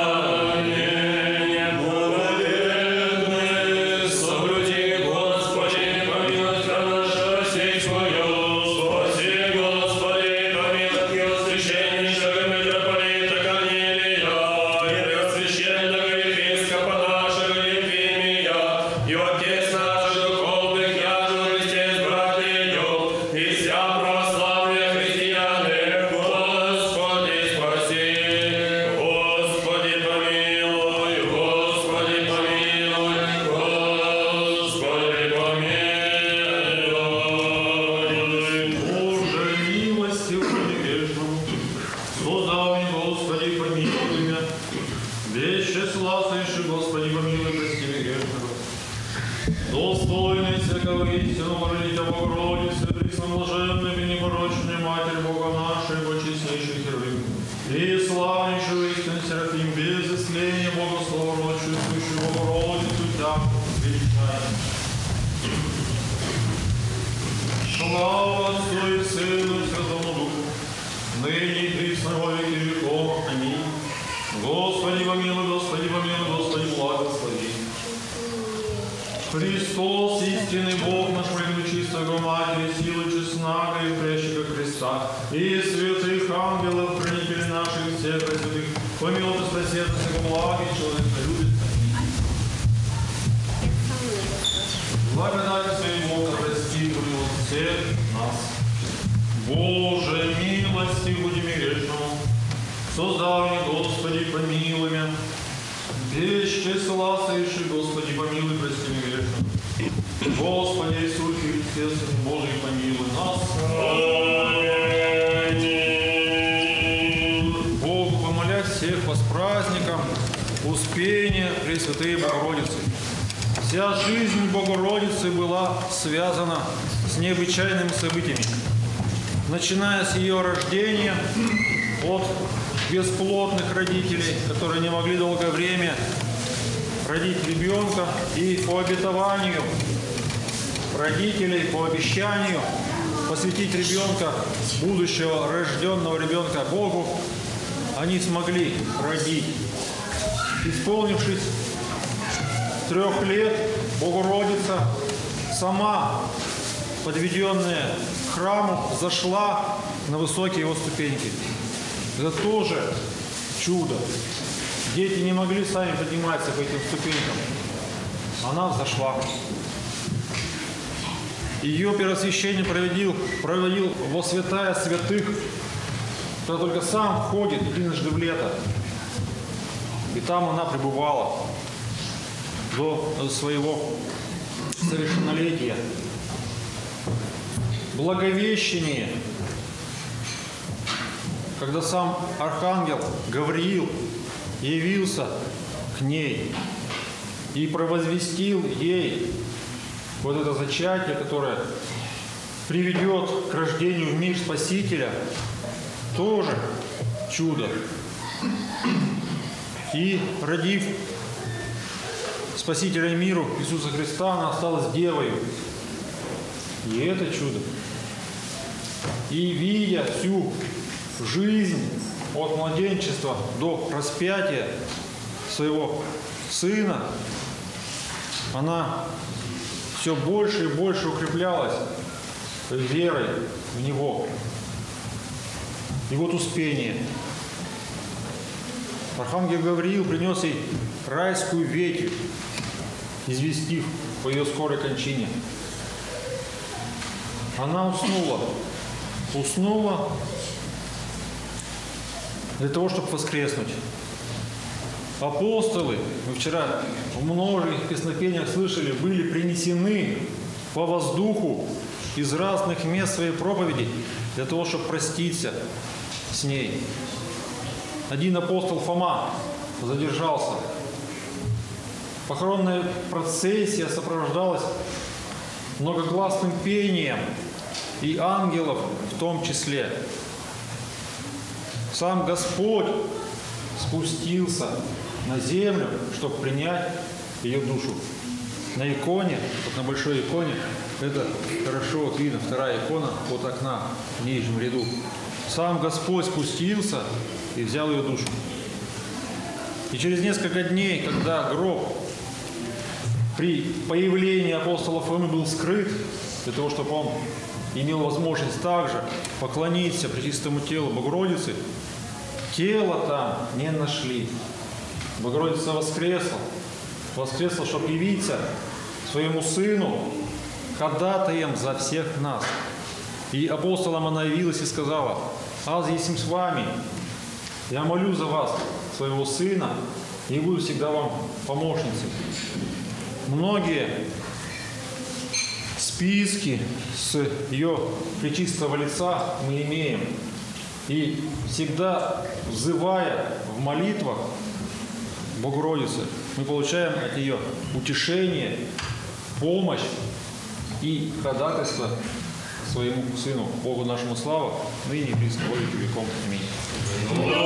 Достойный всякого истинного родителя Богородицы, пресноблаженной и непорочной Матерь Бога нашего, честнейший Херувим, и славнейшего истинный Серафим, без исцеления Бога словородчую, сущую Богородицу, Тебя величаем. Слава Отцу и Сыну и Святому Духу, ныне и присно во веки веков. Христос, истинный Бог наш, пречистого Матери, силы честнака и прещика Христа, и святых ангелов, хранителей наших всех святых, помилуй спаси от всего благи, человека любит. Благодать своей Бога прости, помилуй всех нас. Боже, милости будем грешному, создав мне, Господи, помилуй меня. Вещь числа соверши, Господи, помилуй, прости мне грешному. Господи Иисус Христе, Сын Божий, помилуй нас. Аминь. Богу помолять всех вас праздником Успения Пресвятой Богородицы. Вся жизнь Богородицы была связана с необычайными событиями. Начиная с ее рождения, от бесплодных родителей, которые не могли долгое время родить ребенка, и по обетованию родителей, по обещанию посвятить ребенка, будущего рожденного ребенка Богу, они смогли родить. Исполнившись трех лет, Богородица, сама подведенная к храму, зашла на высокие его ступеньки. Это тоже чудо. Дети не могли сами подниматься по этим ступенькам. Она взошла. Ее первосвященник проводил, проводил во святая святых, куда только сам входит единожды в лето. И там она пребывала до своего совершеннолетия. Благовещение, когда сам архангел Гавриил явился к ней и провозвестил ей вот это зачатие, которое приведет к рождению в мир Спасителя, тоже чудо. И родив Спасителя миру Иисуса Христа, она осталась девою. И это чудо. И видя всю жизнь от младенчества до распятия своего сына, она все больше и больше укреплялась верой в него. И вот Успение. Архангел Гавриил принес ей райскую ветвь, известив по ее скорой кончине. Она уснула. Уснула для того, чтобы воскреснуть. Апостолы, мы вчера в множестве песнопениях слышали, были принесены по воздуху из разных мест своей проповеди для того, чтобы проститься с ней. Один апостол Фома задержался. Похоронная процессия сопровождалась многогласным пением, и ангелов в том числе. Сам Господь спустился на землю, чтобы принять ее душу. На иконе, вот на большой иконе, это хорошо вот видно, вторая икона от окна в нижнем ряду. Сам Господь спустился и взял ее душу. И через несколько дней, когда гроб при появлении апостола Фомы был скрыт, для того, чтобы он имел возможность также поклониться пречистому телу Богородицы, тело там не нашли. Богородица воскресла, воскресла, чтобы явиться своему Сыну ходатаем за всех нас. И апостолам она явилась и сказала: «Аз есмь с вами, я молю за вас, своего Сына, и буду всегда вам помощницей». Многие списки с ее пречистого лица мы имеем. И всегда, взывая в молитвах Богородицы, мы получаем от нее утешение, помощь и ходатайство своему Сыну, Богу нашему слава, ныне и присно во веки веков. Аминь.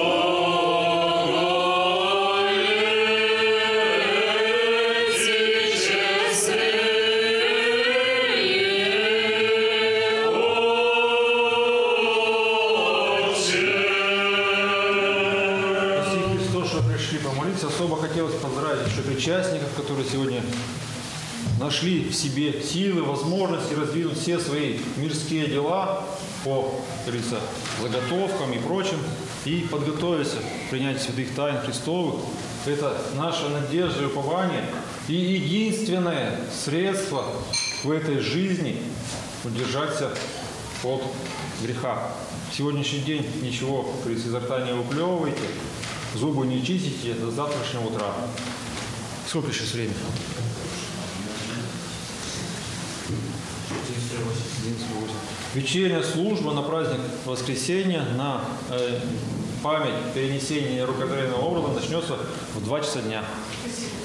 Особо хотелось поздравить еще причастников, которые сегодня нашли в себе силы, возможности раздвинуть все свои мирские дела по, как говорится, заготовкам и прочим, и подготовиться к принятию святых тайн Христовых. Это наша надежда и упование, и единственное средство в этой жизни удержаться от греха. В сегодняшний день ничего, как говорится, изо рта не выплевывайте, зубы не чистите до завтрашнего утра. Сколько сейчас времени? Вечерняя служба на праздник воскресенья, на э, память перенесения рукотворенного образа начнется в два часа дня.